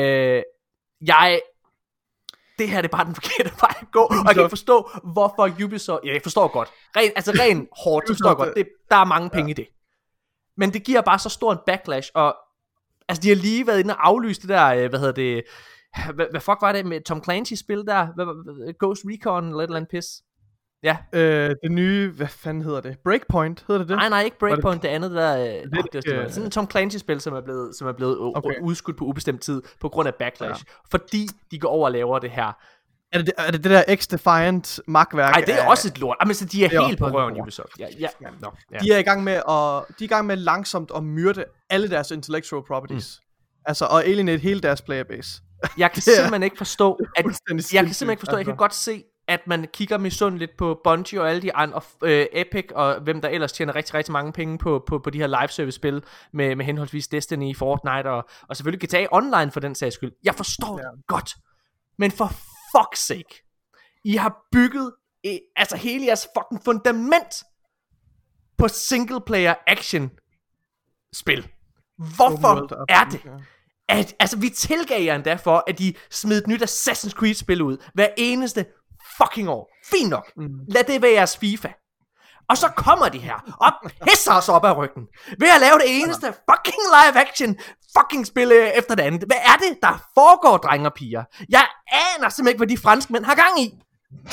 Det her det er bare den forkerte vej at gå, og jeg kan forstå, hvorfor Ubisoft, jeg forstår godt, ren hårdt, forstår jeg godt, der er mange penge i det. Men det giver bare så stor en backlash, og altså, de har lige været inde og aflyse det der, hvad fuck var det med Tom Clancy's spil der? Ghost Recon eller et eller andet pis? Ja. Det nye, hvad fanden hedder det? Breakpoint, hedder det? Nej, ikke Breakpoint, det andet der. Sådan et Tom Clancy spil, som er blevet udskudt på ubestemt tid, på grund af backlash. Ja. Fordi de går over og laver det her. Er det der X-Defiant magtværk? Nej, det er også et lort. Men så de er helt på røven, Ubisoft. Ja. De er i gang med langsomt at myrde alle deres intellectual properties. Altså, og alienate hele deres playerbase. Jeg kan simpelthen ikke forstå, jeg kan godt se, at man kigger misundeligt på Bungie og alle de andre, Epic og hvem der ellers tjener rigtig, rigtig mange penge på de her live service spil med henholdsvis Destiny, Fortnite og selvfølgelig GTA Online for den sags skyld. Jeg forstår det godt, men for fuck's sake, I har bygget hele jeres fucking fundament på single player action spil. Hvorfor er det? Altså vi tilgav jer endda for, at de smed et nyt Assassin's Creed spil ud hver eneste fucking år. Fint nok. Lad det være jeres FIFA. Og så kommer de her og pisser os op ad ryggen ved at lave det eneste fucking live action fucking spil efter det andet. Hvad er det, der foregår, drenge og piger? Jeg aner simpelthen ikke, hvad de franskmænd har gang i.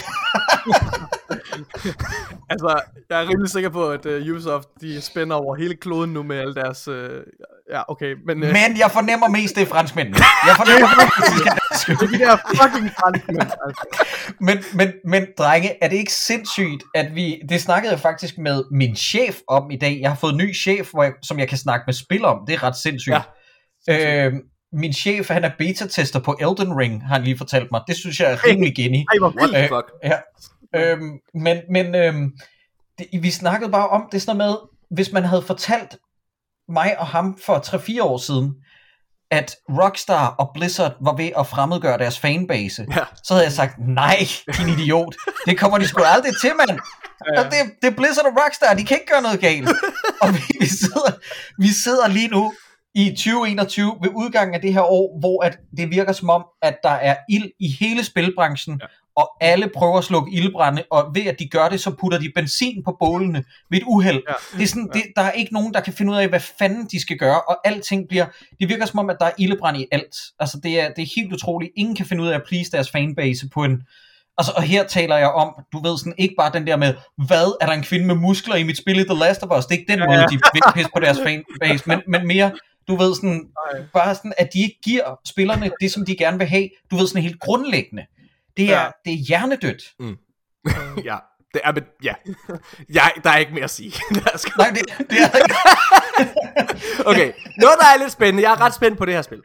Altså, jeg er rimelig sikker på, at Ubisoft, de spænder over hele kloden nu med alle deres... Men jeg fornemmer mest, det er franskmændene. Jeg fornemmer det er de der fucking franskmænd, altså. Men drenge, er det ikke sindssygt, at det snakkede jeg faktisk med min chef om i dag. Jeg har fået en ny chef, som jeg kan snakke med spil om. Det er ret sindssygt. Ja. Min chef, han er beta-tester på Elden Ring, har han lige fortalt mig. Det synes jeg er rimelig geni. Vi snakkede bare om det sådan med, hvis man havde fortalt mig og ham for 3-4 år siden, at Rockstar og Blizzard var ved at fremmedgøre deres fanbase, så havde jeg sagt, nej, din idiot. Det kommer de sgu aldrig til, mand. Det er Blizzard og Rockstar, de kan ikke gøre noget galt. Og vi sidder lige nu i 2021 ved udgangen af det her år, hvor at det virker som om, at der er ild i hele spilbranchen, og alle prøver at slukke ildbrænde, og ved at de gør det, så putter de benzin på bålene ved et uheld. Det er sådan, der er ikke nogen, der kan finde ud af, hvad fanden de skal gøre, og alting det virker som om, at der er ildbrand i alt. Altså det er helt utroligt. Ingen kan finde ud af at please deres fanbase på en... Altså, og her taler jeg om, du ved sådan, ikke bare den der med, hvad er der en kvinde med muskler i mit spil i The Last of Us? Det er ikke den måde, de vil pisse på deres fanbase, men mere... Du ved sådan, bare sådan, at de ikke giver spillerne det, som de gerne vil have. Du ved sådan helt grundlæggende. Det er hjernedødt. Ja, det er, der er ikke mere at sige. Nej, det er Okay, noget der er lidt spændende. Jeg er ret spændt på det her spil.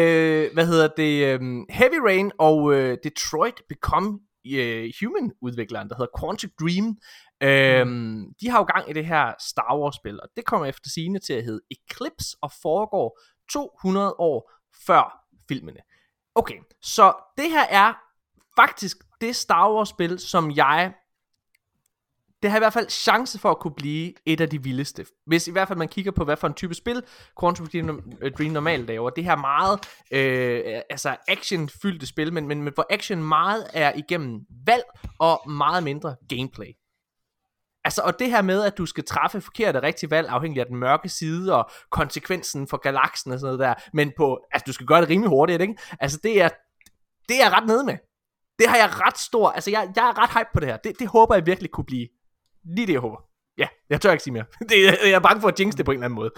Heavy Rain og Detroit Become Human udvikleren, der hedder Quantic Dream. De har jo gang i det her Star Wars spil, og det kommer efter sigende til at hedde Eclipse og foregår 200 år før filmene. Okay, så det her er faktisk det Star Wars spil, som jeg det har i hvert fald chance for at kunne blive et af de vildeste. Hvis i hvert fald man kigger på, hvad for en type spil Quantum Dream normalt laver. Det her meget action-fyldte spil, men hvor action meget er igennem valg og meget mindre gameplay. Altså, og det her med, at du skal træffe forkerte rigtige valg, afhængig af den mørke side og konsekvensen for galaksen og sådan noget der, men du skal gøre det rimelig hurtigt, ikke? Altså, det er jeg ret nede med. Det har jeg ret stor, altså jeg er ret hype på det her. Det håber jeg virkelig kunne blive lige det, jeg håber. Ja, jeg tør ikke sige mere. Jeg er bange for at jinx det på en eller anden måde.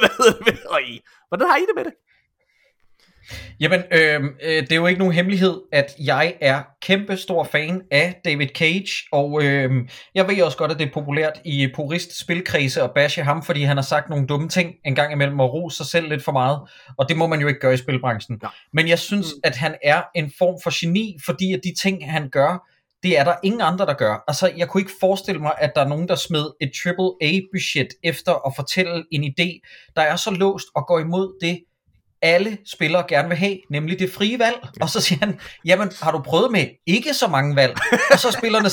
Hvordan har I det med det? Jamen, det er jo ikke nogen hemmelighed, at jeg er kæmpe stor fan af David Cage, og jeg ved også godt, at det er populært i purist-spilkredse at bashe ham, fordi han har sagt nogle dumme ting en gang imellem og rose sig selv lidt for meget, og det må man jo ikke gøre i spilbranchen. Ja. Men jeg synes, at han er en form for geni, fordi at de ting, han gør, det er der ingen andre, der gør. Altså, jeg kunne ikke forestille mig, at der er nogen, der smed et AAA-budget efter at fortælle en idé, der er så låst og går imod det, alle spillere gerne vil have, nemlig det frie valg. Og så siger han, jamen har du prøvet med ikke så mange valg? Og så spillerne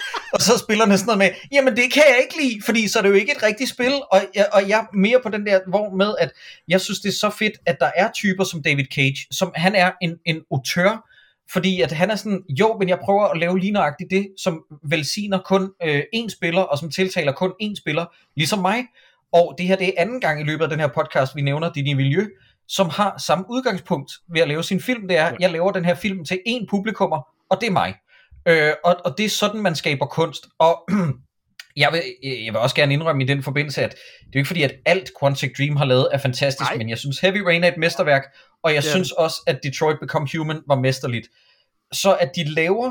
sådan noget med, jamen det kan jeg ikke lide, fordi så er det jo ikke et rigtigt spil. Og jeg er mere på den der vogn med, at jeg synes det er så fedt, at der er typer som David Cage, som han er en auteur, fordi at han er sådan, jo, men jeg prøver at lave lige nøjagtigt det, som velsigner kun én spiller, og som tiltaler kun én spiller, ligesom mig. Og det her, det er anden gang i løbet af den her podcast, vi nævner Denis Villeneuve, som har samme udgangspunkt ved at lave sin film. Det er, jeg laver den her film til én publikummer, og det er mig. Og det er sådan, man skaber kunst. Og jeg vil også gerne indrømme i den forbindelse, at det er jo ikke fordi, at alt Quantic Dream har lavet er fantastisk, men jeg synes Heavy Rain er et mesterværk, og jeg synes også, at Detroit Become Human var mesterligt. Så at de laver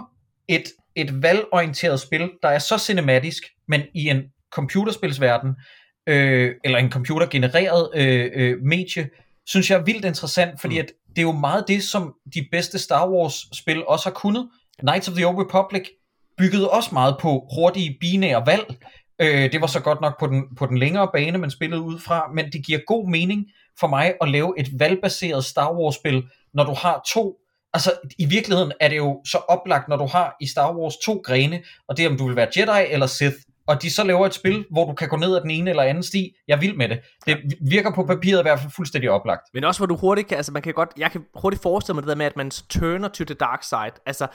et valgorienteret spil, der er så cinematisk, men i en computerspilsverden, eller en computergenereret medie, synes jeg er vildt interessant, fordi at det er jo meget det, som de bedste Star Wars spil også har kunnet. Knights of the Old Republic byggede også meget på hurtige binære valg. Det var så godt nok på den længere bane, man spillede ud fra, men det giver god mening for mig at lave et valgbaseret Star Wars spil, når du har to. Altså i virkeligheden er det jo så oplagt, når du har i Star Wars 2 grene, og det er om du vil være Jedi eller Sith, og de så laver et spil, hvor du kan gå ned ad den ene eller anden sti. Jeg er vild med det. Det virker på papiret i hvert fald fuldstændig oplagt. Men også hvor du hurtigt kan, altså jeg kan hurtigt forestille mig det der med, at man turner to the dark side. Altså,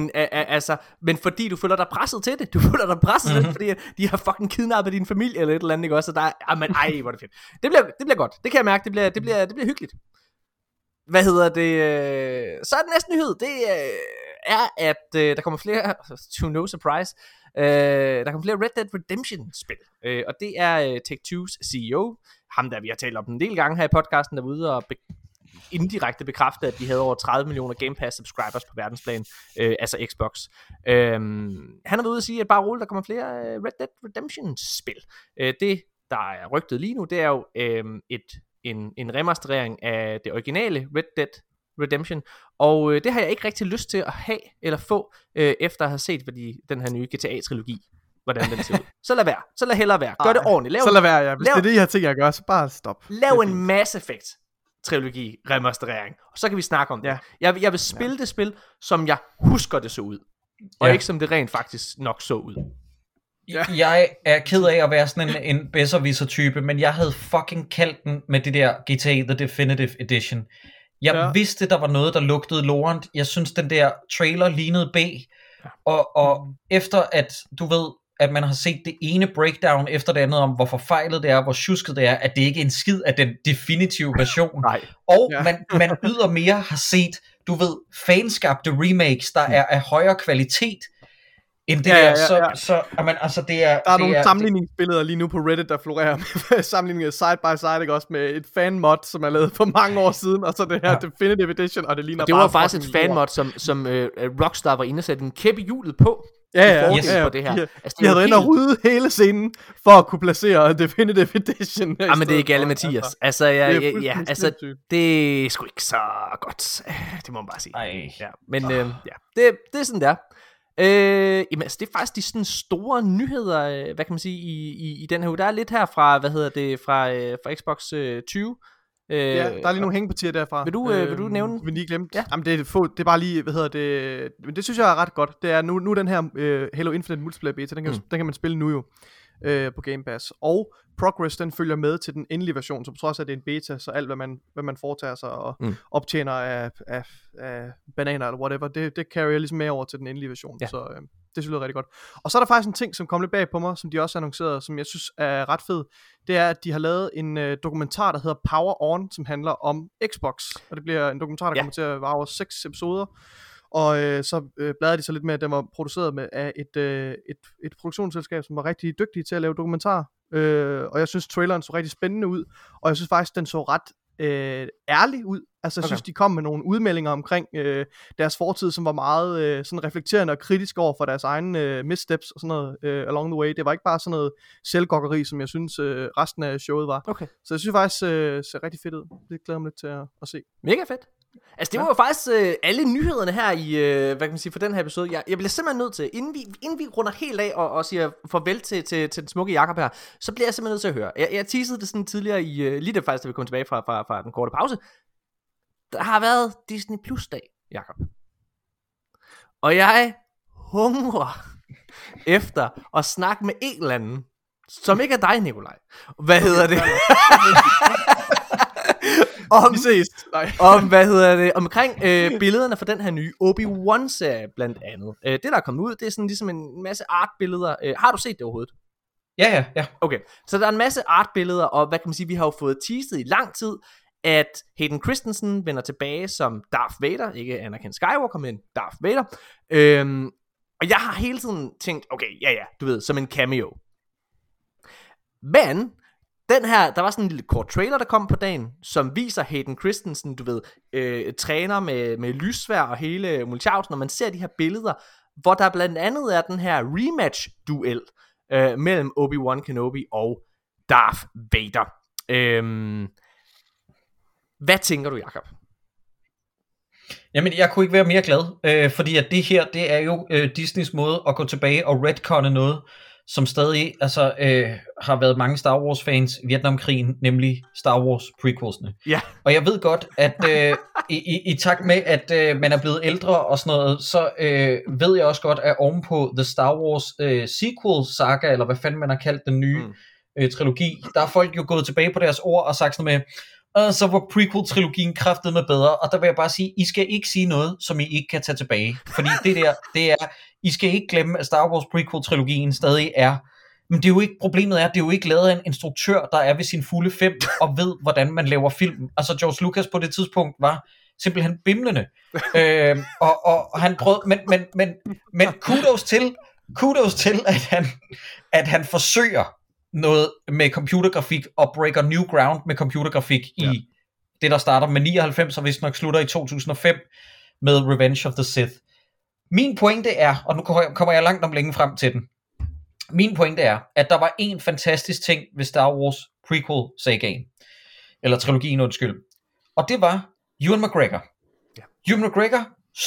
at men fordi du føler dig presset til det. Du føler dig presset til det, fordi de har fucking kidnappet din familie eller et eller andet, ikke også? Så der er, men hvor er det fedt. Det bliver godt. Det kan jeg mærke. Det bliver hyggeligt. Hvad hedder det? Så er den næste nyhed. Det er, at der kommer flere, to no surprise, der kommer flere Red Dead Redemption spil, og det er Take-Two's CEO, ham der vi har talt om en del gange her i podcasten, der var ude og indirekte bekræfte, at de havde over 30 millioner Game Pass subscribers på verdensplan, altså Xbox. Han har været ude at sige, at bare roligt, der kommer flere Red Dead Redemption spil. Det der er rygtet lige nu, det er jo en remasterering af det originale Red Dead Redemption, og det har jeg ikke rigtig lyst til at have eller få, efter at have set den her nye GTA-trilogi, hvordan den ser ud. Så lad være, så lad hellere være, gør det ordentligt. Så lad være, ja. Hvis det er det, jeg har tænkt at gøre, så bare stop. Lav en Mass Effect trilogi remasterering, og så kan vi snakke om det. Jeg vil spille det spil, som jeg husker det så ud, og ikke som det rent faktisk nok så ud. Jeg er ked af at være sådan en besserwisser-type, men jeg havde fucking kaldt den med det der GTA The Definitive Edition. Jeg vidste, der var noget, der lugtede lorent. Jeg synes, den der trailer lignede B. Og efter at, du ved, at man har set det ene breakdown efter det andet om, hvor forfejlet det er, hvor tjusket det er, at det ikke er en skid af den definitive version. Og man ydermere har set, du ved, fanskabte remakes, der er af højere kvalitet end det så altså det er... Der er nogle sammenligningsbilleder lige nu på Reddit, der florerer med sammenligninger side by side, ikke også, med et fanmod, som er lavet for mange år siden, og så det her Definitive Edition, og det ligner det var faktisk et fanmod, som Rockstar var inde og sætte en kæppe i hjulet på. På det her. De havde inde og rydde hele scenen, for at kunne placere Definitive Edition. Men det er ikke alle Mathias. Altså, det er sgu ikke så godt. Det må man bare sige. Men det er sådan der. Jamen, altså, det er faktisk de sådan store nyheder, hvad kan man sige, i den her uge. Der er lidt her fra, fra Xbox 20, Ja, der er lige nogle hængepartier derfra. Vil du nævne? Vil lige glemme? Ja. Jamen, det er bare lige, men det synes jeg er ret godt. Det er nu den her Halo Infinite multiplayer beta, den kan man spille nu jo på Game Pass. Og Progress, den følger med til den endelige version, som trods at det er en beta, så alt hvad man foretager sig og optjener af bananer eller whatever, det carrier ligesom med over til den endelige version. Ja. Så det synes jeg er rigtig godt. Og så er der faktisk en ting, som kom lidt bag på mig, som de også annoncerede, som jeg synes er ret fed. Det er, at de har lavet en dokumentar, der hedder Power On, som handler om Xbox. Og det bliver en dokumentar, der kommer til at vare over 6 episoder. Og så bladrede de så lidt med, at den var produceret af et produktionsselskab, som var rigtig dygtige til at lave dokumentarer. Og jeg synes traileren så rigtig spændende ud, og jeg synes faktisk den så ret ærlig ud. Altså jeg synes de kom med nogle udmeldinger omkring deres fortid, som var meget sådan reflekterende og kritisk over for deres egne missteps og sådan noget along the way. Det var ikke bare sådan noget selvgokkeri, som jeg synes resten af showet var. Okay. Så jeg synes faktisk ser rigtig fedt ud. Det glæder mig lidt til at se. Mega fedt. Altså det var jo faktisk alle nyhederne her i, hvad kan man sige, for den her episode. Jeg bliver simpelthen nødt til, inden vi runder helt af og siger farvel til den smukke Jakob her, så bliver jeg simpelthen nødt til at høre. Jeg teasede det sådan tidligere i, lige det faktisk, da vi kom tilbage fra den korte pause. Der har været Disney Plus dag, Jakob. Og jeg hungrer efter at snakke med en eller anden, som ikke er dig, Nikolaj. Hvad hedder det? Omkring billederne fra den her nye Obi-Wan-serie blandt andet. Det der er kommet ud, det er sådan ligesom en masse artbilleder. Har du set det overhovedet? Ja. Okay, så der er en masse artbilleder, og hvad kan man sige, vi har jo fået teaset i lang tid, at Hayden Christensen vender tilbage som Darth Vader, ikke Anakin Skywalker, men Darth Vader. Og jeg har hele tiden tænkt, okay, ja, du ved, som en cameo. Men den her, der var sådan en lille kort trailer, der kom på dagen, som viser Hayden Christensen, du ved, træner med lyssværd og hele multiausen, når man ser de her billeder, hvor der blandt andet er den her rematch-duel mellem Obi-Wan Kenobi og Darth Vader. Hvad tænker du, Jakob? Jamen, jeg kunne ikke være mere glad, fordi at det her, det er jo Disneys måde at gå tilbage og retconne noget, som stadig har været mange Star Wars fans i Vietnamkrigen, nemlig Star Wars prequelsene. Ja. Og jeg ved godt, at i takt med, at man er blevet ældre og sådan noget, så ved jeg også godt, at ovenpå The Star Wars sequel saga, eller hvad fanden man har kaldt den nye trilogi, der er folk jo gået tilbage på deres ord og sagt sådan med, så var prequel-trilogien kraftedeme bedre, og der vil jeg bare sige, I skal ikke sige noget, som I ikke kan tage tilbage, fordi det er, I skal ikke glemme, at Star Wars prequel-trilogien stadig er, men det er jo ikke, problemet er, det er jo ikke lavet af en instruktør, der er ved sin fulde 5, og ved, hvordan man laver film. Altså George Lucas på det tidspunkt var simpelthen bimlende, og han prøvede, men kudos til, at han forsøger noget med computergrafik og breaker new ground med computergrafik i det der starter med 99 og vist nok slutter i 2005 med Revenge of the Sith. Min pointe er, og nu kommer jeg langt om længe frem til den. Min pointe er, at der var en fantastisk ting ved Star Wars prequel sagaen, eller trilogien undskyld, og det var Ewan McGregor. Ewan McGregor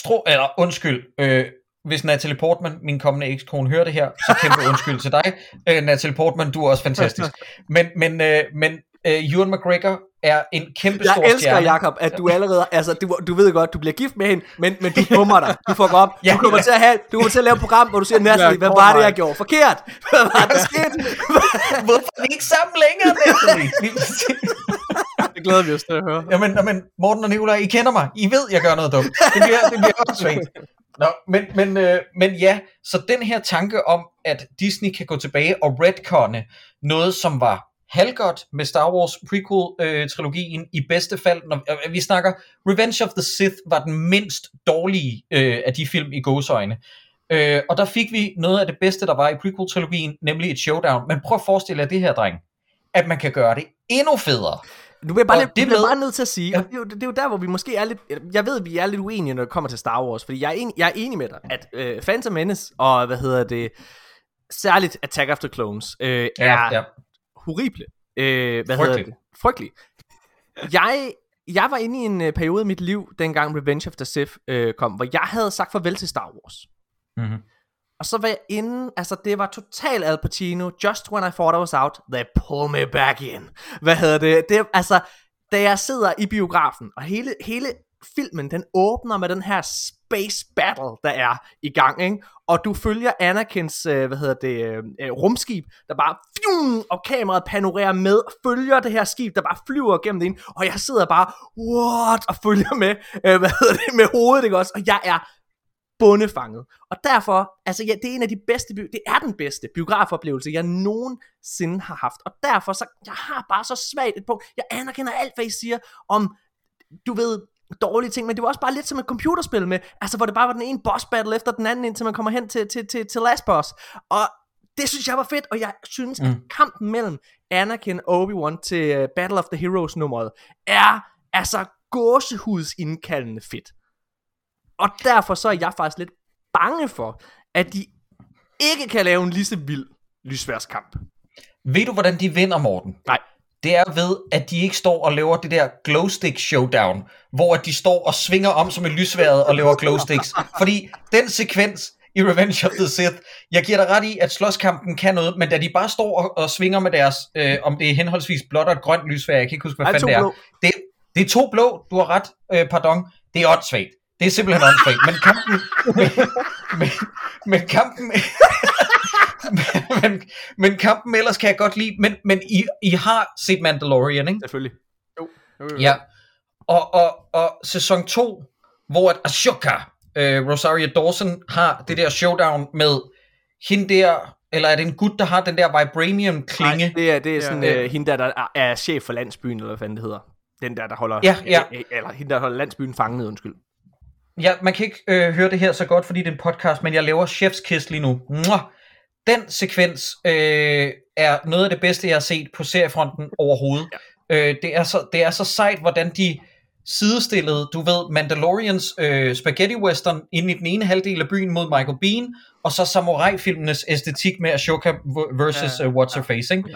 hvis Natalie Portman, min kommende ekskone, hører det her, så kæmpe undskyld til dig. Natalie Portman, du er også fantastisk. Men Ewan McGregor er en kæmpe stor stjerne. Jeg elsker, Jacob, at du allerede, altså du ved godt, du bliver gift med hende, men du hummer dig. Du får op. Du kommer til at lave et program, hvor du siger, Natalie, hvad var det, jeg gjorde forkert? Hvad var der sket? Hvorfor er vi ikke sammen længere, Natalie? Det glæder vi os til at høre. Jamen, Morten og Nikolaj, I kender mig. I ved, jeg gør noget dumt. Det bliver også svært. Nå, men ja, så den her tanke om, at Disney kan gå tilbage og retconne noget, som var halvgodt med Star Wars prequel-trilogien, i bedste fald, når vi snakker Revenge of the Sith, var den mindst dårlige af de film i gåseøjne. Og der fik vi noget af det bedste, der var i prequel-trilogien, nemlig et showdown. Men prøv at forestille jer det her, dreng, at man kan gøre det endnu federe. Du bliver bare nødt til at sige, og det er jo der, hvor vi måske er lidt, jeg ved, at vi er lidt uenige, når det kommer til Star Wars, fordi jeg er enig med dig, at Phantom Menace og, særligt Attack of the Clones, er horrible. Frygtelig. Jeg var inde i en periode af mit liv, dengang Revenge of the Sith kom, hvor jeg havde sagt farvel til Star Wars. Mm-hmm. Og så var jeg inde, altså det var total Al Pacino, just when I thought I was out, they pull me back in. da jeg sidder i biografen, og hele filmen, den åbner med den her space battle, der er i gang, ikke? Og du følger Anakins, rumskib, der bare, og kameraet panorerer med, og følger det her skib, der bare flyver gennem det ind, og jeg sidder bare, what, og følger med, med hovedet, ikke også? Og jeg er bundefanget. Og derfor, altså ja, det er en af de bedste, det er den bedste biografoplevelse, jeg nogensinde har haft. Og derfor, så, jeg har bare så svagt et punkt. Jeg anerkender alt, hvad I siger om, du ved, dårlige ting, men det var også bare lidt som et computerspil med, altså hvor det bare var den ene boss battle efter den anden, indtil man kommer hen til last boss. Og det synes jeg var fedt, og jeg synes, at kampen mellem Anakin og Obi-Wan til Battle of the Heroes nummeret er altså gåsehudsindkaldende fedt. Og derfor så er jeg faktisk lidt bange for, at de ikke kan lave en lige så vild lysværskamp. Ved du, hvordan de vinder, Morten? Nej. Det er ved, at de ikke står og laver det der glowstick showdown, hvor de står og svinger om som et lysværet og laver glowsticks. Fordi den sekvens i Revenge of the Sith, jeg giver dig ret i, at slåskampen kan noget, men da de bare står og svinger med deres, om det er henholdsvis blåt og et grønt lysvær, jeg kan ikke huske, hvad fanden det er. Det er 2 blå, du har ret, pardon, det er åndssvagt. Det er simpelthen åndssvagt, men kampen ellers kan jeg godt lide, men I har set Mandalorian, ikke? Selvfølgelig. Jo. Ja, og sæson 2, hvor at Ashoka, Rosario Dawson, har det der showdown med hende der, eller er det en gut, der har den der vibranium-klinge? Nej, det er sådan hende der er chef for landsbyen, eller hvad fanden det hedder. Den der holder, eller hende der holder landsbyen fanget, undskyld. Ja, man kan ikke høre det her så godt, fordi det er en podcast, men jeg laver chef's kiss lige nu. Den sekvens er noget af det bedste, jeg har set på seriefronten overhovedet. Ja. Det er så sejt, hvordan de sidestillede, du ved, Mandalorians spaghetti western inde i den ene halvdel af byen mod Michael Biehn, og så samurai-filmenes æstetik med Ashoka versus What's Her Face, ikke?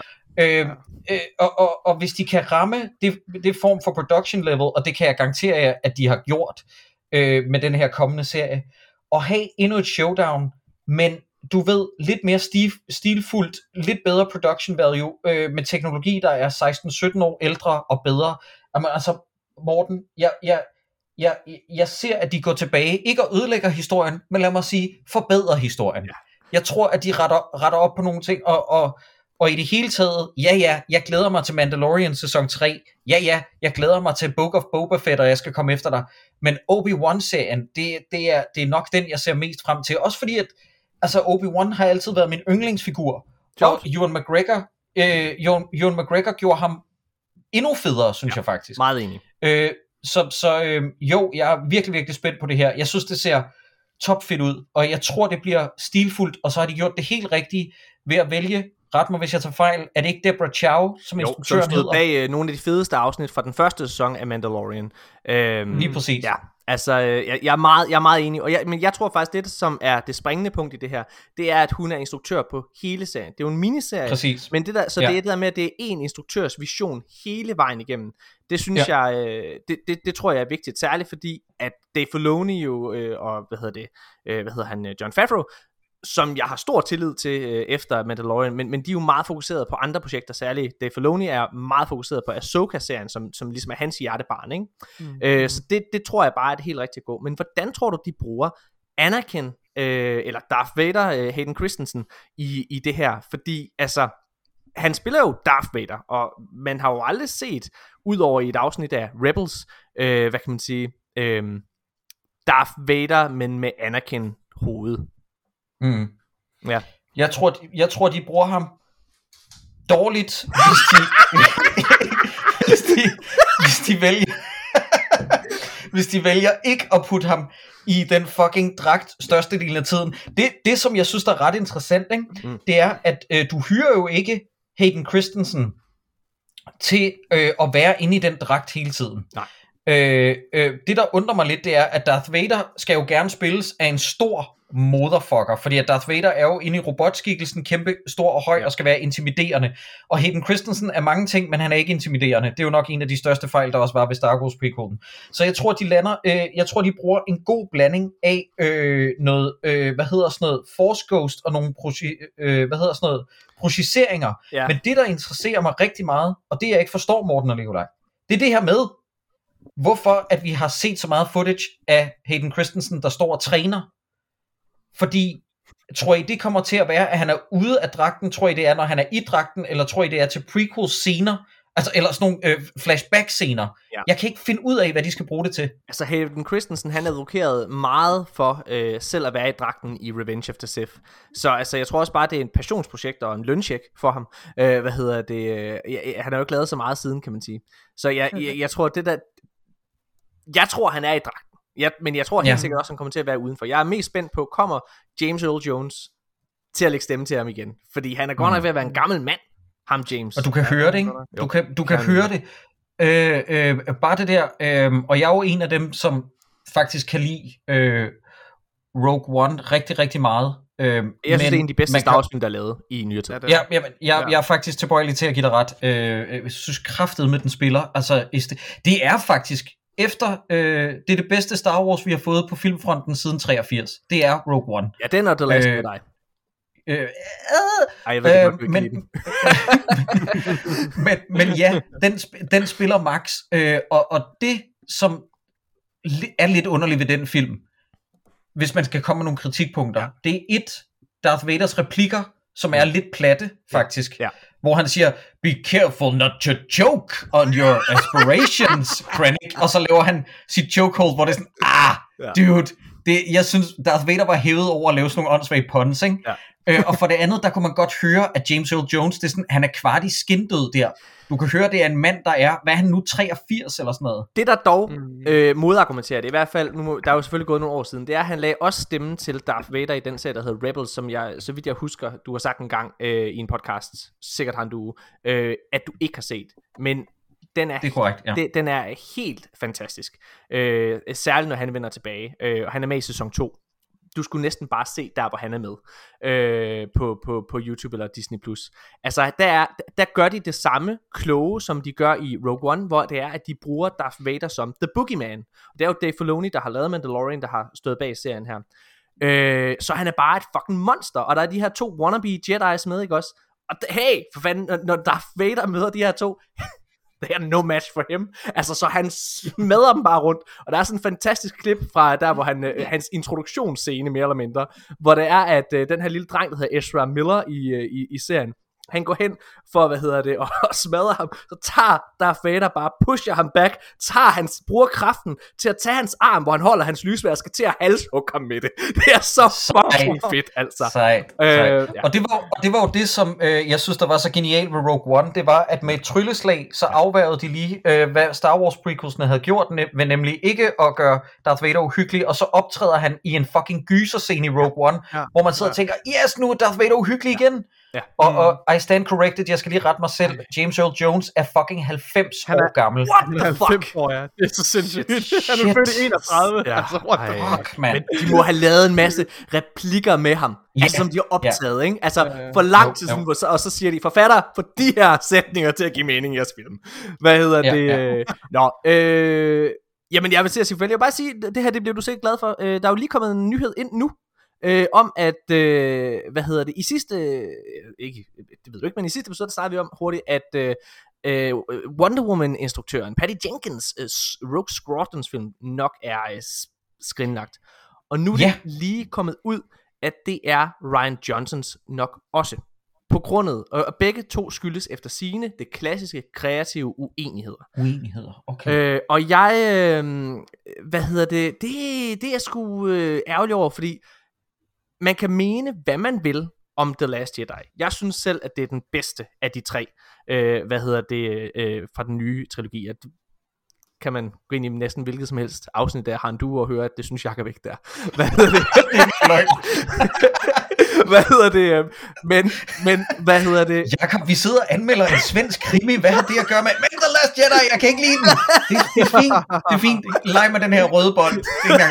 Og hvis de kan ramme det form for production level, og det kan jeg garantere jer, at de har gjort med den her kommende serie, og have endnu et showdown, men du ved, lidt mere stilfuldt, lidt bedre production value, med teknologi, der er 16-17 år ældre og bedre. Jamen, altså, Morten, jeg ser, at de går tilbage, ikke at ødelægge historien, men lad mig sige, forbedre historien. Ja. Jeg tror, at de retter op på nogle ting, og i det hele taget, jeg glæder mig til Mandalorian sæson 3, jeg glæder mig til Book of Boba Fett, og jeg skal komme efter dig, men Obi-Wan-serien, det er nok den, jeg ser mest frem til, også fordi, at altså, Obi-Wan har altid været min yndlingsfigur, og Ewan McGregor gjorde ham endnu federe, synes jeg faktisk. Meget enig. Jo, jeg er virkelig, virkelig spændt på det her. Jeg synes, det ser topfedt ud, og jeg tror, det bliver stilfuldt, og så har de gjort det helt rigtige ved at vælge, ret mig hvis jeg tager fejl, er det ikke Deborah Chow, som instruktøren hedder? Bag nogle af de fedeste afsnit fra den første sæson af Mandalorian. Lige præcis. Ja, altså, jeg er meget enig, men jeg tror faktisk, det som er det springende punkt i det her, det er, at hun er instruktør på hele serien. Det er jo en miniserie, præcis. Men det der, så det er det der med, at det er en instruktørs vision hele vejen igennem. Det synes jeg, det tror jeg er vigtigt, særligt fordi, at Dave Filoni jo, og Jon Favreau, som jeg har stor tillid til efter Mandalorian, men de er jo meget fokuseret på andre projekter, særligt Dave Filoni er meget fokuseret på Ahsoka-serien, som ligesom er hans hjertebarn, ikke? Så det tror jeg bare er det helt rigtigt godt. Men hvordan tror du, de bruger Anakin, eller Darth Vader, Hayden Christensen, i det her? Fordi, altså, han spiller jo Darth Vader, og man har jo aldrig set, udover i et afsnit af Rebels, hvad kan man sige, Darth Vader, men med Anakin hoved. Ja. Jeg tror de bruger ham dårligt, hvis de vælger ikke at putte ham i den fucking dragt størstedelen af tiden. Det som jeg synes der er ret interessant, ikke? Det er at du hyrer jo ikke Hayden Christensen til at være inde i den dragt hele tiden. Nej. Det der undrer mig lidt, det er at Darth Vader skal jo gerne spilles af en stor motherfucker, fordi at Darth Vader er jo inde i robotskikkelsen kæmpe stor og høj og skal være intimiderende, og Hayden Christensen er mange ting, men han er ikke intimiderende. Det er jo nok en af de største fejl, der også var ved Star Wars prequelen. Så jeg tror de bruger en god blanding af noget Force Ghost og nogle projiceringer. Men det der interesserer mig rigtig meget, og det jeg ikke forstår, Morten og Nikolaj, Det er det her med, hvorfor at vi har set så meget footage af Hayden Christensen, der står og træner. Fordi, tror I det kommer til at være, at han er ude af dragten? Tror I det er, når han er i dragten? Eller tror I det er til prequel-scener? Altså, eller sådan nogle flashback-scener. Ja. Jeg kan ikke finde ud af, hvad de skal bruge det til. Altså, Hayden Christensen, han advokerede meget for selv at være i dragten i Revenge of the Sith. Så altså, jeg tror også bare, det er en passionsprojekt og en løncheck for ham. Han har jo ikke lavet så meget siden, kan man sige. Så jeg tror, det der... Jeg tror, han er i dragten. Men jeg tror helt sikkert også, han kommer til at være udenfor. Jeg er mest spændt på, kommer James Earl Jones til at lægge stemme til ham igen? Fordi han er godt nok ved at være en gammel mand, ham James. Og du kan høre det, ikke? Du kan høre det. Bare det der, og jeg er jo en af dem, som faktisk kan lide Rogue One rigtig, rigtig meget. Jeg synes, det er en af de bedste Star Wars film, der er lavet i nyere tid. Jeg er faktisk tilbøjelig til at give dig ret. Jeg synes kraftet med den spiller. Altså, det er faktisk efter, det er det bedste Star Wars, vi har fået på filmfronten siden 83. Det er Rogue One. Ja, den er The Last Jedi. Jeg ved ikke, men ja, den spiller max, og det som er lidt underligt ved den film, hvis man skal komme med nogle kritikpunkter, det er Darth Vaders replikker, som er lidt platte faktisk, hvor han siger, be careful not to choke on your aspirations, Krennic, og så laver han sit chokehold, hvor det er sådan, dude, jeg synes Darth Vader var hævet over at lave sådan nogle åndssvage puns, ikke? Og for det andet, der kunne man godt høre, at James Earl Jones, det er sådan, han er kvart i skindød der. Du kan høre, det er en mand, der er, hvad er han nu, 83 eller sådan noget? Det der dog modargumenterer, det er i hvert fald, der er jo selvfølgelig gået nogle år siden, det er, at han lagde også stemmen til Darth Vader i den serie, der hedder Rebels, som jeg, så vidt jeg husker, du har sagt en gang i en podcast, sikkert har du, at du ikke har set. Men den er, det er korrekt, ja. Den er helt fantastisk. Særligt når han vender tilbage, og han er med i sæson 2. Du skulle næsten bare se der, hvor han er med på YouTube eller Disney+. Altså, der gør de det samme kloge, som de gør i Rogue One, hvor det er, at de bruger Darth Vader som The Boogeyman. Det er jo Dave Filoni, der har lavet Mandalorian, der har stået bag serien her. Så han er bare et fucking monster, og der er de her 2 wannabe Jedi's med, ikke også? Og hey, for fanden, når Darth Vader møder de her 2... det er no match for ham. Altså, så han smadrer dem bare rundt. Og der er sådan en fantastisk klip fra der, hvor hans introduktionsscene, mere eller mindre, hvor det er, at den her lille dreng, der hedder Ezra Miller i serien, han går hen for, og smadrer ham. Så tager Darth Vader bare, pusher ham back, bruger kraften til at tage hans arm, hvor han holder hans lysværd, og skal til at halshugge ham med det. Det er så fucking fedt, altså. Sejt. Ja. Og det var jo det, som jeg synes, der var så genialt ved Rogue One, det var, at med et trylleslag, så afværgede de lige, hvad Star Wars prequelsene havde gjort, ved nemlig ikke at gøre Darth Vader uhyggelig, og så optræder han i en fucking gyserscene i Rogue One, hvor man sidder og tænker, yes, nu er Darth Vader uhyggelig igen. Ja. Og I stand corrected, jeg skal lige rette mig selv. James Earl Jones er fucking 90 år gammel. Han er 90 år, ja. Det er så sindssygt. Han er født i 31. Ja. Altså, what the fuck, man. Men de må have lavet en masse replikker med ham, altså, som de har optaget, ikke? Altså, for lang tid siden, og så siger de, forfatter, for de her sætninger til at give mening i jeres film. Hvad hedder det? Jamen, jeg vil sige selvfølgelig, jeg vil bare sige, det her, det bliver du sikkert glad for. Der er jo lige kommet en nyhed ind nu, om at, i sidste, ikke, det ved du ikke, men i sidste episode, der snakkede vi om hurtigt, at Wonder Woman-instruktøren Patty Jenkins' Rogue Squadrons film nok er skrinlagt. Og nu er det lige kommet ud, at det er Rian Johnsons nok også. På grundet, og begge to skyldes efter sigende det klassiske kreative uenigheder. Okay. Og jeg, det er sgu ærgerlig over, fordi man kan mene, hvad man vil om The Last Jedi. Jeg synes selv, at det er den bedste af de 3, fra den nye trilogi. Kan man gå ind i næsten hvilket som helst afsnit der, har en du og høre, at det synes jeg er væk der. Jakob, vi sidder og anmelder en svensk krimi. Hvad har det at gøre med? Men The Last Jedi, jeg kan ikke lide den. Det er fint. Leg med den her røde bånd. Det er ikke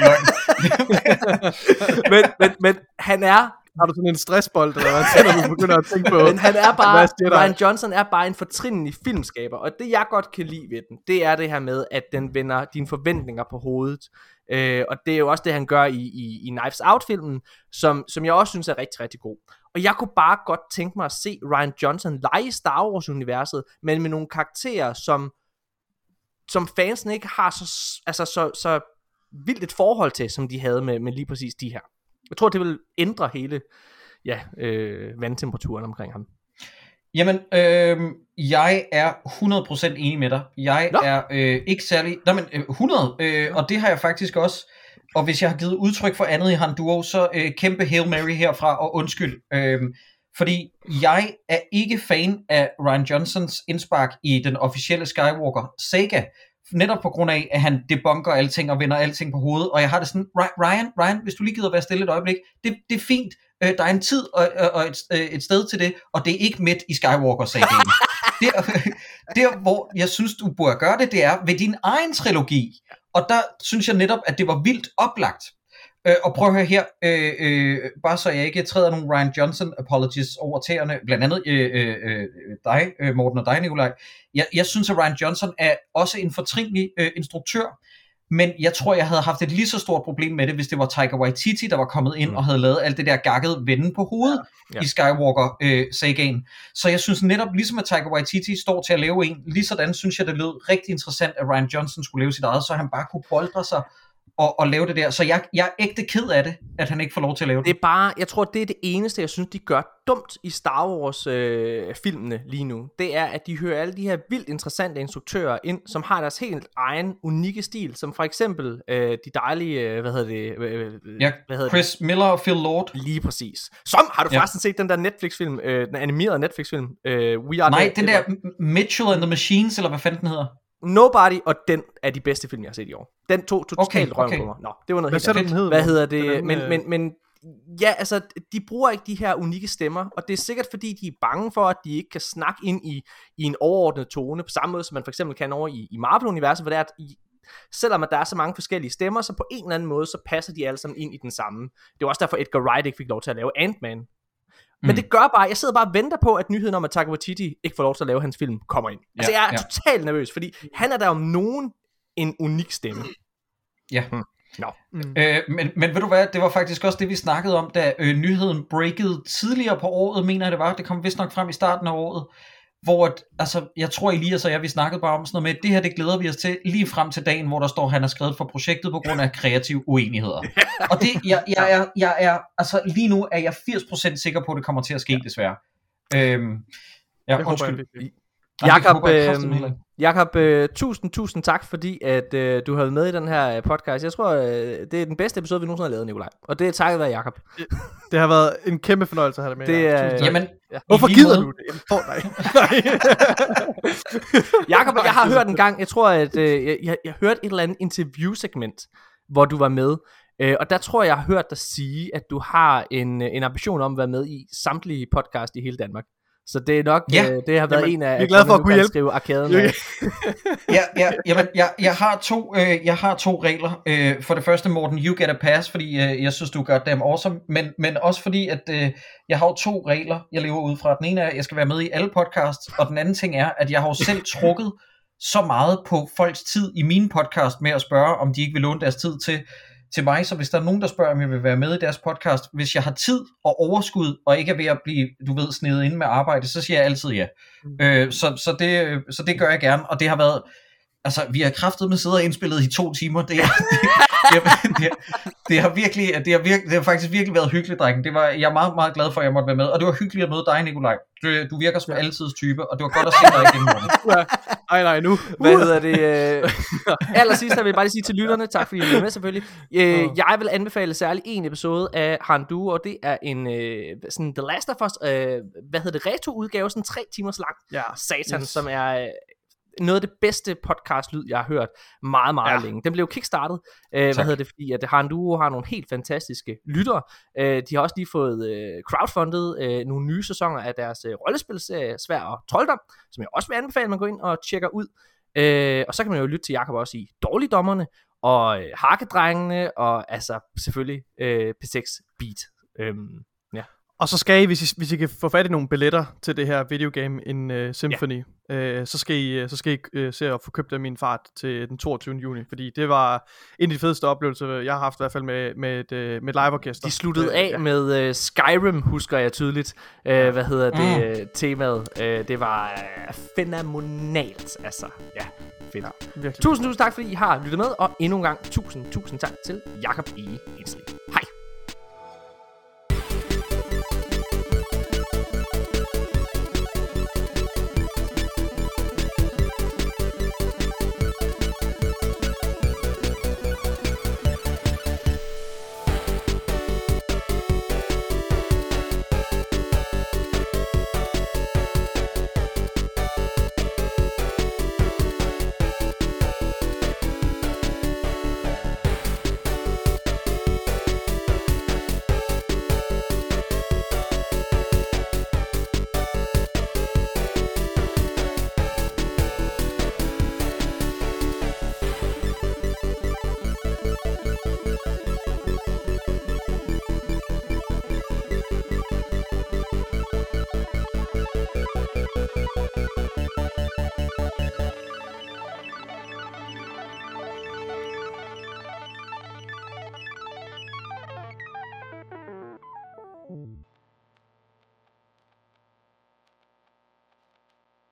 engang løgn. men han er... Har du sådan en stressbold, eller hvad du begynder at tænke på? Men han er bare, Rian Johnson er bare en fortrinlig filmskaber, og det jeg godt kan lide ved den, det er det her med, at den vender dine forventninger på hovedet. Og det er jo også det, han gør i Knives Out-filmen, som jeg også synes er rigtig, rigtig god. Og jeg kunne bare godt tænke mig at se Rian Johnson lege i Star Wars-universet, men med nogle karakterer, som som fansen ikke har så vildt et forhold til, som de havde med lige præcis de her. Jeg tror, det vil ændre hele vandtemperaturen omkring ham. Jamen, jeg er 100% enig med dig. Jeg er ikke særlig... 100, og det har jeg faktisk også. Og hvis jeg har givet udtryk for andet i Han Duo, så kæmpe Hail Mary herfra, og undskyld. Fordi jeg er ikke fan af Rian Johnsons indspark i den officielle Skywalker saga. Netop på grund af, at han debunker alting og vender alting på hovedet. Og jeg har det sådan, Ryan, hvis du lige gider være stille et øjeblik, det er fint. Der er en tid og et sted til det, og det er ikke midt i Skywalker-sagaen. Der, hvor jeg synes, du burde gøre det, det er ved din egen trilogi. Og der synes jeg netop, at det var vildt oplagt. Og prøv at høre her, bare så jeg ikke træder nogle Rian Johnson apologies over tæerne, blandt andet dig, Morten, og dig, Nikolaj. Jeg synes, at Rian Johnson er også en fortrinlig instruktør, men jeg tror, jeg havde haft et lige så stort problem med det, hvis det var Taika Waititi, der var kommet ind og havde lavet alt det der gakkede vende på hovedet i Skywalker-sagaen. Så jeg synes netop, ligesom at Taika Waititi står til at lave en, lige sådan synes jeg, det lød rigtig interessant, at Rian Johnson skulle lave sit eget, så han bare kunne boldre sig og lave det der. Så jeg er ægte ked af det, at han ikke får lov til at lave det. Det er bare, jeg tror, det er det eneste, jeg synes, de gør dumt i Star Wars filmene lige nu. Det er, at de hører alle de her vildt interessante instruktører ind, som har deres helt egen unikke stil, som for eksempel de dejlige, Chris Miller og Phil Lord. Lige præcis. Som, har du forresten set den der Netflix-film, den animerede Netflix-film? Den der Mitchell and the Machines, eller hvad fanden den hedder? Nobody, og den er de bedste film, jeg har set i år. Den tog totalt røven på mig. Nå, det var noget helt andet. Hvad hedder det? Men ja, altså, de bruger ikke de her unikke stemmer, og det er sikkert fordi, de er bange for, at de ikke kan snakke ind i en overordnet tone, på samme måde, som man for eksempel kan over i Marvel-universet, hvor det er, at selvom at der er så mange forskellige stemmer, så på en eller anden måde, så passer de alle sammen ind i den samme. Det var også derfor, Edgar Wright ikke fik lov til at lave Ant-Man. Men det gør bare, jeg sidder bare og venter på, at nyheden om, at Taika Waititi ikke får lov til at lave hans film, kommer ind. Altså jeg er totalt nervøs, fordi han er der om nogen en unik stemme. Ja. Men ved du hvad, det var faktisk også det, vi snakkede om, da nyheden breakede tidligere på året, mener jeg det var. Det kom vist nok frem i starten af året, hvor jeg tror Elias og jeg, vi snakkede bare om sådan noget med, det her, det glæder vi os til, lige frem til dagen, hvor der står, han er skrevet for projektet på grund af kreative uenigheder. Og det, jeg er, altså lige nu er jeg 80% sikker på, at det kommer til at ske, desværre. Undskyld. Jakob, tusind tak, fordi at du har været med i den her podcast. Jeg tror, det er den bedste episode, vi nogensinde har lavet, Nikolaj. Og det er takket være Jakob. Det har været en kæmpe fornøjelse at have dig med. Det er, jamen, hvorfor gider du det? Jakob, jeg har hørt en gang, jeg tror, at jeg hørte et eller andet interviewsegment, hvor du var med. Og der tror jeg har hørt dig sige, at du har en ambition om at være med i samtlige podcast i hele Danmark. Så det er nok, det har været en af... Vi er glade for at kunne hjælpe. Skrive arkaden. Jamen, jeg har to regler. For det første, Morten, you get a pass, fordi jeg synes, du gør dem awesome. Men også fordi, at jeg har 2 regler, jeg lever ud fra. Den ene er, at jeg skal være med i alle podcasts, og den anden ting er, at jeg har jo selv trukket så meget på folks tid i mine podcast med at spørge, om de ikke vil låne deres tid til mig, så hvis der er nogen, der spørger, om jeg vil være med i deres podcast, hvis jeg har tid og overskud, og ikke er ved at blive, snedet inde med arbejde, så siger jeg altid ja. Så det gør jeg gerne, og det har været, altså, vi har kraftedeme siddet og indspillet i 2 timer, det har faktisk virkelig været hyggeligt, drengen. Jeg er meget, meget glad for, at jeg måtte være med, og det var hyggeligt at møde dig, Nikolaj. Du virker som altids type, og det var godt at se dig igen, Morten. Nej, nu. Hvad hedder det? Allersidst, jeg vil bare lige sige til lytterne, tak fordi I er med selvfølgelig. Jeg vil anbefale særligt en episode af Han Duo, og det er en sådan The Last of Us, retro-udgave, sådan 3 timers lang. Satan, som er noget af det bedste podcast-lyd, jeg har hørt meget, meget længe. Den blev jo kickstartet, fordi at Han Duo har nogle helt fantastiske lyttere. De har også lige fået crowdfundet nogle nye sæsoner af deres rollespilserie Sværd og Trolddom, som jeg også vil anbefale, at man går ind og tjekker ud. Og så kan man jo lytte til Jakob også i Dårligdommerne, og Hakkedrengene, og altså selvfølgelig P6 Beat. Og så skal I, hvis I kan få fat i nogle billetter til det her videogame in Symphony, så skal I se at få købt af min fart til den 22. juni, fordi det var en af de fedeste oplevelser, jeg har haft i hvert fald med et liveorkester. De sluttede af med Skyrim, husker jeg tydeligt, temaet. Det var fænomenalt, altså, fedt. Ja, virkelig. Tusind tak, fordi I har lyttet med, og endnu en gang tusind tak til Jakob E. Hensley.